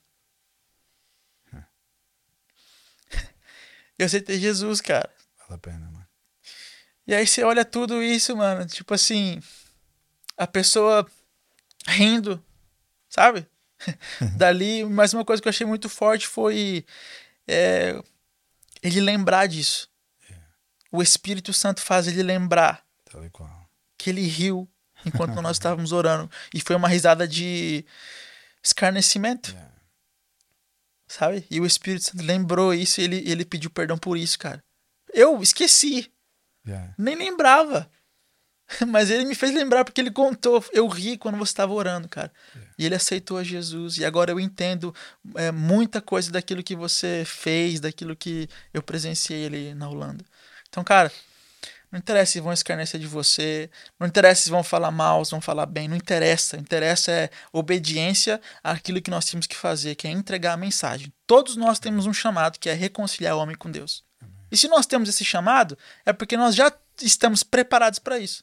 eu aceitei Jesus, cara. Vale a pena, mano. E aí você olha tudo isso, mano, tipo assim, a pessoa rindo, sabe? Dali, mas uma coisa que eu achei muito forte foi é, ele lembrar disso. O Espírito Santo faz ele lembrar Tal e qual. que ele riu enquanto nós estávamos orando. E foi uma risada de escarnecimento, Yeah. sabe? E o Espírito Santo lembrou isso e ele, ele pediu perdão por isso, cara. Eu esqueci, Yeah. nem lembrava. Mas ele me fez lembrar porque ele contou. Eu ri quando você estava orando, cara. Yeah. E ele aceitou a Jesus. E agora eu entendo é, muita coisa daquilo que você fez, daquilo que eu presenciei ali na Holanda. Então, cara, não interessa se vão escarnecer de você, não interessa se vão falar mal, se vão falar bem, não interessa. Interessa é obediência àquilo que nós temos que fazer, que é entregar a mensagem. Todos nós temos um chamado que é reconciliar o homem com Deus. E se nós temos esse chamado, é porque nós já estamos preparados para isso.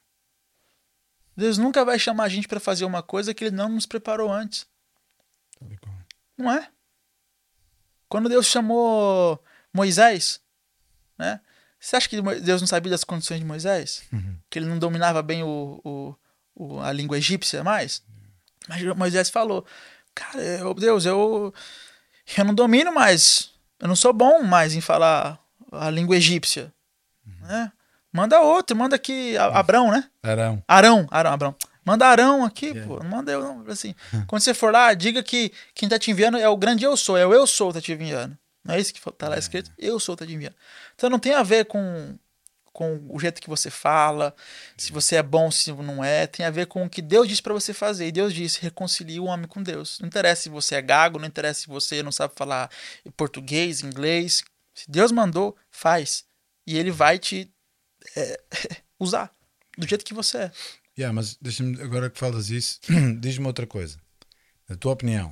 Deus nunca vai chamar a gente para fazer uma coisa que ele não nos preparou antes. Tal e qual. Não é? Quando Deus chamou Moisés, né? Você acha que Deus não sabia das condições de Moisés? Uhum. Que ele não dominava bem o, o, o, a língua egípcia mais? Mas Moisés falou, cara, eu, Deus, eu, eu não domino mais, eu não sou bom mais em falar a língua egípcia. Uhum. Né? Manda outro, manda aqui, a, Abrão, né? Arão. Arão, Arão, Abrão. Manda Arão aqui, Yeah. pô. Não manda eu, não. Assim, quando você for lá, diga que quem tá te enviando é o grande eu sou. É o eu sou que tá te enviando. Não é isso que tá lá escrito? Eu sou tá te enviando. Então não tem a ver com, com o jeito que você fala, se você é bom, se não é. Tem a ver com o que Deus disse pra você fazer. E Deus disse, reconcilie o homem com Deus. Não interessa se você é gago, não interessa se você não sabe falar português, inglês. Se Deus mandou, faz. E ele vai te é, usar do jeito que você é. Yeah, mas deixa-me, agora que falas isso, diz-me outra coisa. Na tua opinião,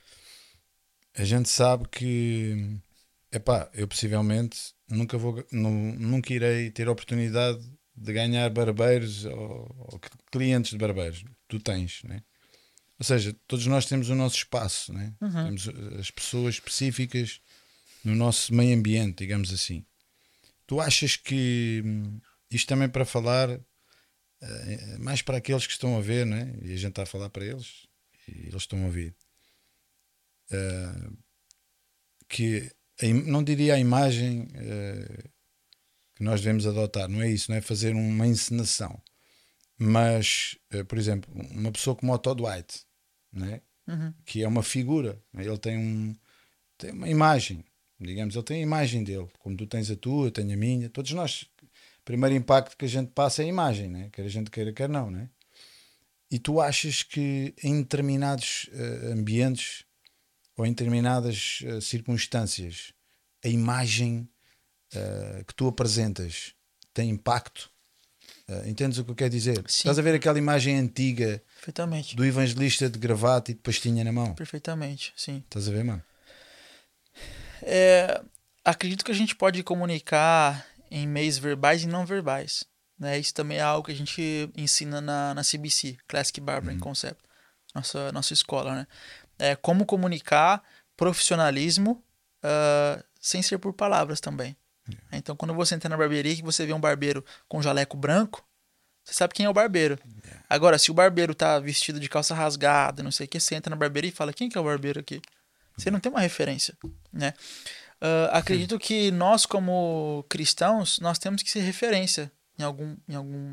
a gente sabe que, epá, eu possivelmente nunca vou, nu, nunca irei ter a oportunidade de ganhar barbeiros ou, ou clientes de barbeiros. Tu tens, né? Ou seja, todos nós temos o nosso espaço, né? Uhum. Temos as pessoas específicas no nosso meio ambiente, digamos assim. Tu achas que isto também para falar Uh, mais para aqueles que estão a ver, né? E a gente está a falar para eles e eles estão a ouvir, uh, que a, não diria a imagem uh, que nós devemos adotar, não é isso, não é fazer uma encenação, mas uh, por exemplo, uma pessoa como o Todd White, né? Uhum. Que é uma figura, ele tem, um, tem uma imagem, digamos, ele tem a imagem dele, como tu tens a tua, eu tenho a minha, todos nós. O primeiro impacto que a gente passa é a imagem, né? Quer a gente queira, quer não, né? E tu achas que em determinados uh, ambientes ou em determinadas uh, circunstâncias a imagem uh, que tu apresentas tem impacto? Uh, entendes o que eu quero dizer? Sim. Estás a ver aquela imagem antiga Perfeitamente. do evangelista de gravata e de pastinha na mão? Perfeitamente, sim. Estás a ver, mano? É, acredito que a gente pode comunicar em meios verbais e não verbais, né? Isso também é algo que a gente ensina na, na C B C, Classic Barbering Uhum. Concept, nossa, nossa escola, né? É como comunicar profissionalismo uh, sem ser por palavras também. Yeah. Então, quando você entra na barbearia e você vê um barbeiro com jaleco branco, você sabe quem é o barbeiro. Yeah. Agora, se o barbeiro tá vestido de calça rasgada, não sei o que, você entra na barbearia e fala, quem que é o barbeiro aqui? Você não tem uma referência, né? Uh, acredito Sim. que nós, como cristãos, nós temos que ser referência em algum, em algum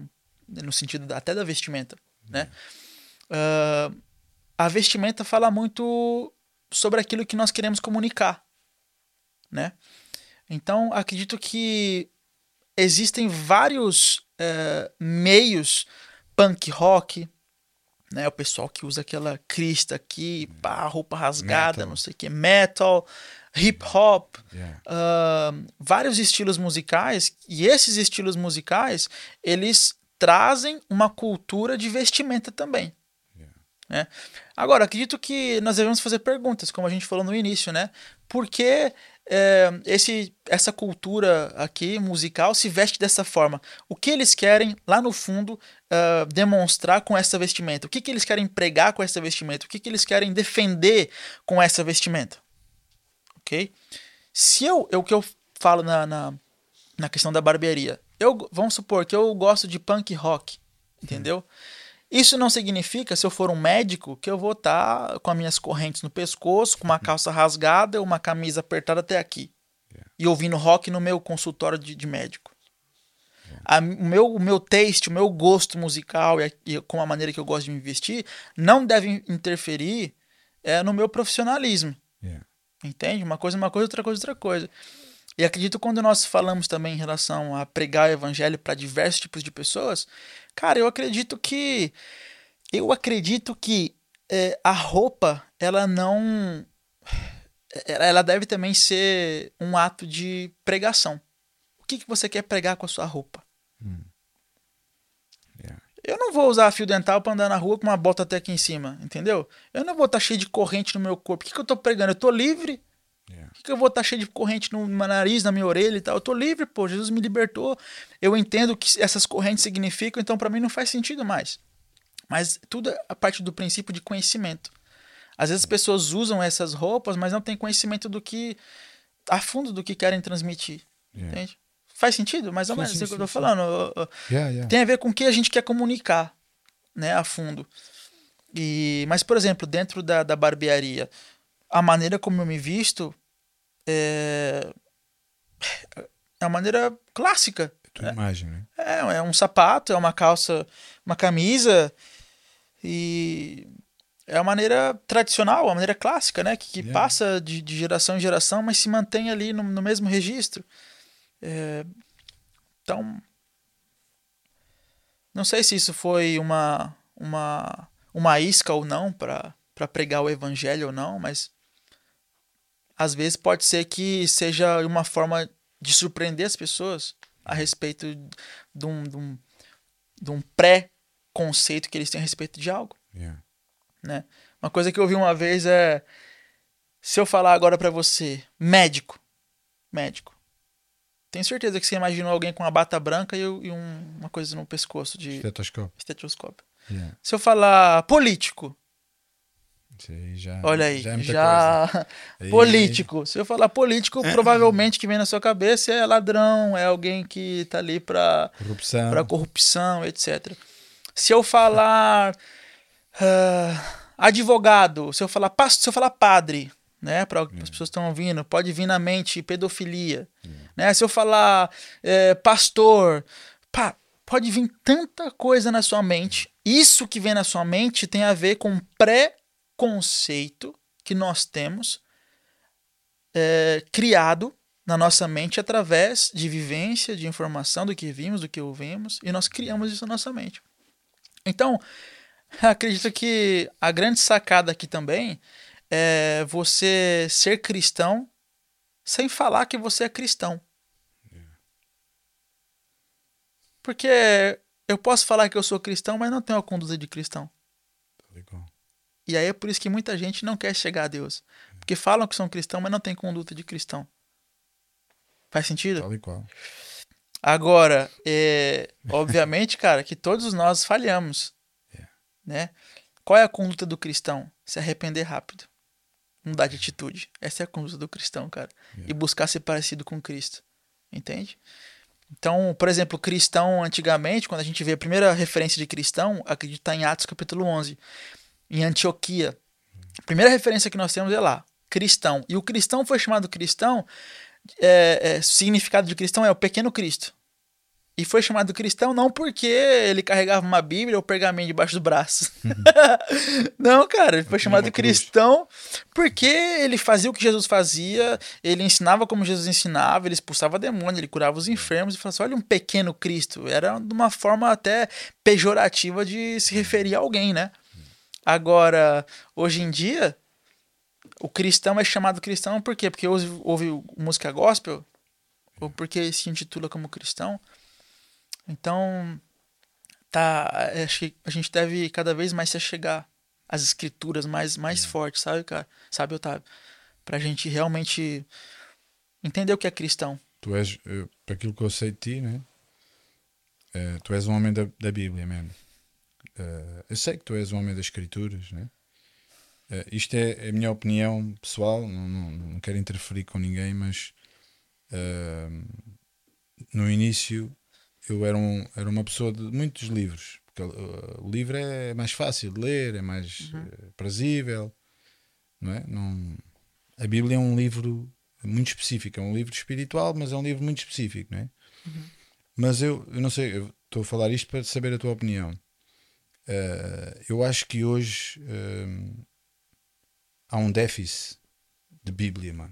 no sentido até da vestimenta, né? Uh, a vestimenta fala muito sobre aquilo que nós queremos comunicar, né? Então, acredito que existem vários uh, meios punk rock, né? O pessoal que usa aquela crista aqui, pá, roupa rasgada, metal. Não sei o que, metal, hip hop, yeah. uh, vários estilos musicais, e esses estilos musicais, eles trazem uma cultura de vestimenta também. Yeah. Né? Agora, acredito que nós devemos fazer perguntas, como a gente falou no início, né? Por que é, esse, essa cultura aqui musical se veste dessa forma? O que eles querem, lá no fundo, uh, demonstrar com essa vestimenta? O que, que eles querem pregar com essa vestimenta? O que, que eles querem defender com essa vestimenta? Ok? Se eu, eu, o que eu falo na, na, na questão da barbearia, eu, vamos supor que eu gosto de punk rock, entendeu? Hum. Isso não significa, se eu for um médico, que eu vou estar com as minhas correntes no pescoço, com uma calça rasgada, uma camisa apertada até aqui. Yeah. E ouvindo rock no meu consultório de, de médico. Yeah. A, o, meu, o meu taste, o meu gosto musical e, e com a maneira que eu gosto de me vestir, não deve interferir é, no meu profissionalismo. Yeah. Entende? Uma coisa é uma coisa, outra coisa é outra coisa. E acredito quando nós falamos também em relação a pregar o evangelho para diversos tipos de pessoas, cara, eu acredito que eu acredito que é, a roupa, ela não, ela deve também ser um ato de pregação. O que, que você quer pregar com a sua roupa? Hum. Yeah. Eu não vou usar fio dental para andar na rua com uma bota até aqui em cima, entendeu? Eu não vou estar cheio de corrente no meu corpo. O que, que eu estou pregando? Eu estou livre. Yeah. Por que eu vou estar cheio de corrente no meu nariz, na minha orelha e tal? Eu tô livre, pô. Jesus me libertou. Eu entendo o que essas correntes significam, então para mim não faz sentido mais. Mas tudo é a partir do princípio de conhecimento. Às vezes as pessoas usam essas roupas, mas não têm conhecimento do que, a fundo do que querem transmitir. Yeah. Entende? Faz sentido? Mais ou menos isso que eu tô falando. Yeah, yeah. Tem a ver com o que a gente quer comunicar, né, a fundo. E, mas, por exemplo, dentro da, da barbearia, a maneira como eu me visto é, é uma maneira clássica. É tua imagem, né? É, é um sapato, é uma calça, uma camisa, e é uma maneira tradicional, uma maneira clássica, né? Que, que yeah. passa de, de geração em geração, mas se mantém ali no, no mesmo registro. É, então, não sei se isso foi uma, uma, uma isca ou não para para pregar o evangelho ou não, mas às vezes pode ser que seja uma forma de surpreender as pessoas a respeito de um, de um, de um pré-conceito que eles têm a respeito de algo. Yeah. Né? Uma coisa que eu ouvi uma vez é, se eu falar agora para você, médico, médico, tenho certeza que você imaginou alguém com uma bata branca e, e um, uma coisa no pescoço de estetoscópio. estetoscópio. Yeah. Se eu falar político, Aí já, olha aí, já, é já... político. Se eu falar político, provavelmente que vem na sua cabeça é ladrão, é alguém que tá ali para corrupção. para corrupção, etcétera. Se eu falar uh, advogado, se eu falar pastor, se eu falar padre, né, para as pessoas que estão ouvindo, pode vir na mente pedofilia, yeah. né? Se eu falar é, pastor, pá, pode vir tanta coisa na sua mente. Isso que vem na sua mente tem a ver com pré conceito que nós temos é, criado na nossa mente através de vivência, de informação do que vimos, do que ouvimos, e nós criamos isso na nossa mente. Então, acredito que a grande sacada aqui também é você ser cristão sem falar que você é cristão. Porque eu posso falar que eu sou cristão, mas não tenho a conduta de cristão. Legal. E aí é por isso que muita gente não quer chegar a Deus. Porque falam que são cristãos, mas não tem conduta de cristão. Faz sentido? Tal e qual. Agora, é, obviamente, cara, que todos nós falhamos. Yeah. Né? Qual é a conduta do cristão? Se arrepender rápido. Mudar de atitude. Essa é a conduta do cristão, cara. Yeah. E buscar ser parecido com Cristo. Entende? Então, por exemplo, cristão antigamente, quando a gente vê a primeira referência de cristão, acredito que está em Atos capítulo onze. Em Antioquia. A primeira referência que nós temos é lá, cristão. E o cristão foi chamado cristão, é, é, significado de cristão é o pequeno Cristo. E foi chamado cristão não porque ele carregava uma Bíblia ou pergaminho debaixo do braço. Não, cara, ele foi chamado cristão porque ele fazia o que Jesus fazia, ele ensinava como Jesus ensinava, ele expulsava demônio, ele curava os enfermos e falava assim, olha um pequeno Cristo. Era de uma forma até pejorativa de se referir a alguém, né? Agora, hoje em dia, o cristão é chamado cristão por quê? Porque ouve, ouve música gospel? Ou porque se intitula como cristão? Então, tá, acho que a gente deve cada vez mais se achegar às escrituras mais, mais é. fortes, sabe, cara? Sabe, Otávio? Pra gente realmente entender o que é cristão. Tu és, para aquilo que eu sei de ti, né? Uh, tu és um homem da, da Bíblia mesmo. Uh, eu sei que tu és um homem das escrituras, né? Uh, isto é a minha opinião pessoal, não, não, não quero interferir com ninguém, mas uh, no início eu era, um, era uma pessoa de muitos livros, porque uh, o livro é mais fácil de ler, é mais uhum. uh, prazível, não é? Não, a Bíblia é um livro muito específico, é um livro espiritual, mas é um livro muito específico, não é? Uhum. Mas eu, eu não sei, eu estou a falar isto para saber a tua opinião. Uh, eu acho que hoje uh, há um déficit de Bíblia, mano,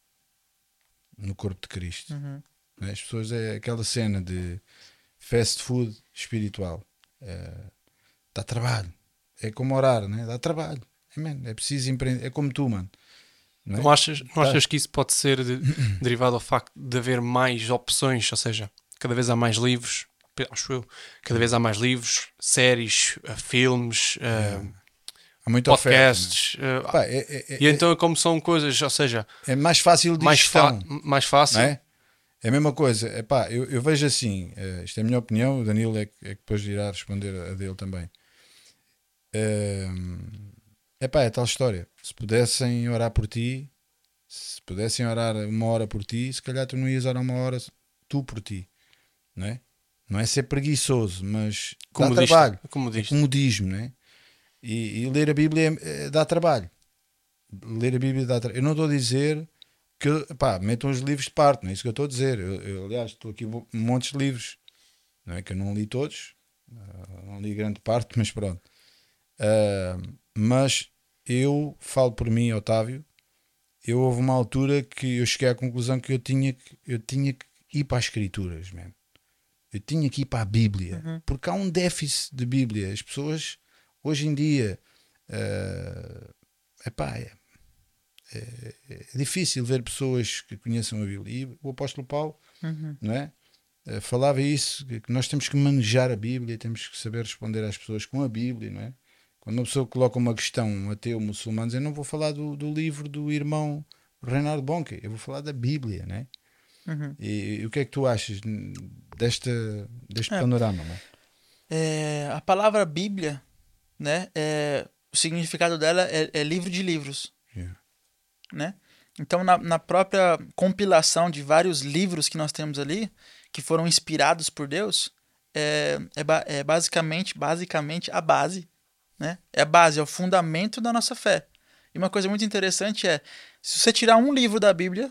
no corpo de Cristo. Uhum. As pessoas, é aquela cena de fast food espiritual, uh, dá trabalho, é como orar, né? Dá trabalho, é, man, é preciso empreender, é como tu, mano. Não, é? não, achas, não tá. achas que isso pode ser de, derivado ao facto de haver mais opções, ou seja, cada vez há mais livros, acho eu, cada vez há mais livros, séries, filmes, é. uh, há muita podcasts, oferta, uh, Pá, é, é, é, e então como são coisas, ou seja, é mais fácil de mais, gestão, fa- mais fácil, não é? É a mesma coisa, epá, eu, eu vejo assim, uh, isto é a minha opinião, o Danilo é que, é que depois irá responder a, a dele também. Uh, epá, é tal história, se pudessem orar por ti, se pudessem orar uma hora por ti, se calhar tu não ias orar uma hora tu por ti, não é? Não é ser preguiçoso, mas como dá diz, trabalho, como diz. É comodismo, não é? E, e ler a Bíblia é, é, dá trabalho, ler a Bíblia dá trabalho. Eu não estou a dizer que, pá, metam os livros de parte, não é isso que eu estou a dizer. Eu, eu, aliás, estou aqui com montes de livros, não é que eu não li todos, uh, não li grande parte, mas pronto. Uh, mas eu falo por mim, Otávio, eu houve uma altura que eu cheguei à conclusão que eu tinha que, eu tinha que ir para as escrituras, mesmo. Eu tinha que ir para a Bíblia, uhum. porque há um déficit de Bíblia. As pessoas, hoje em dia, uh, epá, é, É, é difícil ver pessoas que conheçam a Bíblia. E o apóstolo Paulo, uhum. não é? Uh, falava isso, que nós temos que manejar a Bíblia, temos que saber responder às pessoas com a Bíblia, não é? Quando uma pessoa coloca uma questão, um ateu, muçulmano, eu não vou falar do, do livro do irmão Reinhard Bonnke, eu vou falar da Bíblia, não é? Uhum. E, e o que é que tu achas desta, deste é, panorama? Não é? É, a palavra Bíblia, né? É, o significado dela é, é livro de livros. Yeah. Né? Então, na, na própria compilação de vários livros que nós temos ali, que foram inspirados por Deus, é, é, ba- é basicamente, basicamente a base, né? É a base, é o fundamento da nossa fé. E uma coisa muito interessante é, se você tirar um livro da Bíblia,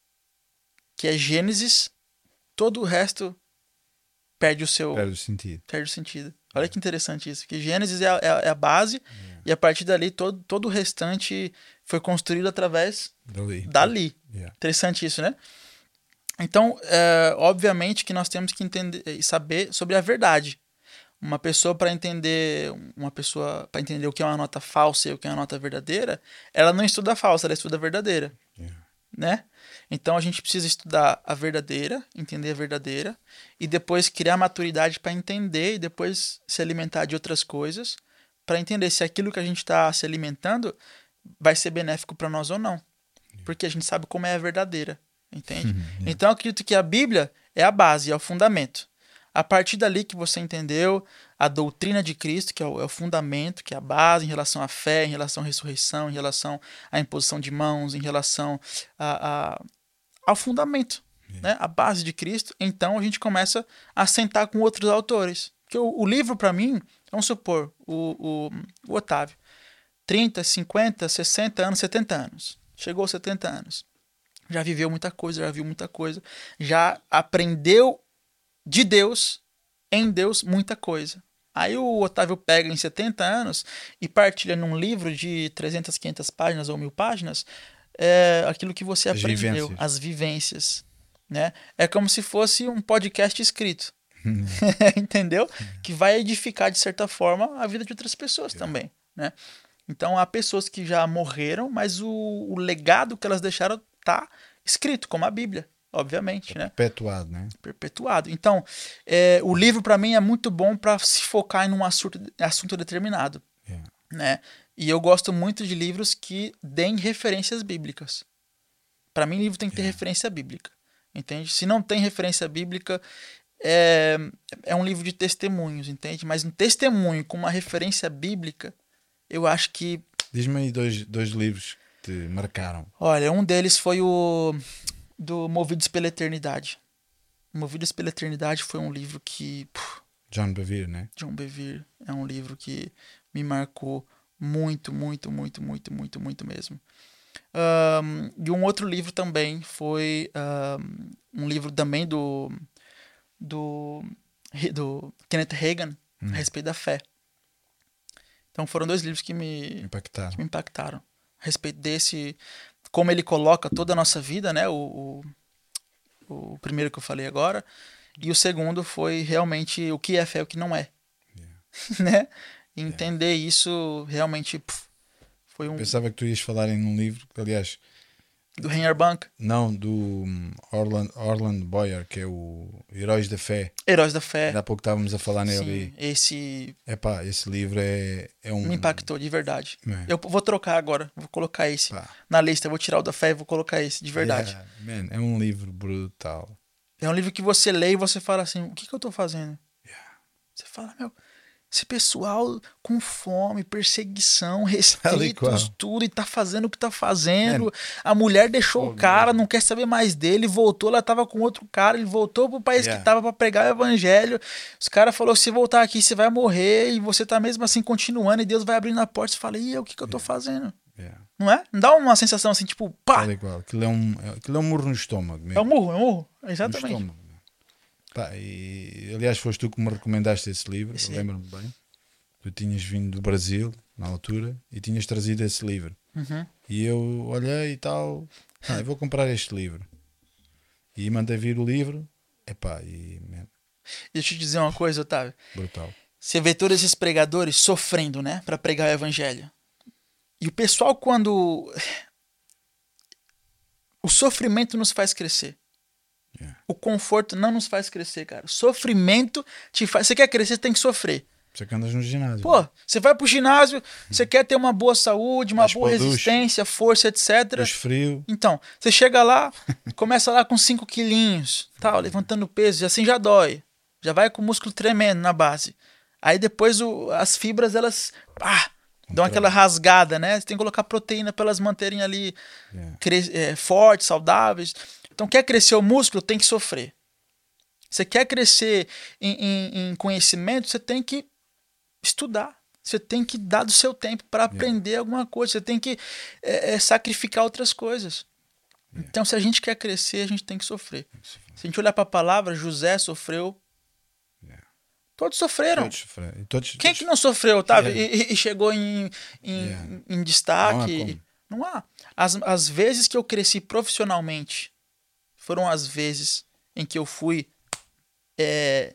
que é Gênesis, todo o resto perde o seu... Perde o sentido. Perde o sentido. Olha que interessante isso, que Gênesis é a, é a base, yeah. e a partir dali todo, todo o restante foi construído através dali. dali. Yeah. Interessante isso, né? Então, é, obviamente que nós temos que entender e saber sobre a verdade. Uma pessoa para entender, uma pessoa para entender o que é uma nota falsa e o que é uma nota verdadeira, ela não estuda a falsa, ela estuda a verdadeira. Yeah. Né? Então a gente precisa estudar a verdadeira, entender a verdadeira, e depois criar maturidade para entender e depois se alimentar de outras coisas, para entender se aquilo que a gente está se alimentando vai ser benéfico para nós ou não. Yeah. Porque a gente sabe como é a verdadeira, entende? Yeah. Então eu acredito que a Bíblia é a base, é o fundamento. A partir dali que você entendeu a doutrina de Cristo, que é o, é o fundamento, que é a base em relação à fé, em relação à ressurreição, em relação à imposição de mãos, em relação a, a, ao fundamento, yeah. né? A base de Cristo, então a gente começa a sentar com outros autores. Porque o, o livro, para mim, vamos supor, o, o, o Otávio, trinta, cinquenta, sessenta anos, setenta anos. Chegou aos setenta anos. Já viveu muita coisa, já viu muita coisa, já aprendeu de Deus, em Deus, muita coisa. Aí o Otávio pega em setenta anos e partilha num livro de trezentas, quinhentas páginas ou mil páginas é, aquilo que você As aprendeu, vivências. as vivências. Né? É como se fosse um podcast escrito. Entendeu? Que vai edificar, de certa forma, a vida de outras pessoas Yeah. também. Né? Então há pessoas que já morreram, mas o, o legado que elas deixaram tá escrito, como a Bíblia, obviamente, né? Perpetuado, né? Perpetuado. Então, é, o livro para mim é muito bom para se focar em um assunto, assunto determinado, Yeah. né? E eu gosto muito de livros que deem referências bíblicas. Para mim, livro tem que ter Yeah. referência bíblica, entende? Se não tem referência bíblica, é, é um livro de testemunhos, entende? Mas um testemunho com uma referência bíblica, eu acho que... Diz-me aí dois, dois livros que te marcaram. Olha, um deles foi o do Movidos pela Eternidade. Movidos pela Eternidade foi um livro que... Puf, John Bevere, né? John Bevere é um livro que me marcou muito, muito, muito, muito, muito, muito mesmo. Um, e um outro livro também foi um, um livro também do, do, do Kenneth Hagin, Hum. a respeito da fé. Então foram dois livros que me, Impactaram. que me impactaram. A respeito desse, como ele coloca toda a nossa vida, né? O, o, o primeiro que eu falei agora. E o segundo foi realmente o que é fé e o que não é. Yeah. Né? E entender isso realmente puf, foi um... Pensava que tu ias falar em um livro, aliás, Do Reinhard Bank, não, do hum, Orland, Orland Boyer, que é o Heróis da Fé. Heróis da Fé. Ainda há pouco estávamos a falar nele Sim, aí. esse Epá, esse livro é, é um... me impactou de verdade. Man. Eu vou trocar agora, vou colocar esse Pá. na lista, eu vou tirar o da fé e vou colocar esse, de verdade. Yeah, man, é um livro brutal. É um livro que você lê e você fala assim, o que, que eu tô fazendo? Yeah. Você fala, meu, esse pessoal com fome, perseguição, Tal e restritos, qual. tudo, e tá fazendo o que tá fazendo. Man. A mulher deixou Fogo o cara, mesmo. não quer saber mais dele, voltou, ela tava com outro cara, ele voltou pro país Yeah. que tava pra pregar o evangelho. Os caras falaram, se voltar aqui, você vai morrer, e você tá mesmo assim continuando, e Deus vai abrindo a porta, você fala, e o que que eu tô fazendo? Yeah. Não é? Não dá uma sensação assim, tipo, pá, Tal e qual. Aquilo é um, aquilo é um murro no estômago mesmo. é um murro, é um murro. No Exatamente. estômago. Né? Pá, e, aliás, foste tu que me recomendaste esse livro, Esse eu lembro-me bem. Tu tinhas vindo do Brasil, na altura, e tinhas trazido esse livro. Uhum. E eu olhei e tal, ah, eu vou comprar este livro. E mandei vir o livro, epá, e man, Deixa eu te dizer uma coisa, Otávio. brutal. Você vê todos esses pregadores sofrendo, né, para pregar o evangelho. E o pessoal, quando o sofrimento nos faz crescer. Yeah. O conforto não nos faz crescer, cara. O sofrimento te faz. Você quer crescer, você tem que sofrer. Você que andas no ginásio. Pô, você vai pro ginásio, você quer ter uma boa saúde, uma Vais boa para o duche. resistência, força, etcétera. Deus frio. Então, você chega lá, começa lá com cinco quilinhos, tal, levantando peso, e assim já dói. Já vai com o músculo tremendo na base. Aí depois o, as fibras, elas pá, dão aquela rasgada, né? Você tem que colocar proteína para elas manterem ali Yeah. cre- é, fortes, saudáveis. Então, quer crescer o músculo, tem que sofrer. Você quer crescer em, em- em conhecimento, você tem que estudar. Você tem que dar do seu tempo para aprender alguma coisa. Você tem que é, é, sacrificar outras coisas. Então, se a gente quer crescer, a gente tem que sofrer. Se a gente olhar para a palavra, José sofreu. Yeah. Todos sofreram. Todos sofreram. E todos- Quem é que todos- não sofreu, Otávio? Yeah. E, e chegou em, em, Yeah. em Não há destaque? como. Não há. As, as vezes que eu cresci profissionalmente foram as vezes em que eu fui. É,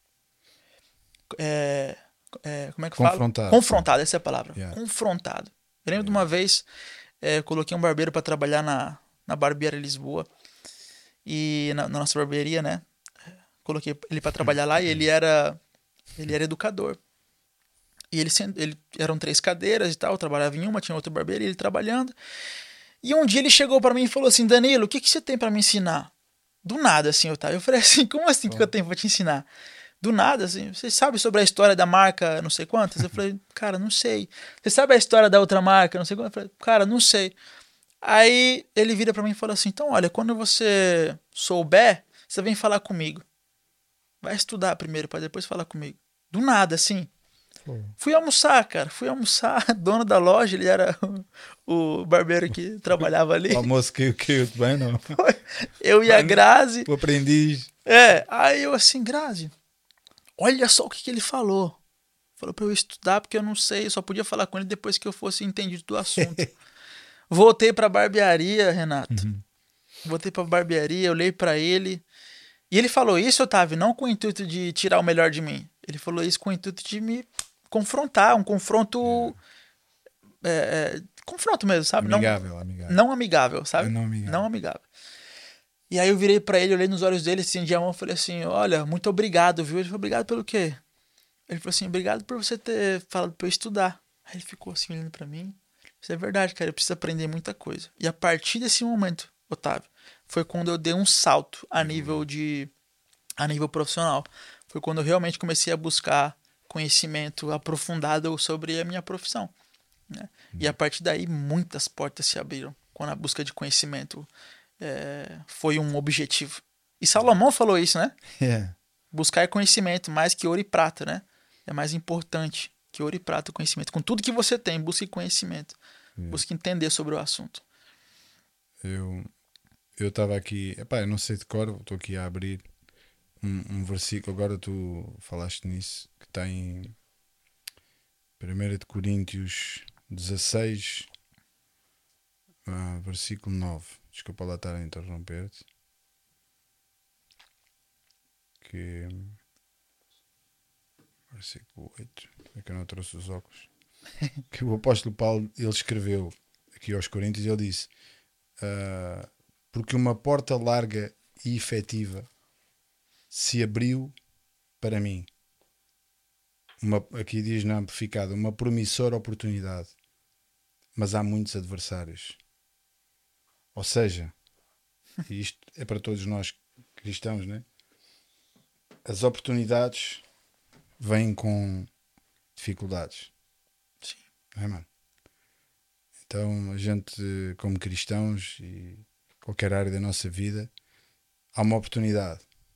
é, é, como é que fala? Confrontado. Confrontado, essa é a palavra. Yeah. Confrontado. Eu lembro de uma vez, é, eu coloquei um barbeiro para trabalhar na, na barbearia Lisboa. E na, na nossa barbearia, né? Coloquei ele para trabalhar lá e ele era, ele era educador. E ele, sen- ele eram três cadeiras e tal, eu trabalhava em uma, tinha outra barbearia, ele trabalhando. E um dia ele chegou para mim e falou assim: Danilo, o que, que você tem para me ensinar? Do nada, assim, eu tava. Eu falei assim: como assim que eu tenho pra te ensinar? Do nada, assim, você sabe sobre a história da marca não sei quantas? Eu falei, cara, não sei. Você sabe a história da outra marca não sei quantas? Eu falei, cara, não sei. Aí ele vira pra mim e fala assim: então, olha, quando você souber, você vem falar comigo. Vai estudar primeiro pra depois falar comigo. Do nada, assim. Pô. Fui almoçar, cara. Fui almoçar. Dono da loja, ele era o, o barbeiro que trabalhava ali. O almoço caiu, caiu bem, não? Eu e a Grazi. O aprendiz. É, aí eu assim, Grazi, olha só o que, que ele falou. Falou pra eu estudar, porque eu não sei, eu só podia falar com ele depois que eu fosse entendido do assunto. Voltei pra barbearia, Renato. Uhum. Voltei pra barbearia, eu olhei pra ele. E ele falou isso, Otávio, não com o intuito de tirar o melhor de mim. Ele falou isso com o intuito de me confrontar, um confronto... É, é, confronto mesmo, sabe? Amigável, não, amigável. Não amigável, sabe? É não amigável. Não amigável. E aí eu virei pra ele, olhei nos olhos dele, assim, de a mão, falei assim, olha, muito obrigado, viu? Ele falou, obrigado pelo quê? Ele falou assim, obrigado por você ter falado pra eu estudar. Aí ele ficou assim, olhando pra mim. Isso é verdade, cara, eu preciso aprender muita coisa. E a partir desse momento, Otávio, foi quando eu dei um salto a nível de... a nível profissional. Foi quando eu realmente comecei a buscar conhecimento aprofundado sobre a minha profissão, né? E a partir daí, muitas portas se abriram. Quando a busca de conhecimento é, foi um objetivo. E Salomão falou isso, né? Yeah. Buscar conhecimento mais que ouro e prata, né? É mais importante que ouro e prata o conhecimento. Com tudo que você tem, busque conhecimento. Yeah. Busque entender sobre o assunto. Eu eu estava aqui, epá, eu não sei de cor, estou aqui a abrir um, um versículo, agora tu falaste nisso, que está em primeira de Coríntios dezasseis, ah, versículo nove. Desculpa lá estar a interromper-te. Que versículo oito. É que eu não trouxe os óculos. Que o apóstolo Paulo, ele escreveu aqui aos Coríntios, ele disse: uh, porque uma porta larga e efetiva se abriu para mim. Uma, aqui diz na amplificada, uma promissora oportunidade, mas há muitos adversários. Ou seja, e isto é para todos nós cristãos, né? As oportunidades vêm com dificuldades. Sim. Não é, mano? Então, a gente, como cristãos e qualquer área da nossa vida, há uma oportunidade.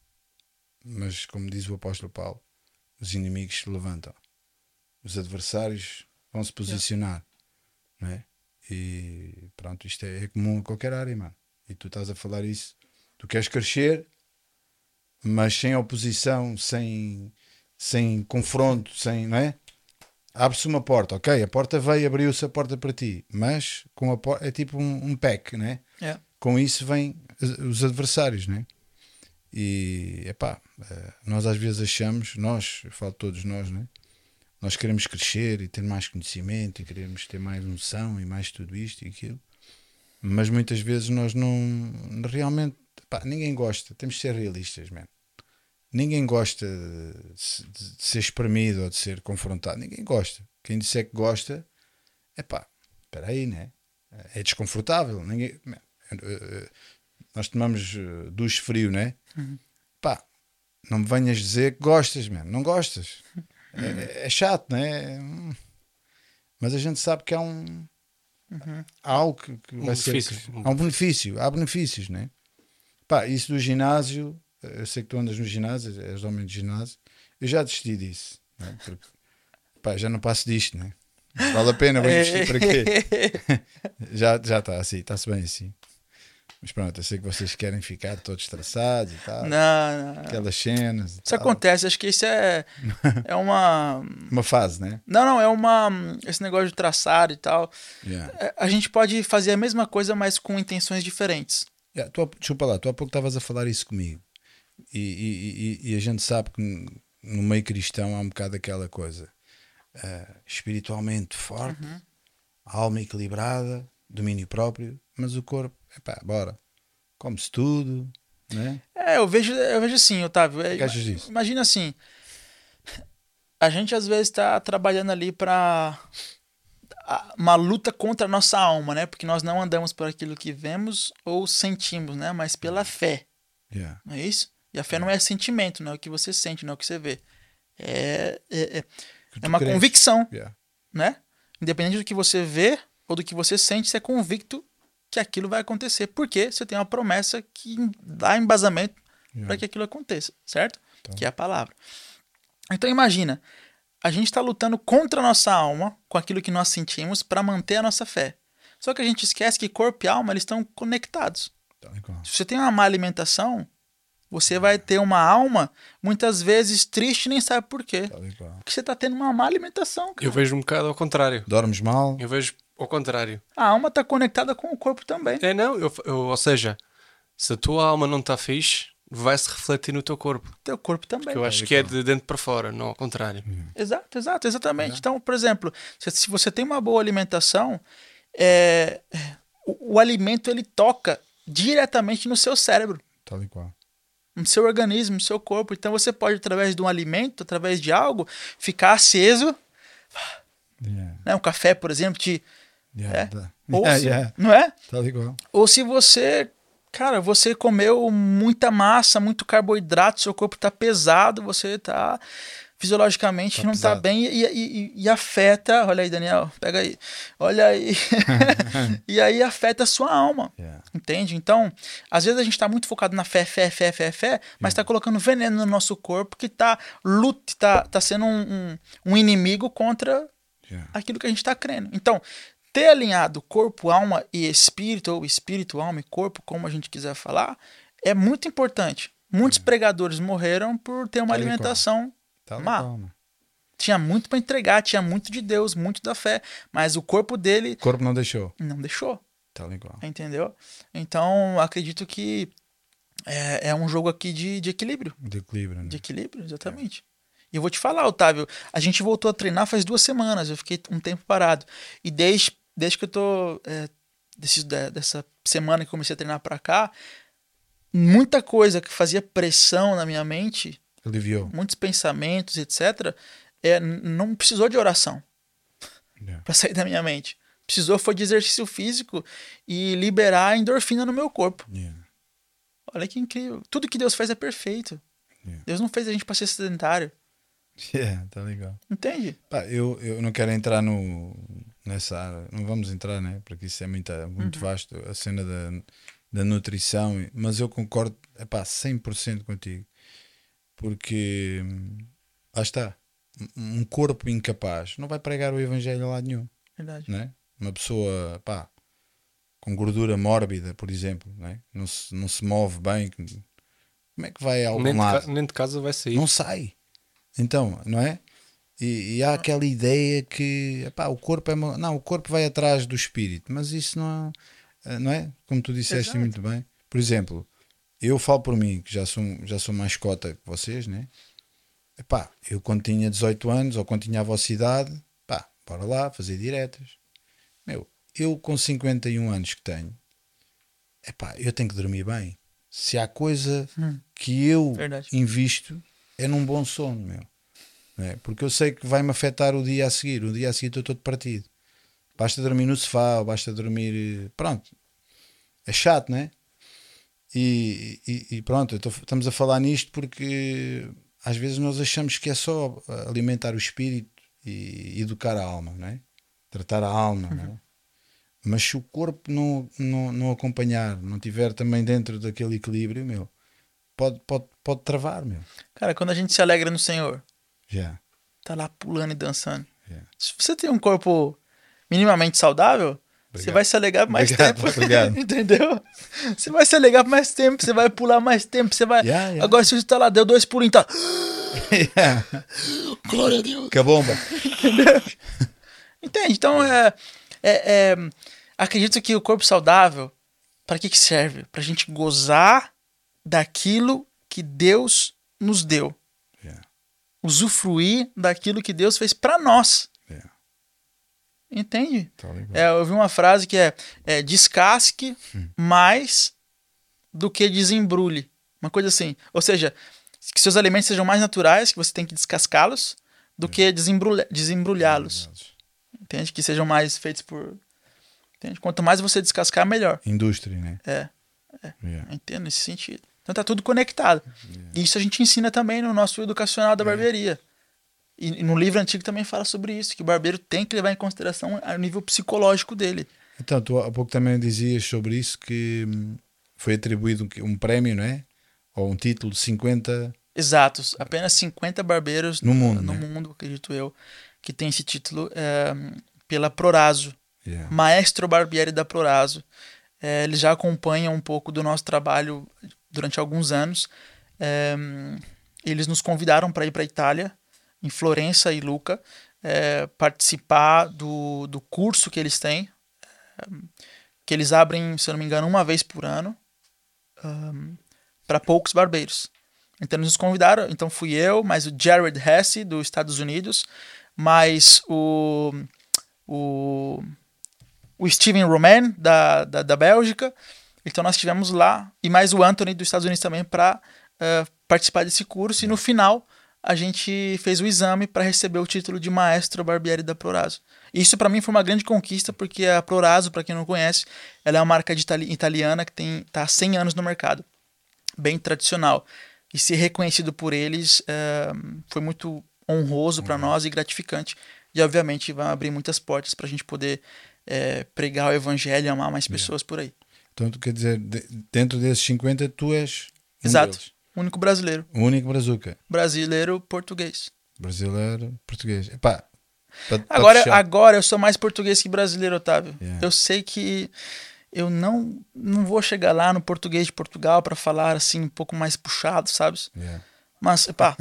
Mas, como diz o apóstolo Paulo, os inimigos se levantam. Os adversários vão se posicionar. Não é? E pronto, isto é, é comum a qualquer área, mano. E tu estás a falar isso. Tu queres crescer, mas sem oposição, sem, sem confronto, sem, não é? Abre-se uma porta, ok, a porta veio, abriu-se a porta para ti, mas com a porta é tipo um, um pack, né? É. Com isso vêm os adversários, né? E epá, nós às vezes achamos, nós, eu falo todos nós, né? Nós queremos crescer e ter mais conhecimento e queremos ter mais unção e mais tudo isto e aquilo, mas muitas vezes nós não realmente, epá, ninguém gosta, temos de ser realistas, man. Ninguém gosta de, de ser espremido ou de ser confrontado. Ninguém gosta. Quem disser que gosta, é pá, espera aí, né? É desconfortável. Ninguém, nós tomamos duche frio, né? Uhum. Pá, não me venhas dizer que gostas, man. Não gostas. É, é chato, né? Mas a gente sabe que há um. Uhum. Há algo que, que Um vai ser. benefício. Há um benefício. Há benefícios, né? Pá, isso do ginásio. Eu sei que tu andas no ginásio, és homem de ginásio. Eu já desisti disso, né? Porque pá, já não passo disto, né? Vale a pena, vou investir para quê? já já está assim, está-se bem assim. Mas pronto, eu sei que vocês querem ficar todos traçados e tal. Não, não. Aquelas cenas. E Isso tal. acontece, acho que isso é, é uma. Uma fase, né? Não, não, é uma. Esse negócio de traçar e tal. Yeah. A gente pode fazer a mesma coisa, mas com intenções diferentes. Yeah, tu, desculpa lá, tu há pouco estavas a falar isso comigo. E, e, e, e a gente sabe que no meio cristão há um bocado aquela coisa uh, espiritualmente forte, uhum. Alma equilibrada, domínio próprio, mas o corpo, epá, bora, come-se tudo, né? É, eu vejo, eu vejo assim, Otávio. É, que achas disso? Imagina assim, a gente às vezes está trabalhando ali para uma luta contra a nossa alma, né? Porque nós não andamos por aquilo que vemos ou sentimos, né? Mas pela fé, yeah. não é isso? E a fé não é sentimento, não é o que você sente, não é o que você vê. É, é, é, é uma crees. convicção, Yeah. né? Independente do que você vê ou do que você sente, você é convicto que aquilo vai acontecer. Porque você tem uma promessa que dá embasamento Yeah. para que aquilo aconteça, certo? Então. Que é a palavra. Então imagina, a gente está lutando contra a nossa alma, com aquilo que nós sentimos, para manter a nossa fé. Só que a gente esquece que corpo e alma eles estão conectados. Tal e qual. Se você tem uma má alimentação, você vai ter uma alma, muitas vezes, triste e nem sabe por quê. Tal e qual. Porque você está tendo uma má alimentação, cara. Eu vejo um bocado ao contrário. Dormes mal? Eu vejo ao contrário. A alma está conectada com o corpo também. É, não, eu, eu- ou seja, se a tua alma não está fixe, vai-se refletir no teu corpo. Teu corpo também. Que eu acho que é de dentro para fora, não ao contrário. Exato, exato, exatamente. Então, por exemplo, se, se você tem uma boa alimentação, é, o, o alimento ele toca diretamente no seu cérebro, Tal e qual. no seu organismo, no seu corpo. Então você pode, através de um alimento, através de algo, ficar aceso, Yeah. né? Um café, por exemplo, te, Yeah, É. dá. ou Yeah, se- yeah. não é? Tal e qual. Ou se você, cara, você comeu muita massa, muito carboidrato, seu corpo tá pesado, você tá fisiologicamente Tá não tá pesado. bem e, e- e afeta, olha aí, Daniel, pega aí, olha aí, e aí afeta a sua alma. Yeah. Entende? Então, às vezes a gente está muito focado na fé, fé, fé, fé, fé, mas está colocando veneno no nosso corpo que está luta, tá, tá sendo um, um, um inimigo contra Yeah. aquilo que a gente está crendo. Então, ter alinhado corpo, alma e espírito, ou espírito, alma e corpo, como a gente quiser falar, é muito importante. Muitos pregadores morreram por ter uma Tal e qual. alimentação Tal e má. qual, mano. Tinha muito para entregar, tinha muito de Deus, muito da fé, mas o corpo dele O corpo não deixou. não deixou. Tal e qual. Entendeu? Então, acredito que é, é um jogo aqui de, de equilíbrio. De equilíbrio, né? De equilíbrio, exatamente. E eu vou te falar, Otávio, a gente voltou a treinar faz duas semanas, eu fiquei um tempo parado. E desde, desde que eu tô, é, desse, da- dessa semana que comecei a treinar pra cá, muita coisa que fazia pressão na minha mente, Aliviou. muitos pensamentos, etcétera, é, n- não precisou de oração Yeah. pra sair da minha mente. Precisou foi de exercício físico e liberar a endorfina no meu corpo. Yeah. Olha que incrível. Tudo que Deus faz é perfeito. Yeah. Deus não fez a gente pra ser sedentário. Yeah, tá legal. Entende? Pá, eu, eu não quero entrar no, nessa área, não vamos entrar, né? Porque isso é muito, muito vasto, a cena da, da nutrição, mas eu concordo epá, cem por cento contigo, porque hum, lá está, um um corpo incapaz não vai pregar o evangelho a lado nenhum, Verdade. né? Uma pessoa pá, com gordura mórbida, por exemplo, né? não, se, não se move bem, como é que vai a algum Nem de, lado? ca- nem de casa vai sair. Não sai. Então, não é? E, e há aquela ideia que epá, o corpo é uma... não, o corpo vai atrás do espírito, mas isso não é, não é? Como tu disseste Exato. muito bem. Por exemplo, eu falo por mim, que já sou, já sou mais cota que vocês, né? Epá, eu quando tinha dezoito anos ou quando tinha a vossa idade, pá, bora lá fazer diretas. Meu, eu com cinquenta e um anos que tenho, epá, eu tenho que dormir bem. Se há coisa Hum. que eu Verdade. invisto é num bom sono, meu. Não é? Porque eu sei que vai-me afetar o dia a seguir. O dia a seguir estou todo partido. Basta dormir no sofá, ou basta dormir. Pronto. É chato, não é? E, e, e pronto, eu tô- estamos a falar nisto porque às vezes nós achamos que é só alimentar o espírito e educar a alma, não é? Tratar a alma, não é? Mas se o corpo não, não, não acompanhar, não estiver também dentro daquele equilíbrio, meu, pode, pode, pode travar, meu. Cara, quando a gente se alegra no Senhor, Já. tá lá pulando e dançando. Yeah. Se você tem um corpo minimamente saudável, você Obrigado. vai se alegrar por mais Obrigado, tempo. obrigado. Entendeu? Você vai se alegrar por mais tempo, você vai pular mais tempo, você vai. Yeah, yeah. Agora, se você tá lá, deu dois pulinhos, tá. Yeah. Glória a Deus. Que a bomba. Entende? Então, é, é, é, acredito que o corpo saudável, para que, que serve? Pra gente gozar daquilo que Deus nos deu. Yeah. Usufruir daquilo que Deus fez para nós. Yeah. Entende? Tá legal. É, eu ouvi uma frase que é, é descasque mais do que desembrulhe. Uma coisa assim. Ou seja, que seus alimentos sejam mais naturais, que você tem que descascá-los, do que desembrulha- desembrulhá-los. Entende? Que sejam mais feitos por... Entende? Quanto mais você descascar, melhor. Indústria, né? É, Yeah. entendo nesse sentido. Então tá tudo conectado. E isso a gente ensina também no nosso educacional da barbearia. E, e no livro antigo também fala sobre isso, que o barbeiro tem que levar em consideração o nível psicológico dele. Então, tu há pouco também dizias sobre isso que hum, foi atribuído um, um prémio, não é? Ou um título de cinquenta Exatos. Apenas cinquenta barbeiros No mundo, no né? mundo, acredito eu, que tem esse título é, pela Proraso. Yeah. Maestro Barbieri da Proraso. É, eles já acompanham um pouco do nosso trabalho durante alguns anos. É, eles nos convidaram para ir para a Itália, em Florença e Lucca, é, participar do, do curso que eles têm, é, que eles abrem, se eu não me engano, uma vez por ano, um, para poucos barbeiros. Então eles nos convidaram, então fui eu, mais o Jared Hesse, dos Estados Unidos, mais o, o, o Steven Roman, da, da, da Bélgica. Então nós estivemos lá, e mais o Anthony, dos Estados Unidos também, para uh, participar desse curso, e no final a gente fez o exame para receber o título de Maestro Barbieri da Proraso. Isso para mim foi uma grande conquista, porque a Proraso, para quem não conhece, ela é uma marca de itali- italiana que está há cem anos no mercado, bem tradicional. E ser reconhecido por eles uh, foi muito honroso para nós e gratificante. E obviamente vai abrir muitas portas para a gente poder uh, pregar o evangelho e amar mais pessoas por aí. Então, tu quer dizer, de- dentro desses cinquenta, tu és um Exato. deles. O único brasileiro. O único brazuca. Brasileiro português. Brasileiro, português. Epá, pra- pra Agora, fechar. agora eu sou mais português que brasileiro, Otávio. Yeah. Eu sei que eu não, não vou chegar lá no português de Portugal para falar assim um pouco mais puxado, sabes? Yeah. Mas, pá,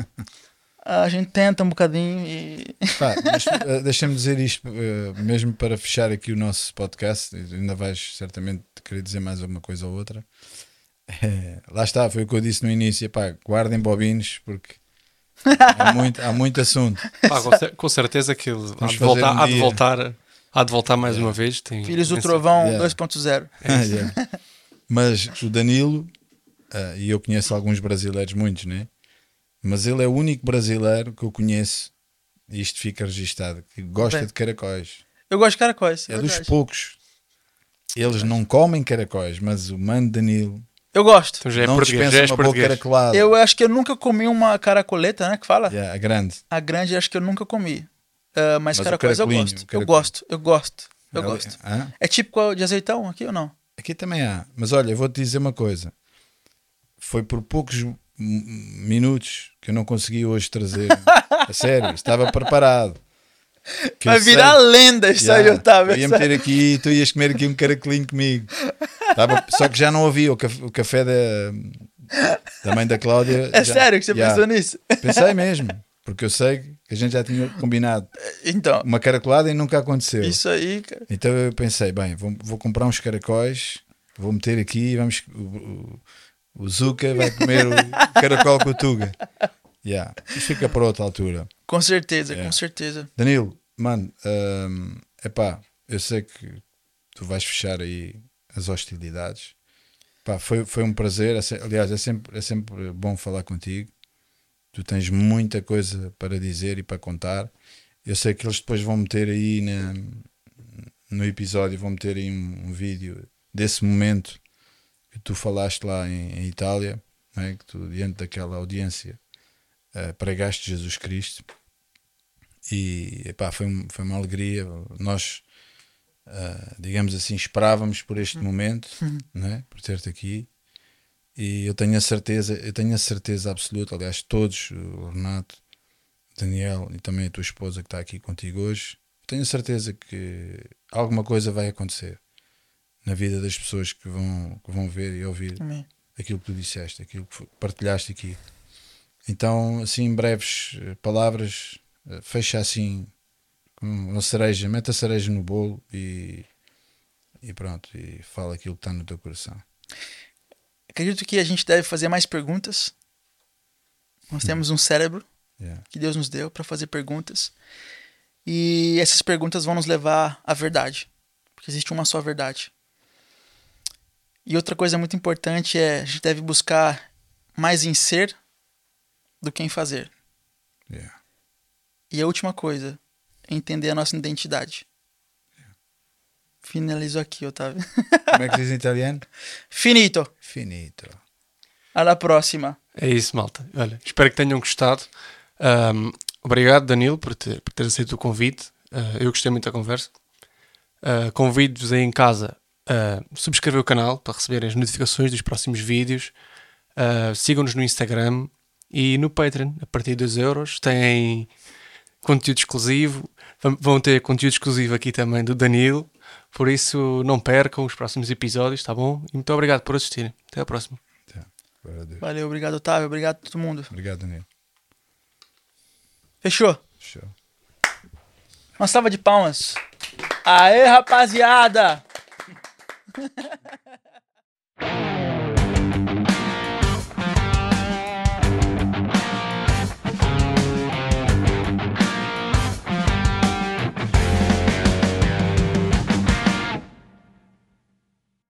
a gente tenta um bocadinho e... Pá, mas, uh, deixa-me dizer isto, uh, mesmo para fechar aqui o nosso podcast, ainda vais certamente querer dizer mais uma coisa ou outra. É, lá está, foi o que eu disse no início, pá, guardem bobinos porque há muito, há muito assunto. Pá, com, cer- com certeza que ele há Vamos de, fazer voltar, um há de dia. voltar, há de voltar mais Yeah. uma vez. Tem, Filhos do tem- Trovão Yeah. dois ponto zero. Yeah. Mas o Danilo, uh, e eu conheço alguns brasileiros, muitos, né? Mas ele é o único brasileiro que eu conheço, e isto fica registado, que gosta Bem. de caracóis. Eu gosto de caracóis, é É dos verdade. poucos. Eles não comem caracóis, mas o mano Danilo Eu gosto. Então já é não português. dispensa Já és uma boa português. caracolada. Eu acho que eu nunca comi uma caracoleta, né, que fala? Yeah, a grande. A grande acho que eu nunca comi. Ah, mas, Mas o caracóis eu caracolinho, gosto. o Eu caracolinho. gosto, eu gosto, eu Ali- gosto. Hã? É tipo de azeitão aqui ou não? Aqui também há. Mas olha, eu vou-te dizer uma coisa. Foi por poucos m- minutos que eu não consegui hoje trazer. A sério, estava preparado. Que eu Vai virar sei- lenda isso aí, Yeah, Otávio. eu ia meter aqui e tu ias comer aqui um caracolinho comigo. Tava- só que já não havia o café, o café da, da mãe da Cláudia. É já- sério que você Yeah. pensou nisso? Pensei mesmo, porque eu sei que a gente já tinha combinado Então, uma caracolada e nunca aconteceu. isso aí, cara. Então eu pensei, bem, vou, vou comprar uns caracóis, vou meter aqui e vamos. O, o, o Zuka vai comer o caracol com o Tuga. Yeah. Isso fica para outra altura. Com certeza, Yeah. com certeza. Danilo, mano, hum, epá, eu sei que tu vais fechar aí as hostilidades. Pá, foi, foi um prazer. é se- Aliás, é sempre, é sempre bom falar contigo. Tu tens muita coisa para dizer e para contar. Eu sei que eles depois vão meter aí na, no episódio, vão meter aí um, um vídeo desse momento que tu falaste lá em, em Itália, não é? Que tu, diante daquela audiência, uh, pregaste Jesus Cristo. E epá, foi, um- foi uma alegria. Nós, uh, digamos assim, esperávamos por este momento, não é? Por ter-te aqui. E eu tenho a certeza, eu tenho a certeza absoluta, aliás, todos, o Renato, o Daniel e também a tua esposa que está aqui contigo hoje, tenho a certeza que alguma coisa vai acontecer na vida das pessoas que vão, que vão ver e ouvir Amém. aquilo que tu disseste, aquilo que partilhaste aqui. Então, assim, em breves eh, palavras, eh, fecha assim com uma cereja, mete a cereja no bolo e, e pronto, e fala aquilo que está no teu coração. Acredito que a gente deve fazer mais perguntas. Nós temos um cérebro Yeah. que Deus nos deu para fazer perguntas. E essas perguntas vão nos levar à verdade. Porque existe uma só verdade. E outra coisa muito importante é a gente deve buscar mais em ser do que em fazer. Yeah. E a última coisa é entender a nossa identidade. Finalizo aqui, Otávio. Como é que diz em italiano? Finito. Finito. Alla próxima. É isso, malta. Olha, espero que tenham gostado. Um, obrigado, Danilo, por ter, por ter aceito o convite. Uh, eu gostei muito da conversa. Uh, Convido-vos aí em casa a subscrever o canal para receberem as notificações dos próximos vídeos. Uh, sigam-nos no Instagram, E no Patreon, a partir de dois euros, têm conteúdo exclusivo. Vão ter conteúdo exclusivo aqui também do Danilo. Por isso, não percam os próximos episódios, tá bom? E muito obrigado por assistirem. Até a próxima. Valeu, obrigado, Otávio. Obrigado a todo mundo. Obrigado, Danilo. Fechou? Show. Uma salva de palmas. Aê, rapaziada!